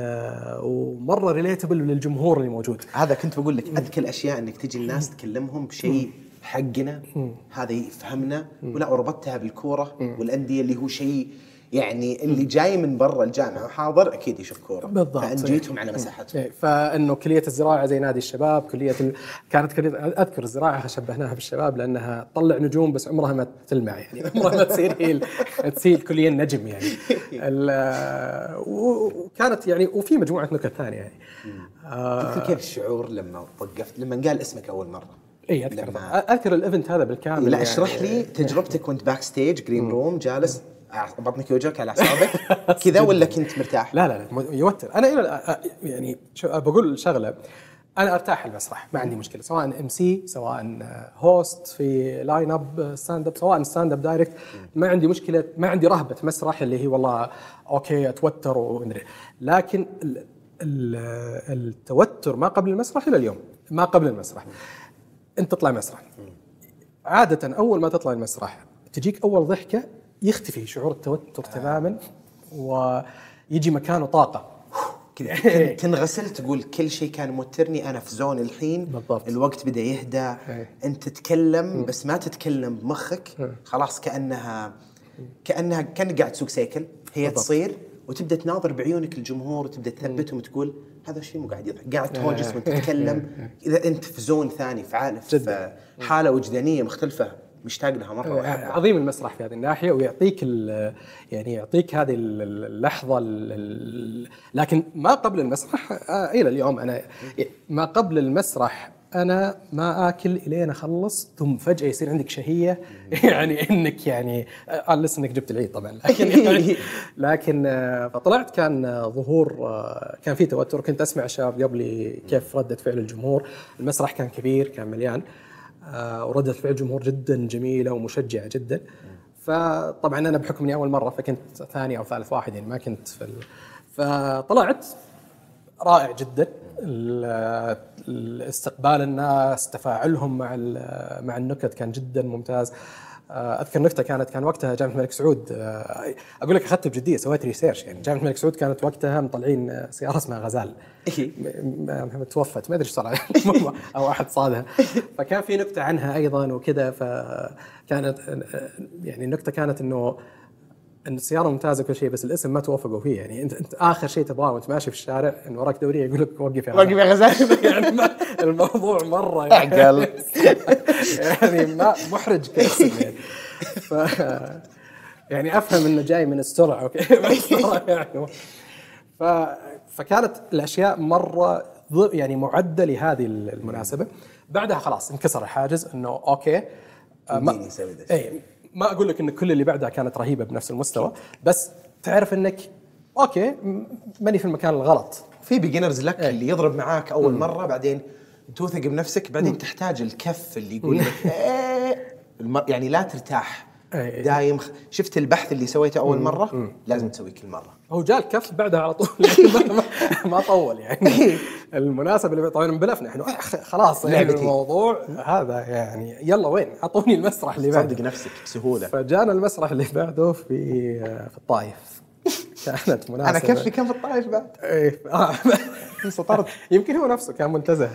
ومرة ريليتبل للجمهور اللي موجود. هذا كنت بقول لك أذكى الأشياء إنك تجي الناس تكلمهم بشيء حقنا هذا يفهمنا، ولا وربطتها بالكورة والأندية اللي هو شيء يعني اللي جاي من برا الجامعة وحاضر أكيد يشوف كورة بالضبط، فأنجيتهم على مساحتهم. فإنه كلية الزراعة زي نادي الشباب، كلية ال... كانت كلية أذكر الزراعة شبهناها بالشباب لأنها تطلع نجوم بس عمرها ما تلمع يعني، عمرها ما تصير هي تصير كلية النجم يعني. وكانت يعني وفي مجموعة نكت ثانية يعني. آه كيف الشعور لما وقفت لما قال اسمك أول مرة؟ اي اذكر لما... اذكر الايفنت هذا بالكامل. لا اشرح يعني... لي تجربتك وانت باك ستيج جرين روم جالس بطنك يوجعك على اعصابك كذا ولا كنت مرتاح؟ لا لا لا يوتر. انا الى يعني بقول شغله، انا ارتاح المسرح ما عندي مشكله، سواء ام سي سواء هوست في لاين اب ستاند اب سواء ستاند اب دايركت، ما عندي مشكله، ما عندي رهبه مسرح اللي هي والله اوكي اتوتر ومدري. لكن التوتر ما قبل المسرح الى اليوم ما قبل المسرح. انت تطلع مسرح عاده اول ما تطلع المسرح تجيك اول ضحكه يختفي شعور التوتر تماما ويجي مكانه طاقه كذا تنغسل، تقول كل شيء كان موترني انا في زون الحين بالضبط. الوقت بدا يهدى، انت تتكلم بس ما تتكلم بمخك، خلاص كانها كانها كانك قاعد تسوق سيكل هي بالضبط. تصير وتبدا تناظر بعيونك الجمهور وتبدا تثبتهم وتقول هذا الشيء مو قاعد يضحك، قاعد تهوجس وانت تتكلم. اذا انت في زون ثاني في عالم في حاله وجدانيه مختلفه مشتاق لها مره واحدة. عظيم المسرح في هذه الناحيه ويعطيك يعني يعطيك هذه اللحظه، لكن ما قبل المسرح الى اليوم انا ما قبل المسرح انا ما اكل الين اخلص ثم فجاه يصير عندك شهيه يعني انك يعني لسه انك جبت العيد طبعا، لكن يعني لكن فطلعت كان ظهور كان في توتر، كنت اسمع الشباب قبلي كيف ردة فعل الجمهور. المسرح كان كبير كان مليان وردة فعل الجمهور جدا جميله ومشجعه جدا. فطبعا انا بحكم اني اول مره فكنت ثاني او ثالث واحد يعني ما كنت في ال... فطلعت رائع جدا الاستقبال الناس، تفاعلهم مع مع النكت كان جدا ممتاز. اذكر نكته كانت كان وقتها جامعه الملك سعود، اقول لك اخذت بجديه سويت ريسيرش يعني. جامعه الملك سعود كانت وقتها مطلعين سياره اسمها غزال توفت ما ادري ايش صار او احد صادها، فكان في نكته عنها ايضا وكذا. فكانت يعني النكته كانت انه ان السياره ممتازه كل شيء بس الاسم ما توافقوا فيه يعني. انت انت اخر شيء تبغاه وانت ماشي في الشارع ان وراك دوريه يقول لك وقف يا غزال وقف يا غزال يعني الموضوع مره يعني, يعني ما محرج كاسم يعني. ف يعني افهم انه جاي من السرعه اوكي يعني. ف فكانت الاشياء مره يعني معده لهذه المناسبه. بعدها خلاص انكسر الحاجز انه اوكي ما اي ما اقول لك ان كل اللي بعدها كانت رهيبه بنفس المستوى، بس تعرف انك اوكي ماني في المكان الغلط. في بيجنرز لك أي. اللي يضرب معاك اول مم. مره، بعدين توثق بنفسك، بعدين مم. تحتاج الكف اللي يقول لك ايه المر... يعني لا ترتاح أي. دايم. شفت البحث اللي سويته اول مم. مره مم. لازم تسويه كل مره. هو جاء الكف بعدها على طول ما, ما طول يعني المناسبه اللي طبعا انبلفنا احنا خلاص يعني الموضوع هذا يعني يلا وين اعطوني المسرح اللي بعده. صدق نفسك بسهوله. فجانا المسرح اللي بعده في في الطائف. كانت مناسبة. أنا كيف كان في الطائف بعد؟ إيه آه. انسطرت. يمكن هو نفسه كان منتزه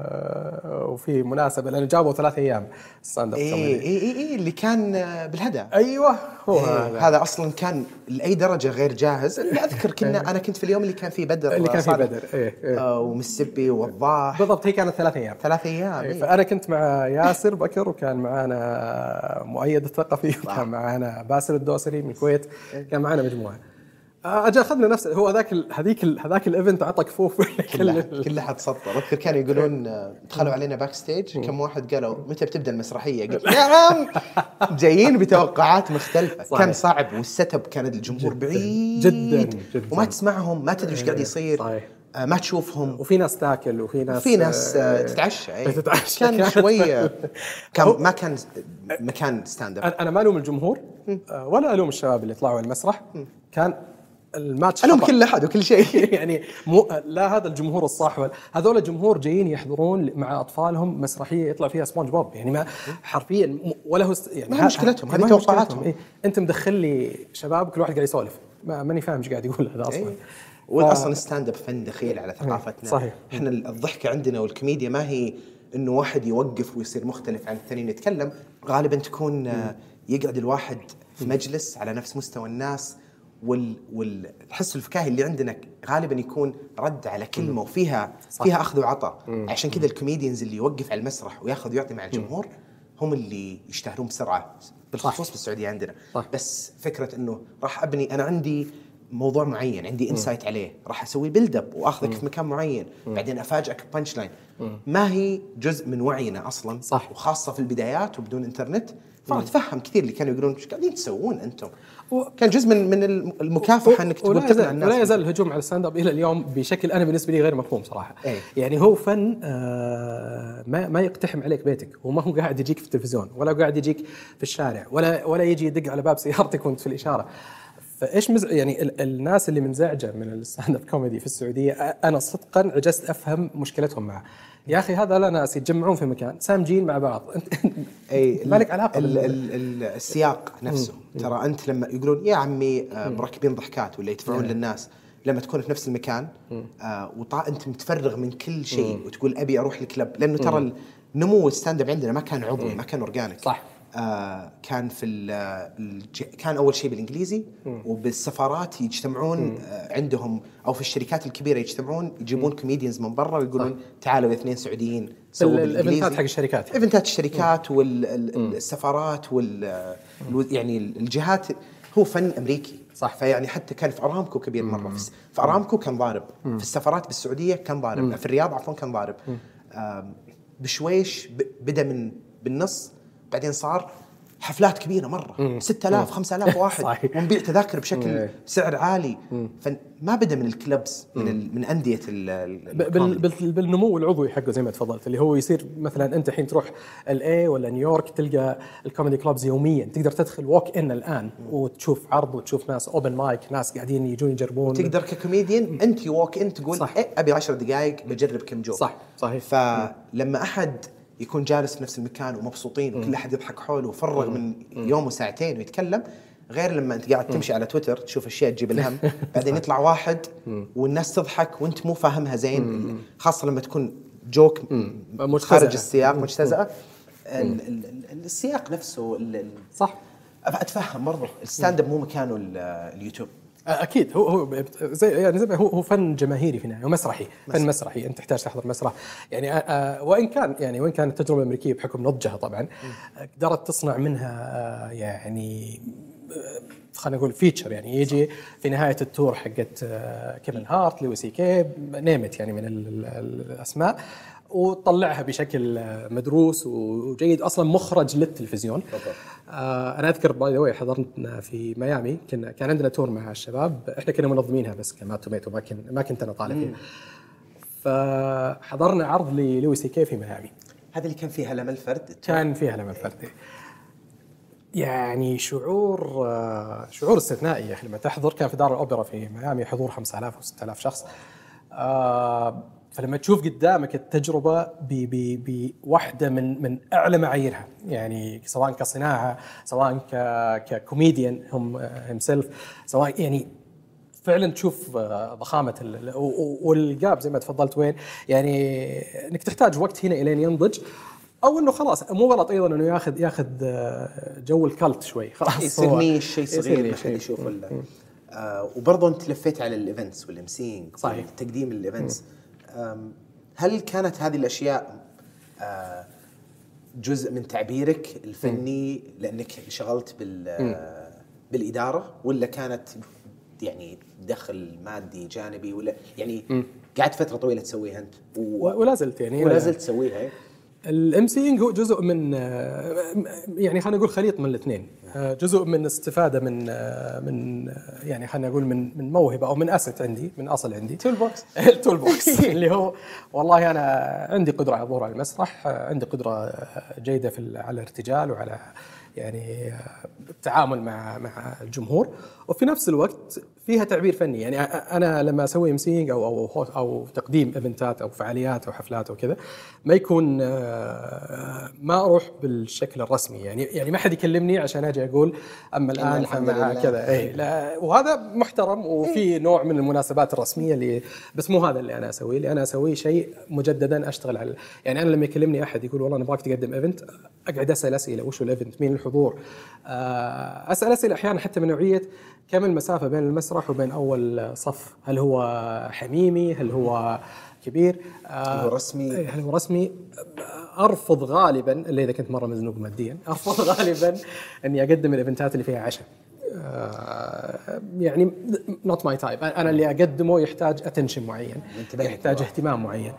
وفي مناسبة لأنه جابوا ثلاث أيام ستاند اب كوميدي. إيه إيه إيه اللي كان بالهدى. أيوة هو إيه هذا. هذا أصلاً كان لأي درجة غير جاهز. اللي أذكر كنا أنا كنت في اليوم اللي كان فيه بدر. اللي كان فيه بدر. إيه إيه. آه ومسبي ووضاح. بالضبط هي كانت ثلاث أيام. ثلاث أيام. إيه. فأنا كنت مع ياسر بكر وكان معنا مؤيد الثقفي وكان معنا باسل الدوسري من الكويت. كان معنا مجموعة. اجى اخذنا نفس هو ذاك هذيك هذاك الايفنت عطى كفوف كله كله حتسطر. اذكر كانوا يقولون دخلوا علينا باك ستيج كم واحد قالوا متى بتبدا المسرحيه؟ قلت يا عم جايين بتوقعات مختلفه. صحيح. كان صعب والسيت اب كان الجمهور بعيد جدا جدا وما تسمعهم ما تدري ايش قاعد يصير. صحيح. ما تشوفهم وفي ناس تاكل وفي ناس وفي ناس تتعشى. ايه. تتعشى كان شويه كان ما كان مكان ستاند اب. انا ما الوم الجمهور ولا الوم الشباب اللي طلعوا على المسرح. كان الماتش لهم كل أحد وكل شيء يعني مو لا هذا الجمهور الصح، هذول الجمهور جايين يحضرون مع أطفالهم مسرحية يطلع فيها سبونج بوب يعني ما حرفيا ولا هو يعني ما مشكلتهم هذه توقعاتهم. إيه؟ أنت مدخل لي شباب كل واحد قاعد يسولف ما ماني فاهم إيش قاعد يقول هذا أصلا. إيه؟ والأصلا ستاند اب فن دخيل على ثقافتنا. صحيح. إحنا الضحكة عندنا والكوميديا ما هي إنه واحد يوقف ويصير مختلف عن الثانيين يتكلم. غالبا تكون يقعد الواحد في مجلس على نفس مستوى الناس وال والحس الفكاهي اللي عندنا غالبا يكون رد على كلمه وفيها صح. فيها اخذ وعطاء. عشان كذا الكوميديانز اللي يوقف على المسرح وياخذ ويعطي مع الجمهور هم اللي يشتهرون بسرعه بالخصوص بالسعوديه عندنا. صح. بس فكره انه راح ابني انا عندي موضوع معين عندي انسايت عليه راح اسوي بيلد اب واخذك في مكان معين مم. بعدين افاجئك ببانش لاين ما هي جزء من وعينا اصلا. صح. وخاصه في البدايات وبدون انترنت فاتفهم كثير اللي كانوا يقولون ايش قاعدين تسوون انتم. كان جزء من من المكافحه انك تقول تقنع الناس. ولا يزال الهجوم على الستاند اب الى اليوم بشكل انا بالنسبه لي غير مفهوم صراحه. أي. يعني هو فن آه ما ما يقتحم عليك بيتك وما هو قاعد يجيك في التلفزيون ولا قاعد يجيك في الشارع ولا ولا يجي يدق على باب سيارتك وانت في الاشاره. فايش مز... يعني ال... الناس اللي منزعجه من الستاند اب كوميدي في السعوديه انا صدقا عجزت افهم مشكلتهم معه. يا اخي هذا لا ناس يتجمعون في مكان سامجين مع بعض. اي ما لك علاقه ال ال ال السياق نفسه. مم. ترى انت لما يقولون يا عمي مركبين ضحكات ولا يدفعون للناس لما تكون في نفس المكان آه وطا انت متفرغ من كل شيء مم. وتقول ابي اروح الكلب لانه ترى نمو الستاند اب عندنا ما كان عضوي ما كان اورجانيك. صح. آه كان في الج... كان أول شيء بالإنجليزي مم. وبالسفارات يجتمعون آه عندهم أو في الشركات الكبيرة يجتمعون يجيبون كوميديانز من برا ويقولون تعالوا يا اثنين سعوديين سووا بالإنجليزي حق الشركات إيفنتات الشركات والسفارات وال يعني الجهات. هو فن أمريكي صح. فيعني حتى كان في أرامكو كبير مرة في, في أرامكو كان ضارب مم. في السفارات بالسعودية كان ضارب مم. في الرياض عفوا كان ضارب آه بشويش ب... بدأ من بالنص بعدين صار حفلات كبيرة مرة ستة آلاف خمسة آلاف واحد ونبيع تذاكر بشكل سعر عالي. فما بدأ من الكلبس من ال من أندية بال بالنمو العضوي حقه زي ما تفضلت اللي هو يصير مثلا أنت حين تروح الأي ولا نيويورك تلقى الكوميدي كلوبز يوميا تقدر تدخل ووك إن الآن وتشوف عرض وتشوف ناس أوبن مايك ناس قاعدين يجون يجربون. تقدر ككوميديان أنت ووك إن تقول إيه أبي عشر دقائق بجرب كم جو. صح صحيح. فلما أحد يكون جالس في نفس المكان ومبسوطين وكل أحد يضحك حوله وفرغ من يوم وساعتين ويتكلم غير لما أنت قاعد تمشي على تويتر تشوف أشياء تجيب الهم بعدين يطلع واحد والناس تضحك وأنت مو فاهمها زين خاصة لما تكون جوك خارج السياق مجتزأة. السياق نفسه صح. أتفهم برضه الستاند اب مو مكانه اليوتيوب. اكيد هو هو زي يعني زي هو هو فن جماهيري في النهايه ومسرحي فن مسرحي انت تحتاج تحضر مسرح يعني آه وان كان يعني وين كانت التجربه الامريكيه بحكم نضجها طبعا قدرت تصنع منها آه يعني خلينا نقول فيتشر، يعني يجي في نهايه التور حقت كيفن هارت، لويس سي كي، نيمت يعني من ال ال الاسماء، وطلعها بشكل مدروس وجيد، اصلا مخرج للتلفزيون. آه انا اذكر باي ذا واي حضرنا في ميامي، كنا كان عندنا تور مع الشباب، احنا كنا منظمينها بس كما توميتو، ما كن ما كنت انا طالع فيها. فحضرنا عرض للويس سي كي في ميامي. هذا اللي كان فيها لما الفرد كان فيها لما الفرد يعني شعور آه شعور استثنائي يا اخي لما تحضر. كان في دار الاوبرا في ميامي حضور خمسة آلاف أو ستة آلاف شخص. آه فلما تشوف قدامك التجربة بواحدة من من أعلى معاييرها، يعني سواء كصناعة، سواء ككوميديان هم همسلف، سواء يعني فعلا تشوف ضخامة والجاب زي ما تفضلت وين، يعني انك تحتاج وقت هنا الين ينضج، او انه خلاص مو غلط ايضا انه ياخذ ياخذ جو الكالت شوي، خلاص يصير نيش شيء صغير ما حد يشوف. آه وبرضه انت لفيت على الايفنتس والامسينج وتقديم الايفنتس، هل كانت هذه الاشياء آه جزء من تعبيرك الفني م. لانك انشغلت بال بالاداره، ولا كانت يعني دخل مادي جانبي، ولا يعني م. قعدت فتره طويله تسويها انت و... ولا زلت يعني ولا زلت تسويها؟ الامسينج هو جزء من يعني خلينا نقول خليط من الاثنين، جزء من استفاده من من يعني خلينا نقول من من موهبه او من اسيت عندي، من اصل عندي تول بوكس التول بوكس اللي هو والله انا عندي قدره على الظهور على المسرح، عندي قدره جيده في على الارتجال وعلى يعني التعامل مع مع الجمهور، وفي نفس الوقت فيها تعبير فني. يعني انا لما اسوي امسينج او او او تقديم ايفنتات او فعاليات او حفلات او كذا، ما يكون ما اروح بالشكل الرسمي، يعني يعني ما حد يكلمني عشان اجي اقول اما الان فمع كذا اي لا، وهذا محترم وفي نوع من المناسبات الرسميه اللي بس مو هذا اللي انا اسويه. اللي انا اسويه شيء مجددا اشتغل على، يعني انا لما يكلمني احد يقول والله نبغاك تقدم ايفنت، اقعد اسال اسئله وش هو الايفنت، مين الحضور، اسال اسئله احيانا حتى من نوعيه كم المسافه بين المسرح وبين اول صف، هل هو حميمي، هل هو كبير، هل هو رسمي، هل هو رسمي. ارفض غالبا اللي اذا كنت مره مزنوق ماديا، ارفض غالبا اني اقدم الايفنتات اللي فيها عشاء، يعني نوت ماي تايب. انا اللي اقدمه يحتاج اتنشن معين، يحتاج اهتمام معين.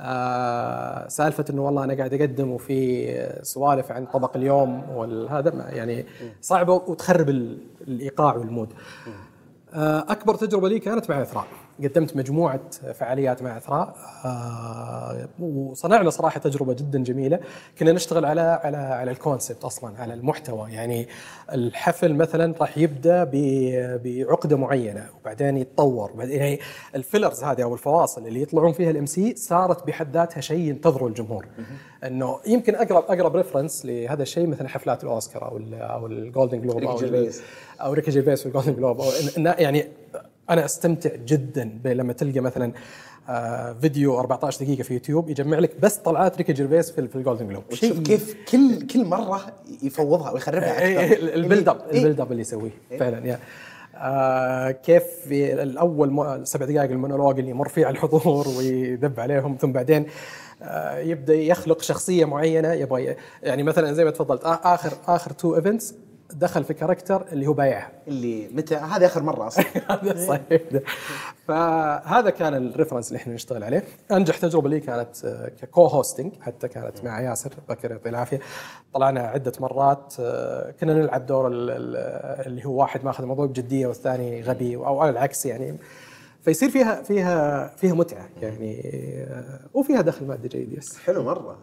آه سالفه انه والله انا قاعد اقدم وفي سوالف عن طبق اليوم والهذا يعني صعبه وتخرب الايقاع والمود. آه اكبر تجربه لي كانت مع إثراء، قدمت مجموعة فعاليات مع إثراء، آه وصنعنا صراحة تجربة جدا جميلة. كنا نشتغل على على على الكونسبت أصلا، على المحتوى. يعني الحفل مثلا راح يبدأ بعقدة معينة وبعدين يتطور، يعني الفيلرز هذه أو الفواصل اللي يطلعون فيها الام سي صارت بحد ذاتها شيء ينتظره الجمهور. إنه يمكن أقرب أقرب ريفرنس لهذا الشيء مثلا حفلات الأوسكار أو ال أو الجولدن جلوب أو أو ريكي جيرفيس في الجولدن جلوب، أو يعني أنا أستمتع جدا لما تلقى مثلا آه فيديو أربعة عشر دقيقة في يوتيوب يجمع لك بس طلعات ريكي جيرفيس في في الجولدن جلوب، شيء كيف كل كل مرة يفوضها ويخربها أكثر. البيلد أب البيلد أب اللي يسويه فعلا يا آه كيف في الأول سبع دقائق المونولوج اللي يمر فيه على الحضور ويذب عليهم، ثم بعدين آه يبدأ يخلق شخصية معينة يبغى، يعني مثلا زي ما تفضلت آخر آخر تو إيفنتس دخل في كاركتر اللي هو بايعها، اللي متى هذا آخر مرة أصلا هذا صحيح. فهذا كان الريفرنس اللي احنا نشتغل عليه. أنجح تجربة لي كانت ككو هوستنج، حتى كانت مع ياسر بكر يعطيه العافية. طلعنا عدة مرات كنا نلعب دور اللي هو واحد ماخذ الموضوع بجدية والثاني غبي أو على العكس، يعني فيصير فيها فيها فيها متعة يعني، وفيها دخل مادي جيد. يس حلو مرة.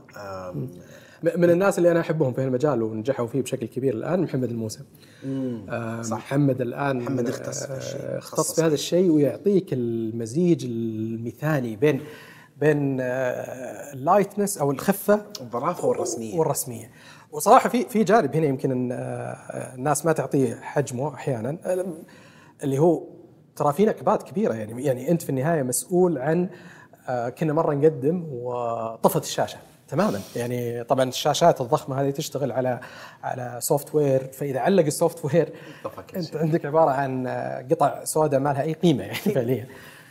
من الناس اللي أنا أحبهم في المجال ونجحوا فيه بشكل كبير الآن محمد الموسى. صح. محمد الآن محمد اختص في الشيء، اختص في هذا الشيء ويعطيك المزيج المثالي بين بين اللايتنس أو الخفة والظرافة والرسمية والرسمية. وصراحة في في جانب هنا يمكن أن الناس ما تعطيه حجمه أحيانا، اللي هو ترى في نكبات كبيرة. يعني يعني أنت في النهاية مسؤول عن، كنا مرة نقدم وطفت الشاشة تماما. يعني طبعا الشاشات الضخمه هذه تشتغل على على سوفت وير، فاذا علق السوفت وير انت عندك عباره عن قطع سوداء ما لها اي قيمه يعني فعليا.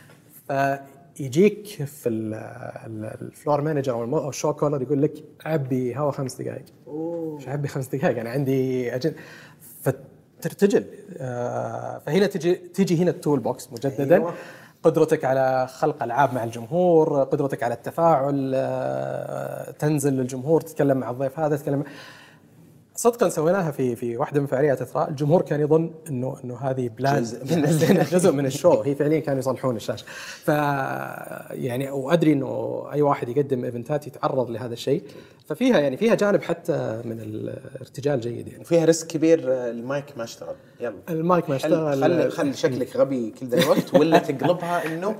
فيجيك في الفلور مانجر او الشو كولر يقول لك عبي هوا خمس دقائق. مش عبي خمس دقائق، انا عندي أجن... ترتجل. آه فهنا تجي تجي هنا التول بوكس مجددا. أيوة. قدرتك على خلق ألعاب مع الجمهور، قدرتك على التفاعل، آه تنزل للجمهور تتكلم مع الضيف هذا تتكلم. صدقا سويناها في في واحده من فعاليات إثراء، الجمهور كان يظن انه انه هذه بلان جزء, جزء من الشو، هي فعليا كانوا يصلحون الشاشه. ف يعني وادري انه اي واحد يقدم ايفنتات يتعرض لهذا الشيء، ففيها يعني فيها جانب حتى من الارتجال جيد يعني. وفيها ريسك كبير، المايك ما اشتغل. يلا المايك ما اشتغل، خلي خلي شكلك غبي كل ذا الوقت ولا تقلبها انه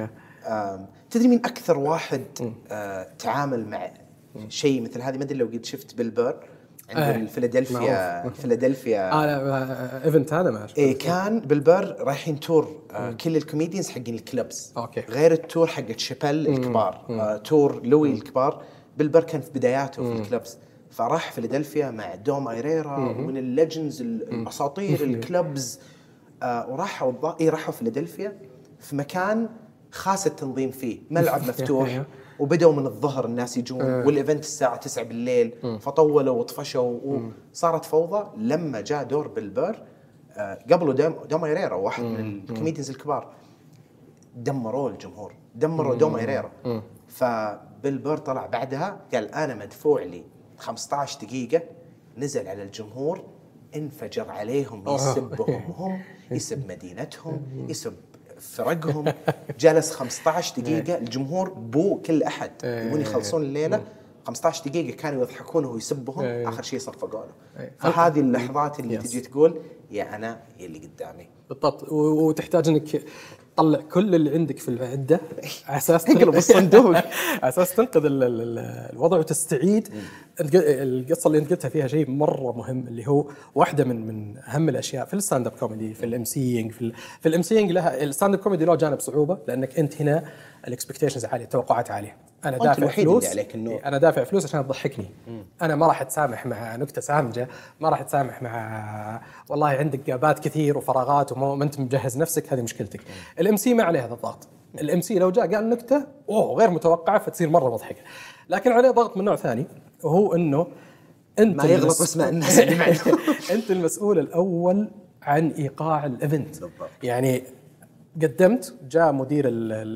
تدري مين اكثر واحد آه تعامل مع شيء مثل هذه؟ ما ادري لو قد شفت بيل بير عند الفيلادلفيا فيلادلفيا اه ايفنت هذا ما شفته. إيه كان بالبر رايحين تور آه كل الكوميديانز حقين الكلبس، أوكي. غير التور حق شابيل الكبار، آه تور لوي الكبار. بالبر كان في بداياته في الكلبس، فراح فيلادلفيا مع دوم ايريرا من الليجندز الاساطير الكلبز، آه وراحوا إيه راحوا فيلادلفيا في مكان خاص التنظيم فيه، ملعب مفتوح وبدأوا من الظهر الناس يجون أه. والإيفنت الساعة تسعة بالليل، م. فطولوا وطفشوا وصارت فوضى. لما جاء دور بالبر آه قبله دوم, دوم ايريرا واحد م. من الكوميديانز الكبار، دمروا الجمهور، دمروا دوم ايريرا. فبالبر طلع بعدها قال أنا مدفوع لي خمسة عشر دقيقة، نزل على الجمهور انفجر عليهم، يسبهم هم، يسب مدينتهم، يسب فرقهم. جلس خمسة عشر دقيقة الجمهور بو كل أحد يبون يخلصون الليلة. خمسة عشر دقيقة كانوا يضحكونه ويسبهم، آخر شيء صفقوا له. فهذه اللحظات اللي تجي تقول يا أنا يا اللي قدامي بالضبط، وتحتاج إنك طلع كل اللي عندك في العدة على أساس تقلب الصندوق، على أساس تنقذ الوضع وتستعيد. القصة اللي أنت قلتها فيها شيء مرة مهم، اللي هو واحدة من من أهم الأشياء في الستاند اب كوميدي، في الامسينج في في الامسينج لها الستاند اب كوميدي له جانب صعوبة، لأنك أنت هنا الاكسبكتيشنز عالية، التوقعات عالية. أنا دافع فلوس، أنا دافع فلوس عشان تضحكني. أنا ما راح أتسامح مع نكتة سامجة، ما راح أتسامح مع والله عندك جابات كثير وفراغات وما أنت مجهز نفسك، هذه مشكلتك. الام سي ما عليه هذا الضغط. الام سي لو جاء قال نكتة أوه غير متوقعة فتصير مرة مضحكة، لكن عليه ضغط من نوع ثاني، وهو إنه أنت ما يغلط اسماء الناس اللي معه. أنت المسؤول الأول عن إيقاع الإيفنت. يعني قدمت، جاء مدير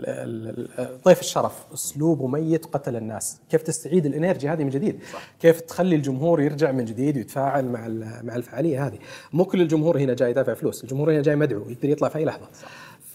ضيف الشرف اسلوبه ميت قتل الناس، كيف تستعيد الانرجي هذه من جديد؟ صح. كيف تخلي الجمهور يرجع من جديد ويتفاعل مع مع الفعاليه هذه؟ مو كل الجمهور هنا جاي يدافع فلوس، الجمهور هنا جاي مدعو يقدر يطلع في اي لحظه. صح.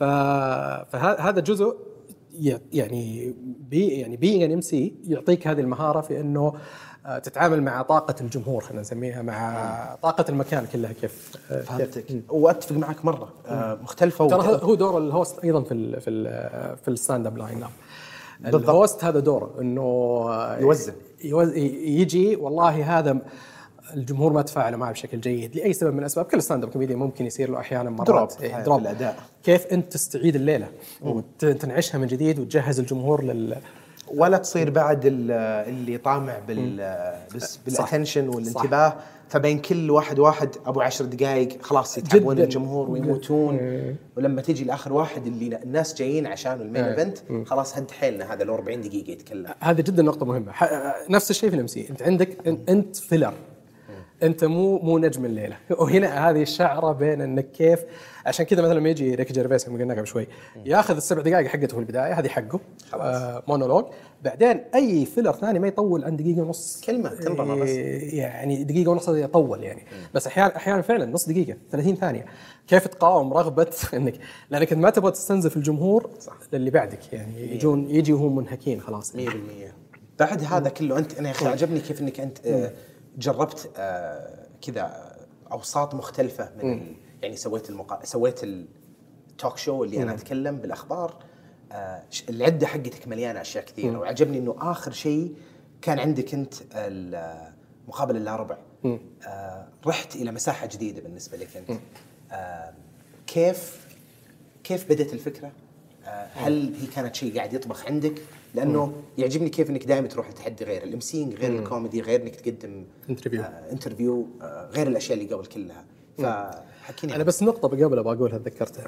فهذا جزء يعني بي يعني بي ان ام سي يعطيك هذه المهاره في انه تتعامل مع طاقة الجمهور، خلينا نسميها مع طاقة المكان كلها. كيف فهمتك واتفق معك مرة مختلفة. ترى هو دور الهوست أيضا في ال في ال في الستاند اب لاين اب. الهوست هذا دوره انه يوزن يجي والله هذا الجمهور ما تفاعل معه بشكل جيد لاي سبب من الاسباب. كل ستاند اب كوميدي ممكن يصير له احيانا مرات دروب, دروب الاداء. كيف انت تستعيد الليلة وتنعشها من جديد وتجهز الجمهور لل ولا تصير بعد اللي طامع بال بالاتنشن والانتباه. صح. فبين كل واحد واحد ابو عشر دقائق خلاص يتعبون الجمهور ويموتون. مم. ولما تيجي لاخر واحد اللي الناس جايين عشان المين ايفنت خلاص هد حيلنا هذا له أربعين دقيقه يتكلم. هذه جدا نقطه مهمه. نفس الشيء في الام سي، انت عندك انت فيلر، انت مو مو نجم الليله. وهنا هذه الشعره بين انك كيف، عشان كذا مثلا لما يجي ريكي جيرفيس اللي قلنا قبل شوي ياخذ السبع دقائق حقته في البدايه، هذه حقه آه مونولوج. بعدين اي فيلر ثاني ما يطول عن دقيقه ونص، كلمه تنرمى بس يعني دقيقه ونص يطول يعني. مم. بس احيانا احيانا فعلا نص دقيقه ثلاثين ثانيه. كيف تقاوم رغبه انك لانك ما تبغى تستنزف الجمهور للي بعدك، يعني يجون يجي وهم منهكين خلاص مية بالمية. بعد هذا كله انت انا يا اخي عجبني كيف انك انت آه جربت آه كذا اوساط مختلفه من ال... يعني سويت المقا... سويت التوك شو اللي انا اتكلم بالاخبار. آه العده حقتك مليانه اشياء كثيره. وعجبني انه اخر شيء كان عندك انت المقابله اللا ربع. آه رحت الى مساحه جديده بالنسبه لك انت. آه كيف كيف بدت الفكره؟ آه هل هي كانت شيء قاعد يطبخ عندك؟ لانه يعجبني كيف انك دائما تروح لتحدي غير الامسينج، غير الكوميدي، غير انك تقدم انترفيو آه انترفيو آه غير الاشياء اللي قبل كلها. فحكيني انا بس نقطه قبل ابغى اقولها تذكرتها.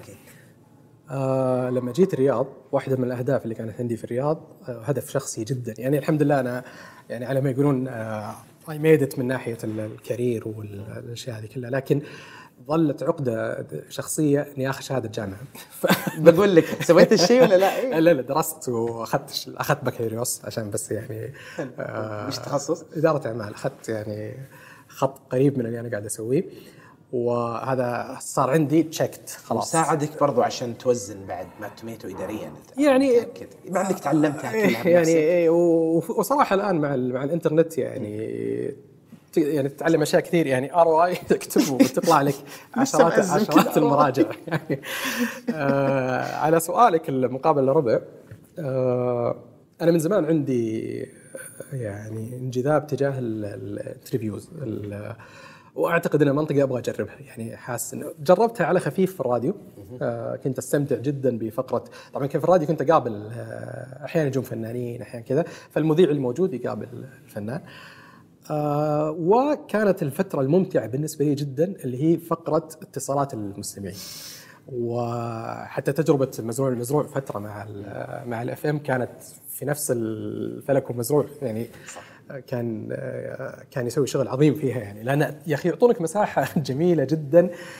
آه لما جيت الرياض، واحده من الاهداف اللي كانت عندي في الرياض آه هدف شخصي جدا، يعني الحمد لله انا يعني على ما يقولون اي ميد ات من ناحيه الكارير والاشياء هذه كلها، لكن ظلت عقدة شخصية إني آخذ شهادة جامعة. بقول لك سويت الشيء ولا لا؟ إيه؟ لا لا درست وأخذت أخذت بكالوريوس عشان بس يعني آه مش تخصص؟ إدارة أعمال. أخذت يعني خط قريب من اللي أنا قاعد أسويه، وهذا صار عندي تشيكت خلاص. ساعدك برضو عشان توزن بعد ما تميته إداريا يعني مع أنك تعلمتها كلها يعني إيه. وصراحة الآن مع مع الإنترنت يعني يعني تتعلم أشياء كثير، يعني آر أو آي تكتبه وتطلع لك عشرات عشرات المراجع يعني. آه على سؤالك المقابل لربع، آه أنا من زمان عندي يعني انجذاب تجاه الانترفيوز، واعتقد انها منطقه ابغى اجربها. يعني حاسس انه جربتها على خفيف في الراديو، آه كنت استمتع جدا بفقره. طبعا كان في الراديو كنت اقابل آه احيانا يجون فنانين احيانا كذا، فالمذيع الموجود يقابل الفنان. آه وكانت الفتره الممتعه بالنسبه لي جدا اللي هي فقره اتصالات المستمعين. وحتى تجربه مزروع المزروع فتره مع مع الاف ام كانت في نفس الفلك ومزروع يعني كان كان يسوي شغل عظيم فيها يعني، لأن يا أخي يعطونك مساحة جميلة جدا.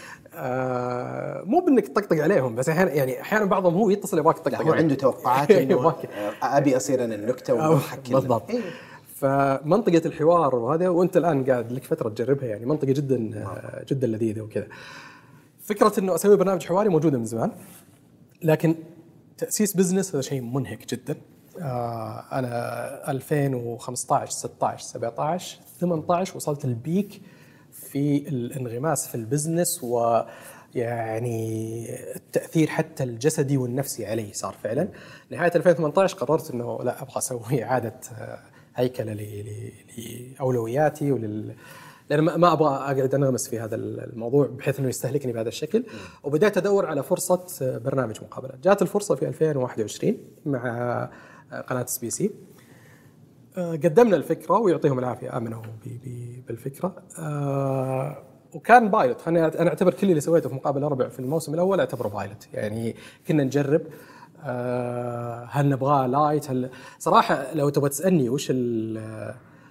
مو بأنك تطقطق عليهم بس أحيانا يعني أحيانا بعضهم هو يتصل يبغاك تطقطق. هو عنده توقعات إنه أبي أصير أنا النكتة وأضحك. بالضبط. إيه. فمنطقة الحوار وهذا، وأنت الآن قاعد لك فترة تجربها يعني، منطقة جدا جدا لذيذة وكذا. فكرة إنه أسوي برنامج حواري موجودة من زمان، لكن تأسيس بزنس هذا شيء منهك جدا. آه أنا ألفين وخمسة عشر ستة عشر سبعة عشر ثمانية عشر وصلت البيك في الانغماس في البزنس، ويعني التأثير حتى الجسدي والنفسي علي صار فعلا. نهاية ألفين وثمانية عشر قررت إنه لا أبغى أسوي إعادة هيكلة لأولوياتي ولل لأن ما أبغى أقعد أنغمس في هذا الموضوع بحيث إنه يستهلكني بهذا الشكل. وبدأت أدور على فرصة برنامج مقابلات. جاءت الفرصة في ألفين وواحد وعشرين مع قناة اس بي سي. قدمنا الفكرة ويعطيهم العافية آمنوا بالفكرة، وكان بايلوت. خليني أنا أعتبر كل اللي سويته في مقابل أربع في الموسم الأول أعتبره بايلوت. يعني كنا نجرب هل نبغاه لايت، هل صراحة لو تبغى تسألني وش ال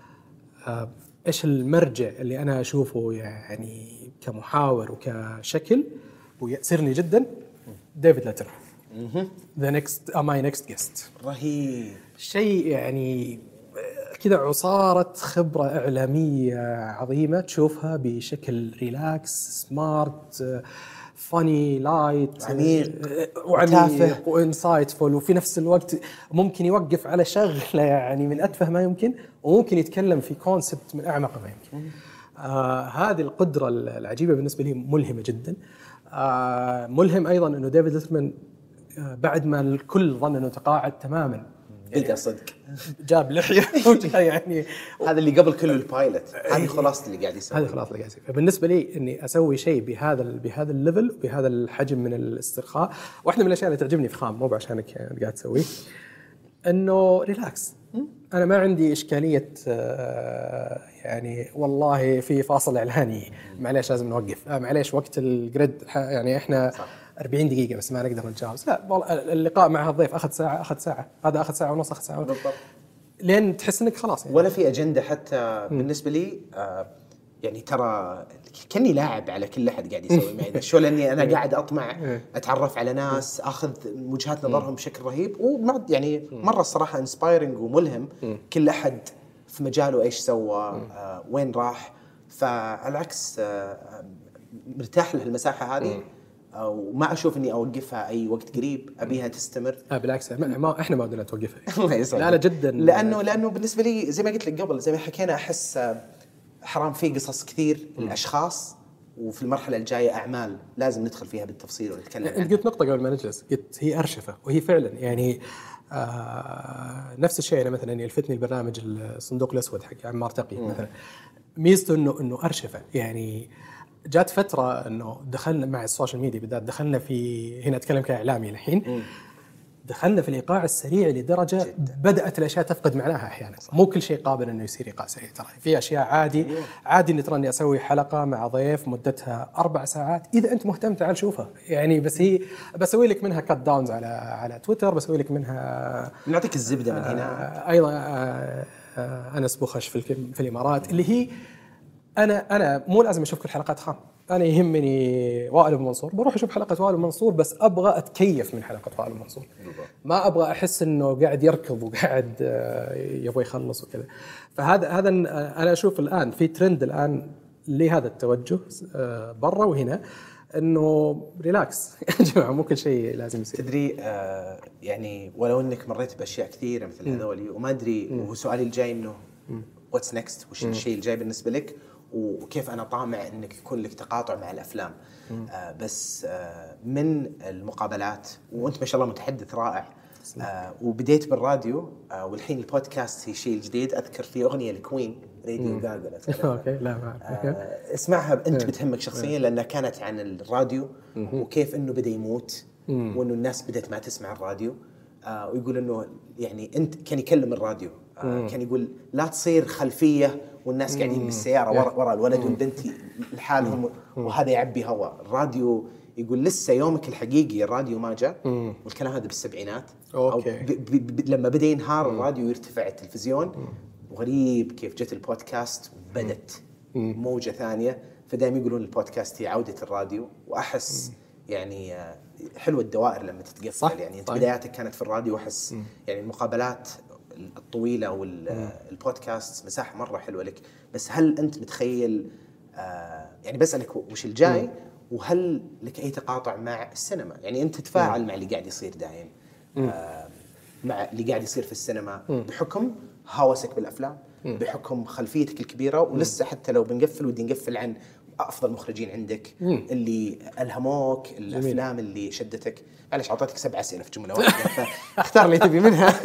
إيش المرجع اللي أنا أشوفه يعني كمحاور وكشكل ويأسرني جدا، ديفيد لاتر. The next uh, my next guest. رهيب. شيء يعني كذا عصارة خبرة إعلامية عظيمة تشوفها بشكل ريلاكس سمارت فاني لايت عميق وعميق وانسايتفول، وفي نفس الوقت ممكن يوقف على شغلة يعني من أتفه ما يمكن، وممكن يتكلم في كونسبت من أعمق ما يمكن. آه هذه القدرة العجيبة بالنسبة لي ملهمة جدا. آه ملهم أيضا أنه ديفيد ليترمان آه بعد ما الكل ظن أنه تقاعد تماما بقى صدق جاب لحية يعني هذا اللي قبل كل البايلوت. هذه خلاص اللي قاعد يسوي هذه خلاص اللي قاعد يسوي. فبالنسبة لي إني أسوي شيء بهذا بهذا الليفل وبهذا الحجم من الاسترخاء. واحدة من الأشياء اللي تعجبني في خام مو بعشانك يعني قاعد تسويه إنه ريلاكس. أنا ما عندي إشكالية يعني والله في فاصل إعلاني معليش لازم نوقف، معليش وقت الجريد يعني إحنا صح. أربعين دقيقة بس ما نقدر نتجاوز. لا والله اللقاء مع الضيف أخذ ساعة أخذ ساعة هذا أخذ ساعة ونص أخذ ساعة ونص لين تحس إنك خلاص يعني. ولا في أجندة حتى م. بالنسبة لي آه يعني ترى كني لاعب على كل أحد قاعد يسوي معي شو، لأني أنا قاعد أطمع أتعرف على ناس أخذ وجهات نظرهم بشكل رهيب، ومرة يعني مرة الصراحة انسبايرنج وملهم. كل أحد في مجاله إيش سوى آه وين راح، فعلى العكس آه مرتاح له المساحة هذه وما أشوف إني أوقفها أي وقت قريب، أبيها تستمر. آه بالعكس ما إحنا ما بدنا توقفها. لا لا جدا، لأنه لأنه بالنسبة لي زي ما قلت لك قبل زي ما حكينا أحس حرام في قصص كثير الأشخاص، وفي المرحلة الجاية أعمال لازم ندخل فيها بالتفصيل ونتكلم عنها. أنت قلت نقطة قبل ما نجلس، قلت هي أرشفة، وهي فعلا يعني آه نفس الشيء. أنا مثلا يلفتني البرنامج الصندوق الأسود حق عمار تقي مثلا، ميزته إنه إنه أرشفة. يعني جات فترة إنه دخلنا مع السوشيال ميديا بالذات، دخلنا في هنا أتكلم كإعلامي الحين، دخلنا في الإيقاع السريع لدرجة جدا. بدأت الأشياء تفقد معناها أحيانا. مو كل شيء قابل إنه يصير إيقاع سريع، ترى في أشياء عادي عادي إني ترى إني أسوي حلقة مع ضيف مدتها أربع ساعات، إذا أنت مهتم تعال شوفها يعني. بس هي بسوي لك منها كات داونز على على تويتر، بسوي لك منها نعطيك الزبدة من هنا. آه أيضا آه آه أنس بوخش في في الإمارات اللي هي أنا أنا مو لازم أشوف كل حلقات خام. انا يهمني وائل بن منصور بروح اشوف حلقه وائل بن منصور، بس ابغى اتكيف من حلقه وائل بن منصور، ما ابغى احس انه قاعد يركض وقاعد يبغى يخلص وكذا. فهذا هذا انا اشوف الان في ترند الان لهذا التوجه برا وهنا، انه ريلاكس يا جماعه مو كل شيء لازم يصير. تدري آه يعني ولو انك مريت باشياء كثيره مثل هذولي وما ادري، وهو سؤالي الجاي انه واتس نيكست، وش الشيء الجاي بالنسبه لك، وكيف أنا طامع أنك يكون لك تقاطع مع الأفلام. آه بس آه من المقابلات، وأنت ما شاء الله متحدث رائع، آه وبديت بالراديو، آه والحين البودكاست هي شيء جديد. أذكر في أغنية الكوين راديو جاجا، أوكي لا ما آه اسمعها أنت بتهمك شخصيا لأنها كانت عن الراديو وكيف أنه بدأ يموت وأنه الناس بدأت ما تسمع الراديو. آه ويقول أنه يعني أنت كان يكلم الراديو، آه كان يقول لا تصير خلفية والناس قاعدين بالسيارة ورا ورا الولد والبنت لحالهم وهذا يعبي هواء. الراديو يقول لسه يومك الحقيقي الراديو ما جاء، والكلام هذا بالسبعينات. أو ب ب ب لما بدأ ينهار الراديو يرتفع التلفزيون، وغريب كيف جت البودكاست بدت موجة ثانية. فدائما يقولون البودكاست هي عودة الراديو، وأحس يعني حلوة الدوائر لما تتقفل. يعني أنت بداياتك كانت في الراديو، وأحس يعني المقابلات الطويلة والبودكاست مساحة مرة حلوة لك. بس هل أنت متخيل آه يعني بسألك وش الجاي، وهل لك أي تقاطع مع السينما؟ يعني أنت تتفاعل مع اللي قاعد يصير دايم، آه مع اللي قاعد يصير في السينما بحكم هوسك بالأفلام، بحكم خلفيتك الكبيرة، ولسه حتى لو بنقفل ودي نقفل عن أفضل مخرجين عندك اللي ألهموك، الأفلام اللي شدتك. معلش أعطيتك سبع أسئلة في جملة واحدة، فاختار اللي تبي منها.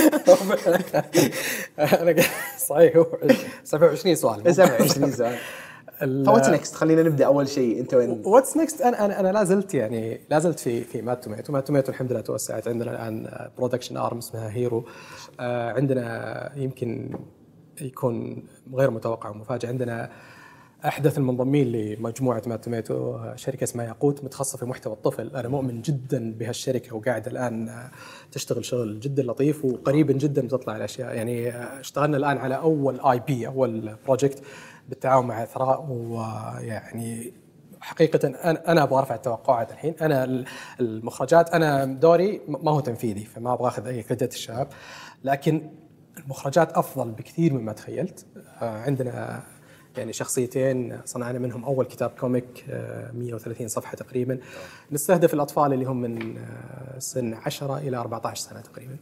أنا صحيح سبعة وعشرين سؤال سبعة وعشرين سؤال. فواتس نيكست، خلينا نبدأ أول شيء. أنت وين واتس نيكست؟ أنا أنا أنا لازلت يعني لازلت في في مات توميتو. مات توميتو الحمد لله توسعت، عندنا الآن برودكشن آرم اسمها هيرو. آه عندنا يمكن يكون غير متوقع ومفاجئ، عندنا أحدث المنضمين لمجموعة مات توميتو شركة اسمها ياقوت متخصصة في محتوى الطفل. أنا مؤمن جدا بهالشركة، وقاعدة الآن تشتغل شغل جدا لطيف، وقريبا جدا بتطلع الأشياء. يعني اشتغلنا الآن على أول آي بي، أول بروجكت بالتعاون مع ثراء، ويعني حقيقة أنا أنا أبغى أرفع التوقعات الحين. أنا المخرجات أنا دوري ما هو تنفيذي، فما أبغى أخذ أي كريدت الشباب، لكن المخرجات أفضل بكثير مما تخيلت. عندنا يعني شخصيتين صنعنا منهم أول كتاب كوميك مئة وثلاثين صفحة تقريبا، نستهدف الأطفال اللي هم من سن عشرة إلى أربعة عشر سنة تقريبا.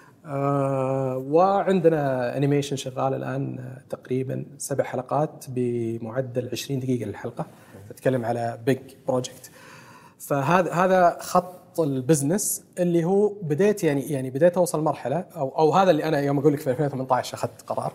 وعندنا أنيميشن شغال الآن تقريبا سبع حلقات بمعدل عشرين دقيقة للحلقة، تتكلم على بيج بروجكت. فهذا هذا خط البزنس اللي هو بديت يعني يعني بديت أوصل مرحلة، أو أو هذا اللي أنا يوم أقول لك في ألفين وثمانية عشر أخذت قرار،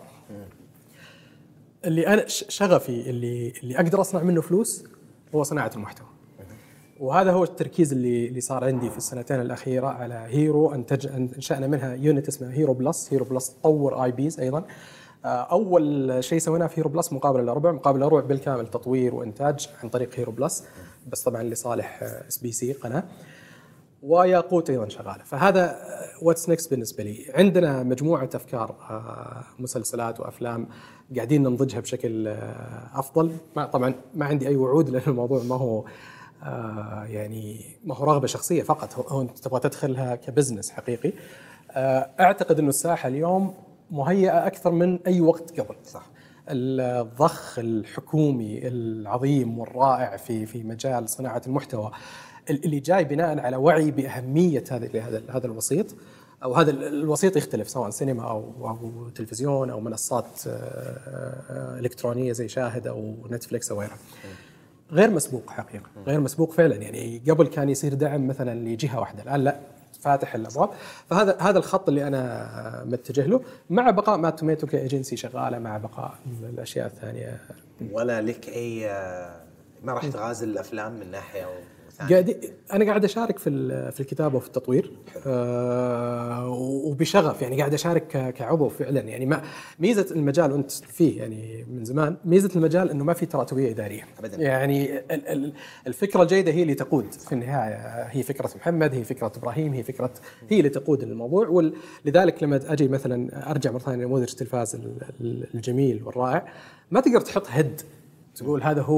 اللي أنا شغفي اللي اللي أقدر أصنع منه فلوس هو صناعة المحتوى. وهذا هو التركيز اللي اللي صار عندي في السنتين الأخيرة على هيرو. أنتج أنشأنا منها يونت اسمها هيرو بلس. هيرو بلس تطور آي بيز أيضا. أول شيء سويناه في هيرو بلس مقابل الأربع، مقابل الأربع بالكامل تطوير وإنتاج عن طريق هيرو بلس، بس طبعا لصالح اس بي سي قناة، وياقوت أيضا شغالة. فهذا واتس نيكست بالنسبة لي. عندنا مجموعة أفكار مسلسلات وأفلام قاعدين ننضجها بشكل أفضل. ما طبعا ما عندي أي وعود، لأن الموضوع ما هو آه يعني ما هو رغبة شخصية فقط، هو أنت تبغى تدخلها كبزنس حقيقي. آه أعتقد أنه الساحة اليوم مهيئة أكثر من أي وقت قبل. صح. الضخ الحكومي العظيم والرائع في في مجال صناعة المحتوى اللي جاي بناء على وعي بأهمية هذا هذا هذا الوسيط، أو هذا الوسيط يختلف سواء سينما أو أو تلفزيون أو منصات إلكترونية زي شاهد أو نتفليكس أو غيرها. غير مسبوق حقيقة، غير مسبوق فعلا. يعني قبل كان يصير دعم مثلا لجهة واحدة، الآن لا، فاتح الأبواب. فهذا هذا الخط اللي أنا متجه له، مع بقاء مات توميتو كإيجنسي شغالة، مع بقاء الأشياء الثانية. ولا لك أي ما راح تغازل الأفلام من ناحية قاعد أنا قاعد أشارك في في الكتابة وفي التطوير، آه وبشغف. يعني قاعد أشارك كعضو فعلا. يعني ما ميزة المجال وأنت فيه يعني من زمان، ميزة المجال إنه ما في تراتبية إدارية أبداً. يعني الفكرة الجيدة هي اللي تقود في النهاية، هي فكرة محمد، هي فكرة إبراهيم، هي فكرة هي اللي تقود الموضوع. ولذلك لما أجي مثلا أرجع مرة ثانية لنموذج التلفاز الجميل والرائع، ما تقدر تحط هيد تقول هذا هو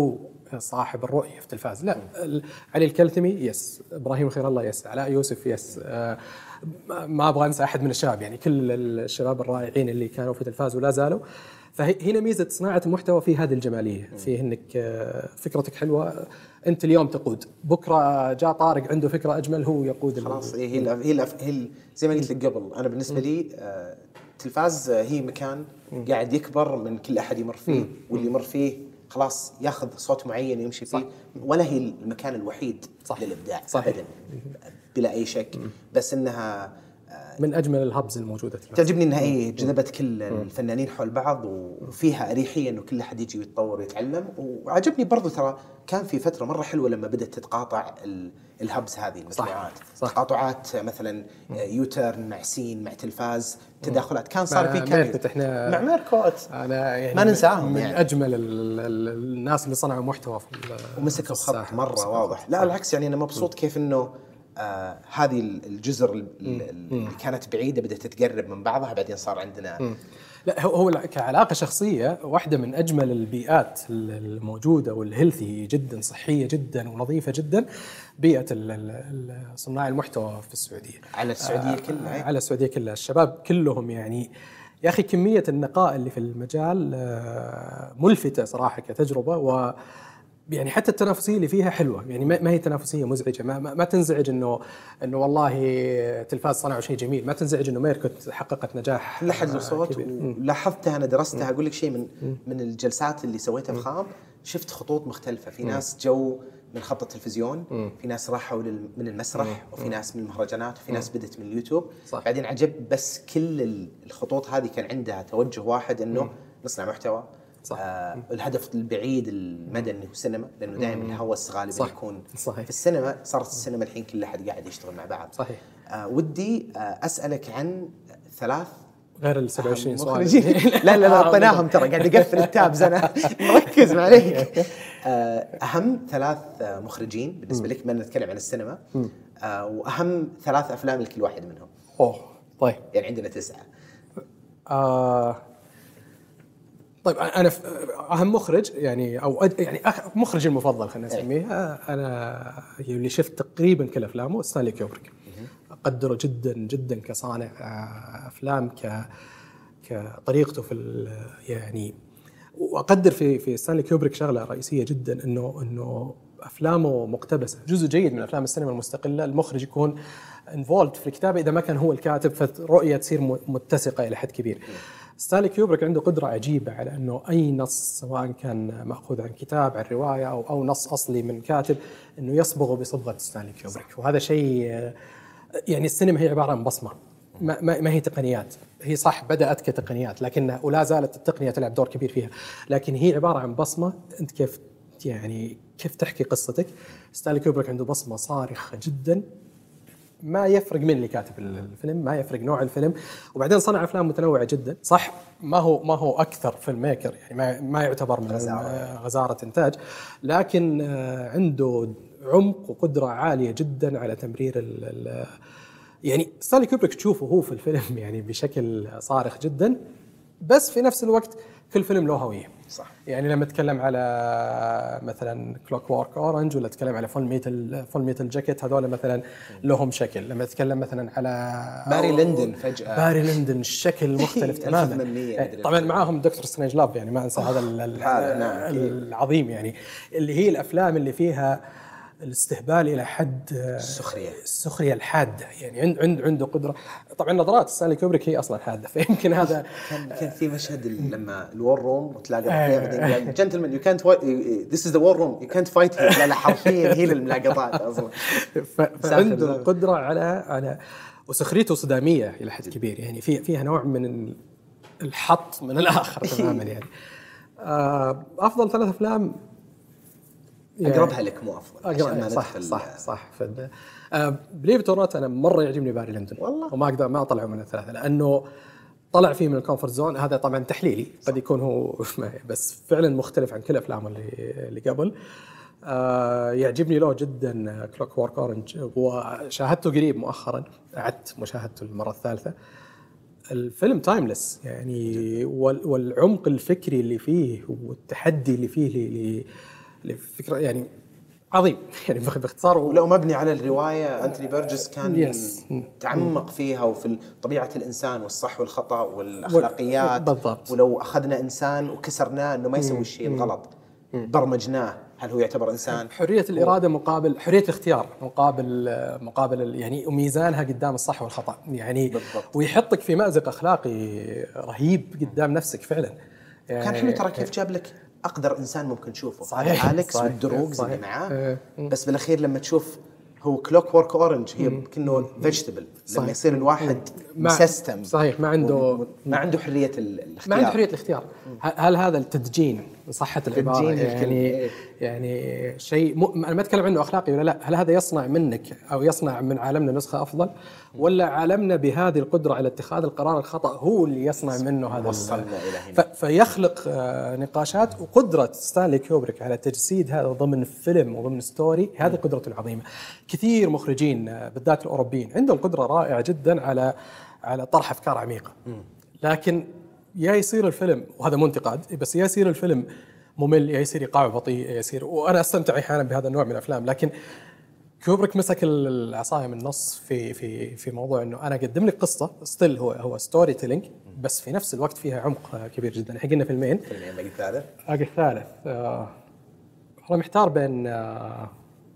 صاحب الرؤية في التلفاز. لا، علي الكلثمي يس، إبراهيم خير الله يس، علاء يوسف يس، آه ما أبغى أنسى أحد من الشباب، يعني كل الشباب الرائعين اللي كانوا في التلفاز ولا زالوا. فهنا ميزة صناعة المحتوى في هذه الجمالية، في إنك فكرتك حلوة أنت اليوم تقود، بكرة جاء طارق عنده فكرة أجمل هو يقود. خلاص هي هي هي, هي زي ما قلت لك قبل، أنا بالنسبة لي التلفاز هي مكان قاعد يكبر من كل أحد يمر فيه، واللي يمر فيه خلاص ياخذ صوت معين يمشي فيه. صح. ولا هي المكان الوحيد صح. للإبداع أبدا بلا أي شك. بس إنها من أجمل الهبز الموجودة. تعجبني إنها إيه جذبت كل الفنانين حول بعض، وفيها أريحية إنه كل أحد يجي يتطور ويتعلم. وعجبني برضو ترى كان في فترة مرة حلوة لما بدأت تتقاطع الهبز هذه المجموعات، تقاطعات مثلا يوترن مع سين مع تلفاز، تداخلات كان صار في كان مع ميركوت. أنا يعني ما ننساهم من يعني. أجمل الناس اللي صنعوا محتوى في ومسكوا الخط مرة واضح. لا بالعكس، يعني أنا مبسوط كيف إنه آه هذه الجزر اللي كانت بعيدة بدأت تتقرب من بعضها، بعدين صار عندنا م. لا هو كعلاقة شخصية واحدة من أجمل البيئات الموجودة والهيلثي جدا، صحية جدا ونظيفة جدا، بيئة صناع المحتوى في السعودية، على السعودية كلها. على السعودية كلها الشباب كلهم يعني يا أخي كمية النقاء اللي في المجال ملفتة صراحة كتجربة. و يعني حتى التنافسية اللي فيها حلوة، يعني ما هي تنافسية مزعجة، ما, ما تنزعج إنه إنه والله تلفاز صنعوا شيء جميل، ما تنزعج إنه ميركوت حققت نجاح لحد الصوت. ولاحظتها أنا درستها، أقول لك شيء من من الجلسات اللي سويتها في خام، شفت خطوط مختلفة. في ناس جو من خط التلفزيون، في ناس راحوا من المسرح، وفي ناس من المهرجانات، وفي ناس بدت من اليوتيوب. صح. بعدين عجب بس كل الخطوط هذه كان عندها توجه واحد، إنه نصنع محتوى. صح. آه الهدف البعيد المدى انه السينما، لانه دائما الهوس غالبا يكون صحيح. في السينما. صارت السينما الحين كل احد قاعد يشتغل مع بعض. صحيح. آه ودي آه اسالك عن ثلاث غير ال سبعة وعشرين سؤال. لا لا لا اعطيناهم، ترى قاعد اقفل التابز انا مركز معليك. آه اهم ثلاث مخرجين بالنسبه لك، ما نتكلم عن السينما، آه واهم ثلاث افلام لكل واحد منهم. اوه طيب، يعني عندنا تسعه. آه طيب أنا أهم مخرج يعني أو يعني مخرجي المفضل خلينا نسميه، أنا اللي شفت تقريبا كل أفلامه ستانلي كوبريك. أقدره جدا جدا كصانع أفلام، ك كطريقته في يعني. وأقدر في في ستانلي كوبريك شغلة رئيسية جدا، إنه إنه أفلامه مقتبسة. جزء جيد من أفلام السينما المستقلة المخرج يكون انفولد في الكتابة، إذا ما كان هو الكاتب فالرؤية تصير متسقة إلى حد كبير. ستانلي كوبريك عنده قدرة عجيبة على أنه أي نص سواء كان مأخوذ عن كتاب عن رواية أو أو نص أصلي من كاتب، أنه يصبغه بصبغة ستانلي كوبريك. وهذا شيء يعني السينما هي عبارة عن بصمة، ما, ما هي تقنيات. هي صح بدأت كتقنيات، لكن ولا زالت التقنية تلعب دور كبير فيها، لكن هي عبارة عن بصمة. أنت كيف يعني كيف تحكي قصتك. ستانلي كوبريك عنده بصمة صارخة جدا، ما يفرق من اللي كاتب الفيلم، ما يفرق نوع الفيلم. وبعدين صنع أفلام متنوعة جدا. صح ما هو ما هو أكثر فيلم ميكر، يعني ما ما يعتبر من غزارة, غزارة إنتاج، لكن عنده عمق وقدرة عالية جدا على تمرير ال ال يعني ستانلي كوبريك تشوفه هو في الفيلم يعني بشكل صارخ جدا، بس في نفس الوقت كل فيلم له هوية. صح. يعني لما اتكلم على مثلا كلوك وورك اورنج، ولا اتكلم على فول ميتال فول ميتال جاكيت، هذول مثلا لهم شكل. لما اتكلم مثلا على باري لندن، فجأة باري لندن الشكل مختلف تماما. طبعا معاهم دكتور سترينج لاف، يعني ما انسى هذا العظيم، يعني اللي هي الافلام اللي فيها الاستهبال الى حد السخريه السخريه الحاده. يعني عند عند عنده قدره. طبعا نظرات ستانلي كوبريك هي اصلا حاده، فيمكن هذا كان كان في مشهد لما الوور روم وتلاقى جنتلمان يو كانت ذيس از ذا وور روم يو كانت فايت. لا لا حرفيا هي الملاقطات اصلا. فعنده القدره على على وسخريته صداميه الى حد كبير، يعني في فيها نوع من الحط من الاخر تماما. يعني افضل ثلاث افلام يعني أقربها لك مو أفضل عشان صح صح صح فد آه بليف تورات أنا مرة يعجبني باري لندن والله، وما أقدر ما أطلعه من الثلاثة لأنه طلع فيه من الكومفورت زون. هذا طبعا تحليلي قد يكون هو بس فعلا مختلف عن كل أفلامه اللي اللي قبل. آه يعجبني له جدا كلوك وورك أورنج، وشاهدته قريب مؤخرا، أعدت مشاهدته المرة الثالثة. الفيلم تايمليس يعني، والعمق الفكري اللي فيه والتحدي اللي فيه فكره يعني عظيم يعني باختصار. ولو مبني على الروايه أنتوني بيرجس كان yes. تعمق فيها وفي طبيعه الانسان والصح والخطا والاخلاقيات بالضبط. ولو اخذنا انسان وكسرناه انه ما يسوي الشيء الغلط برمجناه، هل هو يعتبر انسان؟ حريه الاراده مقابل حريه الاختيار مقابل مقابل يعني وميزانها قدام الصح والخطا يعني بالضبط. ويحطك في مأزق اخلاقي رهيب قدام نفسك فعلا يعني. كان حلو ترى كيف جاب لك اقدر انسان ممكن تشوفه صحيح. أليكس والدروغز اللي معاه، بس بالاخير لما تشوف هو كلوك وورك اورنج هي كأنه فيجيتابل لما يصير الواحد مسيستم صحيح ما عنده ما عنده حريه الاختيار ما عنده حريه الاختيار. هل هذا التدجين صحة العبارة يعني يعني شيء م... أنا ما أتكلم عنه أخلاقي ولا لا، هل هذا يصنع منك أو يصنع من عالمنا نسخة أفضل، ولا عالمنا بهذه القدرة على اتخاذ القرار الخطأ هو اللي يصنع منه هذا وصلنا إلى هنا. ف... فيخلق نقاشات. وقدرة ستانلي كوبريك على تجسيد هذا ضمن فيلم وضمن ستوري هذه قدرته العظيمة. كثير مخرجين بالذات الأوروبيين عندهم قدرة رائعة جدا على على طرح أفكار عميقة، لكن يا يصير الفيلم، وهذا مو انتقاد، بس يا يصير الفيلم ممل، يا يصير ايقاعه بطيء، يا يصير، وانا استمتع احيانا بهذا النوع من الافلام. لكن كوبريك مسك العصايه من النص في في في موضوع انه انا اقدم لك قصه ستيل هو هو ستوري تيلينج، بس في نفس الوقت فيها عمق كبير جدا. احنا قلنا فيلمين، فيلمين باقي الثالث باقي الثالث آه انا محتار بين آه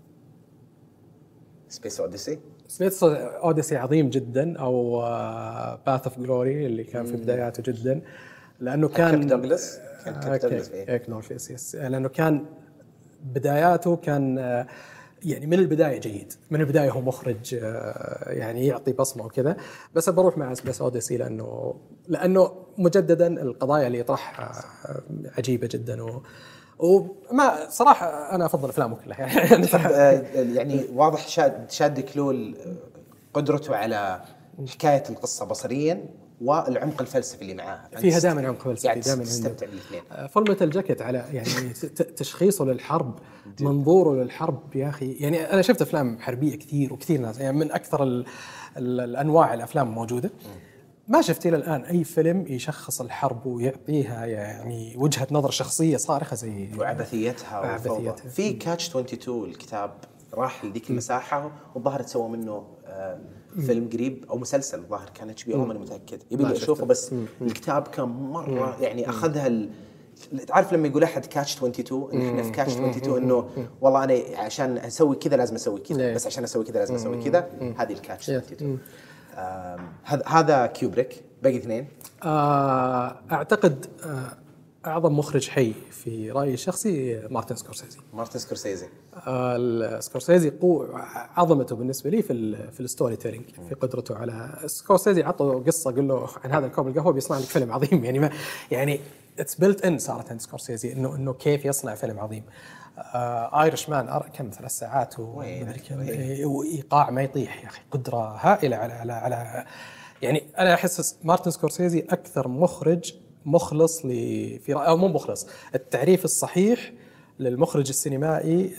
سبيس اوديسي سبيس اوديسي عظيم جدا، او باث اوف جلوري اللي كان في بداياته جدا، لانه كان كيرك دوغلاس كان كيرك دوغلاس كيرك دوغلاس لانه كان بداياته كان يعني من البدايه جيد، من البدايه هو مخرج يعني يعطي بصمه وكذا. بس بروح مع سبيس اوديسي لانه لانه مجددا القضايا اللي يطرحها عجيبه جدا، و وما صراحه انا افضل افلامه كلها يعني يعني واضح شاد شاد كلول قدرته على حكايه القصه بصريا والعمق الفلسفي اللي معاه، فيها دائما عمق فلسفي يعني دائما تستمتع بالاثنين. فول ميتال جاكيت على يعني تشخيصه للحرب، منظوره للحرب يا اخي. يعني انا شفت افلام حربيه كثير وكثير ناس، يعني من اكثر ال ال الانواع الافلام الموجوده، ما شفت إلى الآن أي فيلم يشخص الحرب ويعطيها يعني وجهة نظر شخصية صارخة زي وعبثيتها وعبثيتها. في كاتش اثنين وعشرين الكتاب راح لذيك المساحة والظاهر تسوى منه فيلم قريب أو مسلسل، الظاهر كان اتش بي او ماني متأكد، يبي لي أشوفه. بس مم. الكتاب كان مرة مم. يعني أخذها ال... تعرف لما يقول أحد كاتش اثنين وعشرين إن إحنا في كاتش اثنين وعشرين إنه والله أنا عشان أسوي كذا لازم أسوي كذا، بس عشان أسوي كذا لازم أسوي كذا. هذه الكاتش اثنين وعشرين. هذا هذا كيوبريك. باقي اثنين اعتقد اعظم مخرج حي في رايي الشخصي مارتن سكورسيزي. مارتن سكورسيزي آه سكورسيزي قوة عظمته بالنسبه لي في ال في الستوري تيلينج، في قدرته على سكورسيزي عطوا قصه قال له عن هذا الكوب القهوه بيصنع لك فيلم عظيم. يعني ما يعني اتس بيلت ان صارت عند سكورسيزي انه انه كيف يصنع فيلم عظيم. آه ايرش مان كم ثلاث ساعات وايقاع ما يطيح يا اخي، قدره هائله على على على يعني انا احس مارتن سكورسيزي اكثر مخرج مخلص ل في او مو مخلص، التعريف الصحيح للمخرج السينمائي.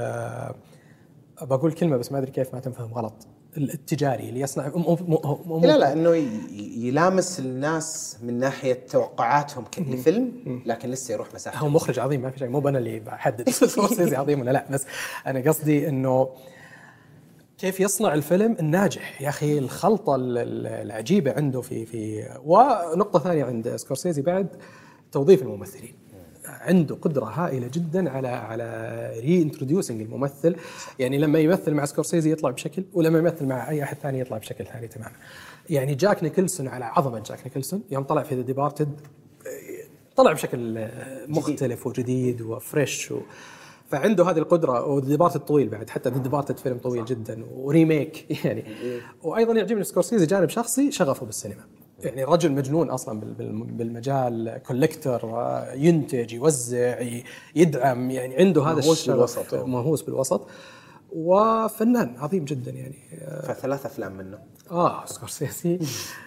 بقول كلمه بس ما ادري كيف ما تنفهم غلط، التجاري اللي يصنع م م م لا لا انه يلامس الناس من ناحيه توقعاتهم لفيلم، لكن لسه يروح مساحه. هو مخرج عظيم ما في شيء، مو انا اللي بحدد سكورسيزي عظيم ولا لا، بس انا قصدي انه كيف يصنع الفيلم الناجح يا اخي. الخلطه العجيبه عنده في في ونقطه ثانيه عند سكورسيزي بعد توظيف الممثلين، عنده قدره هائله جدا على على ري انتروديوسينج الممثل. يعني لما يمثل مع سكورسيزي يطلع بشكل، ولما يمثل مع اي احد ثاني يطلع بشكل ثاني تماما. يعني جاك نيكلسون على عظمه جاك نيكلسون يوم طلع في ذا ديبارتد طلع بشكل مختلف وجديد وفريش، و فعنده هذه القدرة. وديبارتد طويل بعد، حتى ديبارتد فيلم طويل جدا وريميك يعني. وأيضا يعجبني سكورسيزي جانب شخصي شغفه بالسينما، يعني رجل مجنون أصلا بالمجال، كولكتور، ينتج، يوزع، يدعم، يعني عنده هذا الشغف، مهووس بالوسط وفنان عظيم جدا يعني. فثلاث أفلام منه آه سكورسيزي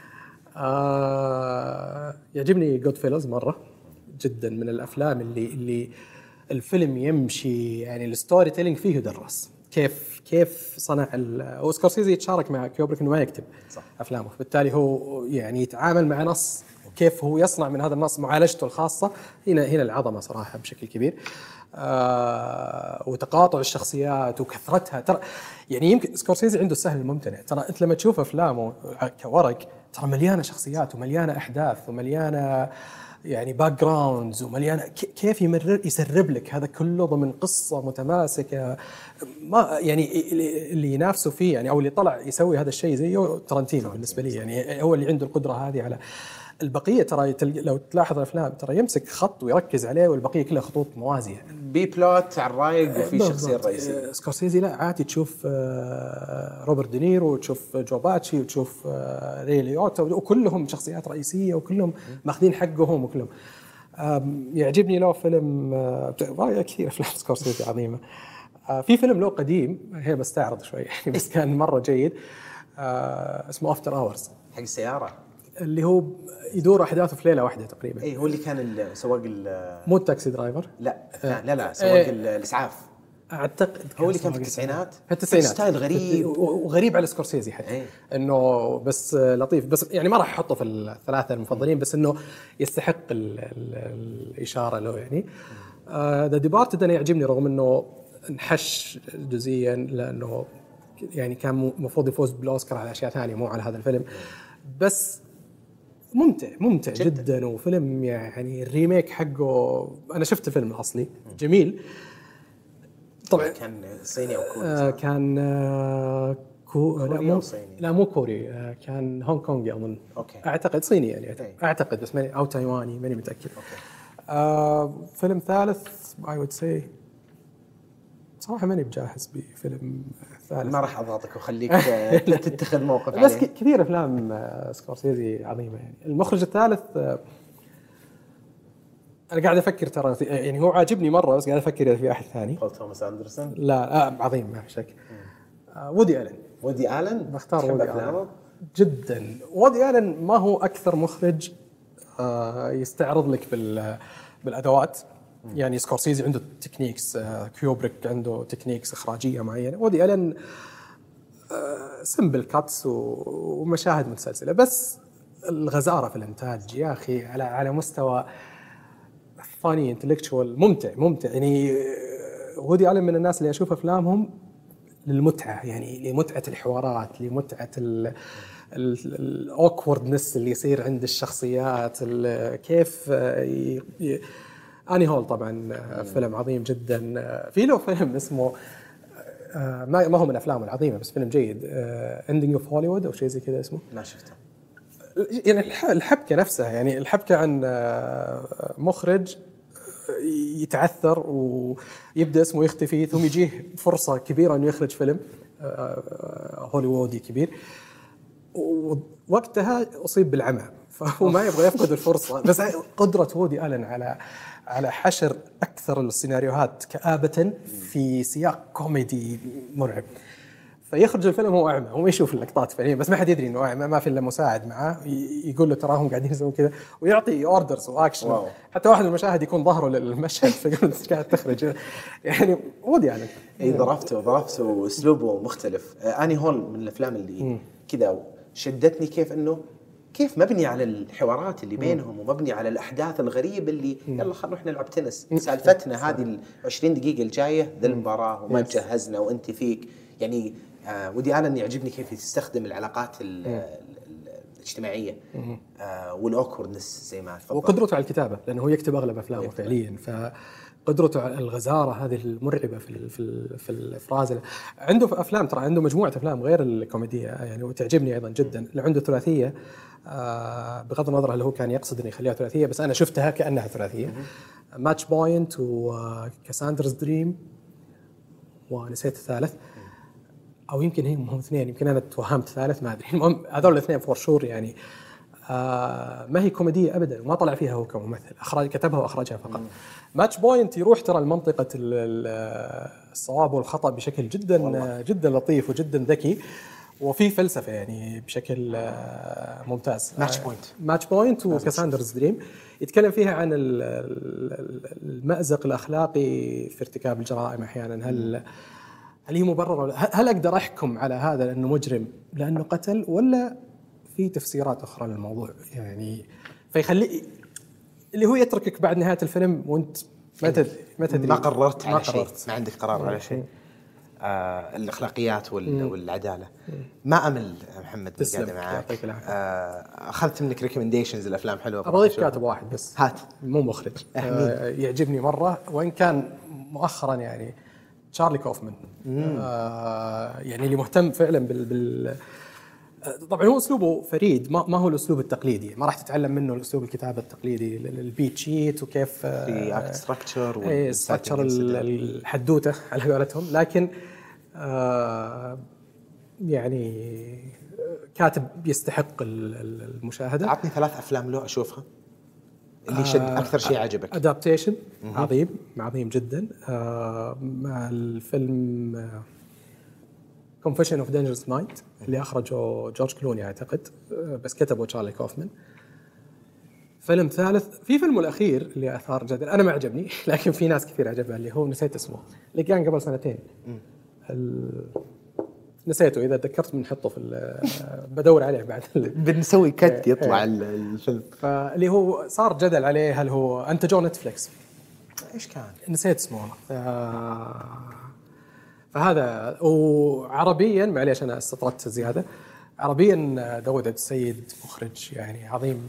آه يعجبني جود فيلز مرة جدا، من الأفلام اللي اللي الفيلم يمشي يعني الستوري تيلينج فيه درس كيف كيف صنع. وسكورسيزي يتشارك مع كيوبريك انه ما يكتب صح افلامه، بالتالي هو يعني يتعامل مع نص وكيف هو يصنع من هذا النص معالجته الخاصه. هنا هنا العظمه صراحه بشكل كبير. آه وتقاطع الشخصيات وكثرتها. ترى يعني يمكن سكورسيزي عنده السهل الممتنع. ترى انت لما تشوف افلامه كورق ترى مليانه شخصيات ومليانه احداث ومليانه يعني باك جراوندز ومليانه كيف يمرر يسرب لك هذا كله ضمن قصه متماسكه. ما يعني اللي ينافسه فيه يعني او اللي طلع يسوي هذا الشيء زيه ترنتينو بالنسبه لي، يعني هو اللي عنده القدره هذه على البقيه. ترى لو تلاحظ الافلام ترى يمسك خط ويركز عليه والبقيه كلها خطوط موازيه، بي بلوت على الرايق وفي شخصيه رئيسيه. سكورسيزي لا عادي تشوف روبرت دينيرو وتشوف جو باتشي وتشوف ري ليوتا وكلهم شخصيات رئيسيه وكلهم ماخذين حقهم وكلهم. يعجبني له فيلم كثير افلام سكورسيزي عظيمه. في فيلم له قديم هي بستعرض شوي يعني بس كان مره جيد اسمه افتر اورز حق السياره اللي هو يدور احداثه في ليله واحده تقريبا. اي هو اللي كان سواق مو التاكسي درايفر لا لا لا, لا سواق الاسعاف اعتقد هو اللي كان في التسعينات في التسعينات ستايل غريب وغريب على سكورسيزي حتى ايه. انه بس لطيف بس يعني ما راح احطه في الثلاثه المفضلين بس انه يستحق ال ال الاشاره له يعني. ذا ديبارتد انا يعجبني رغم انه انحش جزئيا لانه يعني كان المفروض يفوز بالاوسكار على اشياء ثانيه مو على هذا الفيلم، بس ممتع ممتع جدا, جداً وفيلم يعني الريميك حقه أنا شفت الفيلم الأصلي جميل طبعا. كان صيني أو كوري؟ آه كان آه كو لا مو لا مو كوري آه كان هونغ كونغي أظن. أوكي. أعتقد صيني يعني أعتقد, أعتقد بس ماني أو تايواني ماني متأكد. آه فيلم ثالث I would say صراحة ماني بجاهز بفيلم ثالث ما راح أضغطك وخليك تتخذ موقف بس عليه. كثير أفلام سكورسيزي عظيمة يعني. المخرج الثالث أنا قاعد أفكر ترى يعني هو عاجبني مرة بس قاعد أفكر إذا في أحد ثاني. بول توماس أندرسون؟ لا آه عظيم ما في شك. وودي آلن. وودي آلن؟ بختار وودي آلن جدا. وودي آلن ما هو أكثر مخرج يستعرض لك بال بالأدوات يعني. سكورسيزي عنده تكنيكس، كيوبريك عنده تكنيكس إخراجية معينة. وودي آلن سمبل كاتس ومشاهد متسلسلة بس الغزارة في الإنتاج يا أخي على على مستوى فاني انتلكتشوال ممتع ممتع يعني. وودي آلن من الناس اللي أشوف أفلامهم للمتعة يعني لمتعة الحوارات لمتعة الأوكوردنس اللي يصير عند الشخصيات كيف ي... آني هول طبعا فيلم عظيم جدا. في له فيلم اسمه ما ما هو من أفلامه العظيمة بس فيلم جيد Ending of Hollywood أو شيء زي كذا اسمه. ما شفته يعني الحبكة نفسها يعني الحبكة عن مخرج يتعثر ويبدأ اسمه يختفي ثم يجيه فرصة كبيرة إنه يخرج فيلم هوليوودي كبير ووقتها أصيب بالعمى فهو ما يبغى يفقد الفرصة. بس قدرة وودي آلن على على حشر أكثر السيناريوهات كآبة في سياق كوميدي مرعب. فيخرج الفيلم هو أعمى هو ما يشوف اللقطات فعليا بس ما حد يدري إنه أعمى ما في إلا مساعد معاه يقول له تراهم قاعدين يسوون كذا ويعطي أوردرز وأكشن. حتى واحد من المشاهد يكون ظهره للمشهد فيقول قاعد تخرج يعني وودي آلن. إيه ضربته ضربته وأسلوبه مختلف. آني هول من الأفلام اللي كذا شدتني كيف إنه كيف مبني على الحوارات اللي بينهم ومبني على الأحداث الغريبة اللي يلا خلنا نروح نلعب تنس سالفتنا هذه العشرين دقيقة الجاية ذا المباراة وما تجهزنا وأنت فيك يعني. آه ودي آلن يعجبني كيف يستخدم العلاقات الاجتماعية آه والأوكوردنس زي ما تفضل وقدرته على الكتابة لأنه هو يكتب أغلب أفلامه فعليا. فقدرته على الغزارة هذه المرعبة في ال في ال في الإفراز. عنده في أفلام ترى عنده مجموعة أفلام غير الكوميدية يعني وتعجبني أيضا جدا. عنده ثلاثية آه بغض النظر هل هو كان يقصد أن يخليها ثلاثية بس أنا شفتها كأنها ثلاثية. ماتش بوينت وكاساندرز دريم ونسيت الثالث أو يمكن هم هم اثنين يمكن أنا توهمت ثالث ما أدري. المهم هذول الاثنين فور شور يعني. آه ما هي كوميدية أبدا وما طلع فيها هو كممثل أخرج كتبها وأخرجها فقط. ماتش بوينت يروح ترى المنطقة الصواب والخطأ بشكل جدا والله. جدا لطيف وجدا ذكي وفي فلسفة يعني بشكل ممتاز. ماتش بوينت ماتش بوينت وكاساندرز دريم يتكلم فيها عن المأزق الأخلاقي في ارتكاب الجرائم أحيانا. هل هل هي مبررة؟ هل أقدر أحكم على هذا لأنه مجرم لأنه قتل ولا في تفسيرات أخرى للموضوع يعني. فيخلي اللي هو يتركك بعد نهاية الفيلم وأنت ما تدري ما تدري ما قررت ما على شيء، قررت. ما عندك قرار على شيء. آه الأخلاقيات وال... والعدالة. ما أمل محمد من قاعدة معاك. يعطيك العافية. آه أخذت منك ريكومنديشنز الأفلام حلوة. أبغى أضيف كاتب واحد بس. هات. مو مخرج. آه يعجبني مرة وإن كان مؤخرا يعني تشارلي كوفمان. آه يعني اللي مهتم فعلا بال, بال طبعا هو اسلوبه فريد، ما ما هو الاسلوب التقليدي، ما راح تتعلم منه الاسلوب الكتابه التقليدي، البيت شيت وكيف في اكت ستراكشر والستراكشر الحدوته على قولتهم، لكن آه يعني كاتب يستحق المشاهده. عطني ثلاث افلام له اشوفها اللي شد اكثر شيء عجبك. ادابتيشن عظيم عظيم جدا. آه مع الفيلم كونفيشن اوف دينجرس مايند اللي اخرجه جورج كلوني اعتقد، بس كتبه تشارلي كوفمان. فيلم ثالث، في فيلمه الاخير اللي اثار جدل، انا ما عجبني لكن في ناس كثير عجبها، اللي هو نسيت اسمه، اللي كان قبل سنتين. ال... نسيته، اذا تذكرت بنحطه في بدور عليه بعد. بنسوي كت يطلع الفيلم. فاللي هو صار جدل عليه، هل هو انتجه نتفليكس؟ ايش كان؟ نسيت اسمه والله. فهذا. وعربيا معليش انا استطردت زياده، عربيا داود عبد السيد مخرج يعني عظيم،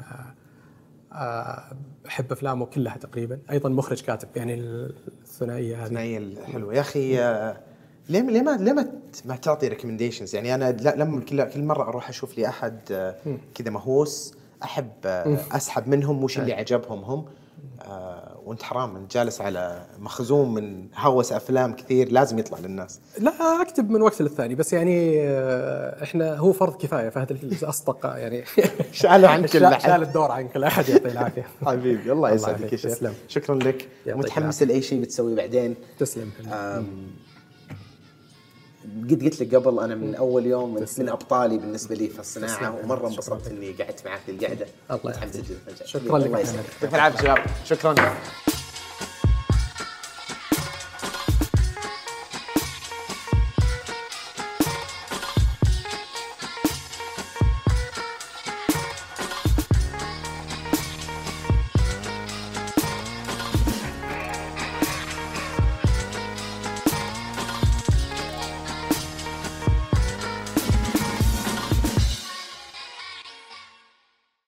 احب افلامه كلها تقريبا، ايضا مخرج كاتب، يعني الثنائيه هذه الثنائيه الحلوه يا اخي. ليه ليه ما ليه ما ما تعطي ريكومنديشنز؟ يعني انا لما كل كل مره اروح اشوف لي احد كذا مهووس احب اسحب منهم وش اللي عجبهم هم. آه وانت حرام انت جالس على مخزون من هوس افلام كثير لازم يطلع للناس. لا اكتب من وقت للثاني، بس يعني آه احنا هو فرض كفايه، فهد الاصدقاء يعني شالوا عن كل احد، شال الدور عن كل احد. يعطيه العافيه حبيبي. الله يسعدك يا شيخ، شكرا لك. متحمس لاي شيء بتسويه بعدين. تسلم. قد قلت لك قبل انا من اول يوم انت من ابطالي بالنسبه لي في الصناعه، ومره انبسطت اني قعدت معك للقعده. الله يحفظك. شكرا لك. يعطيك العافيه شباب. شكرا.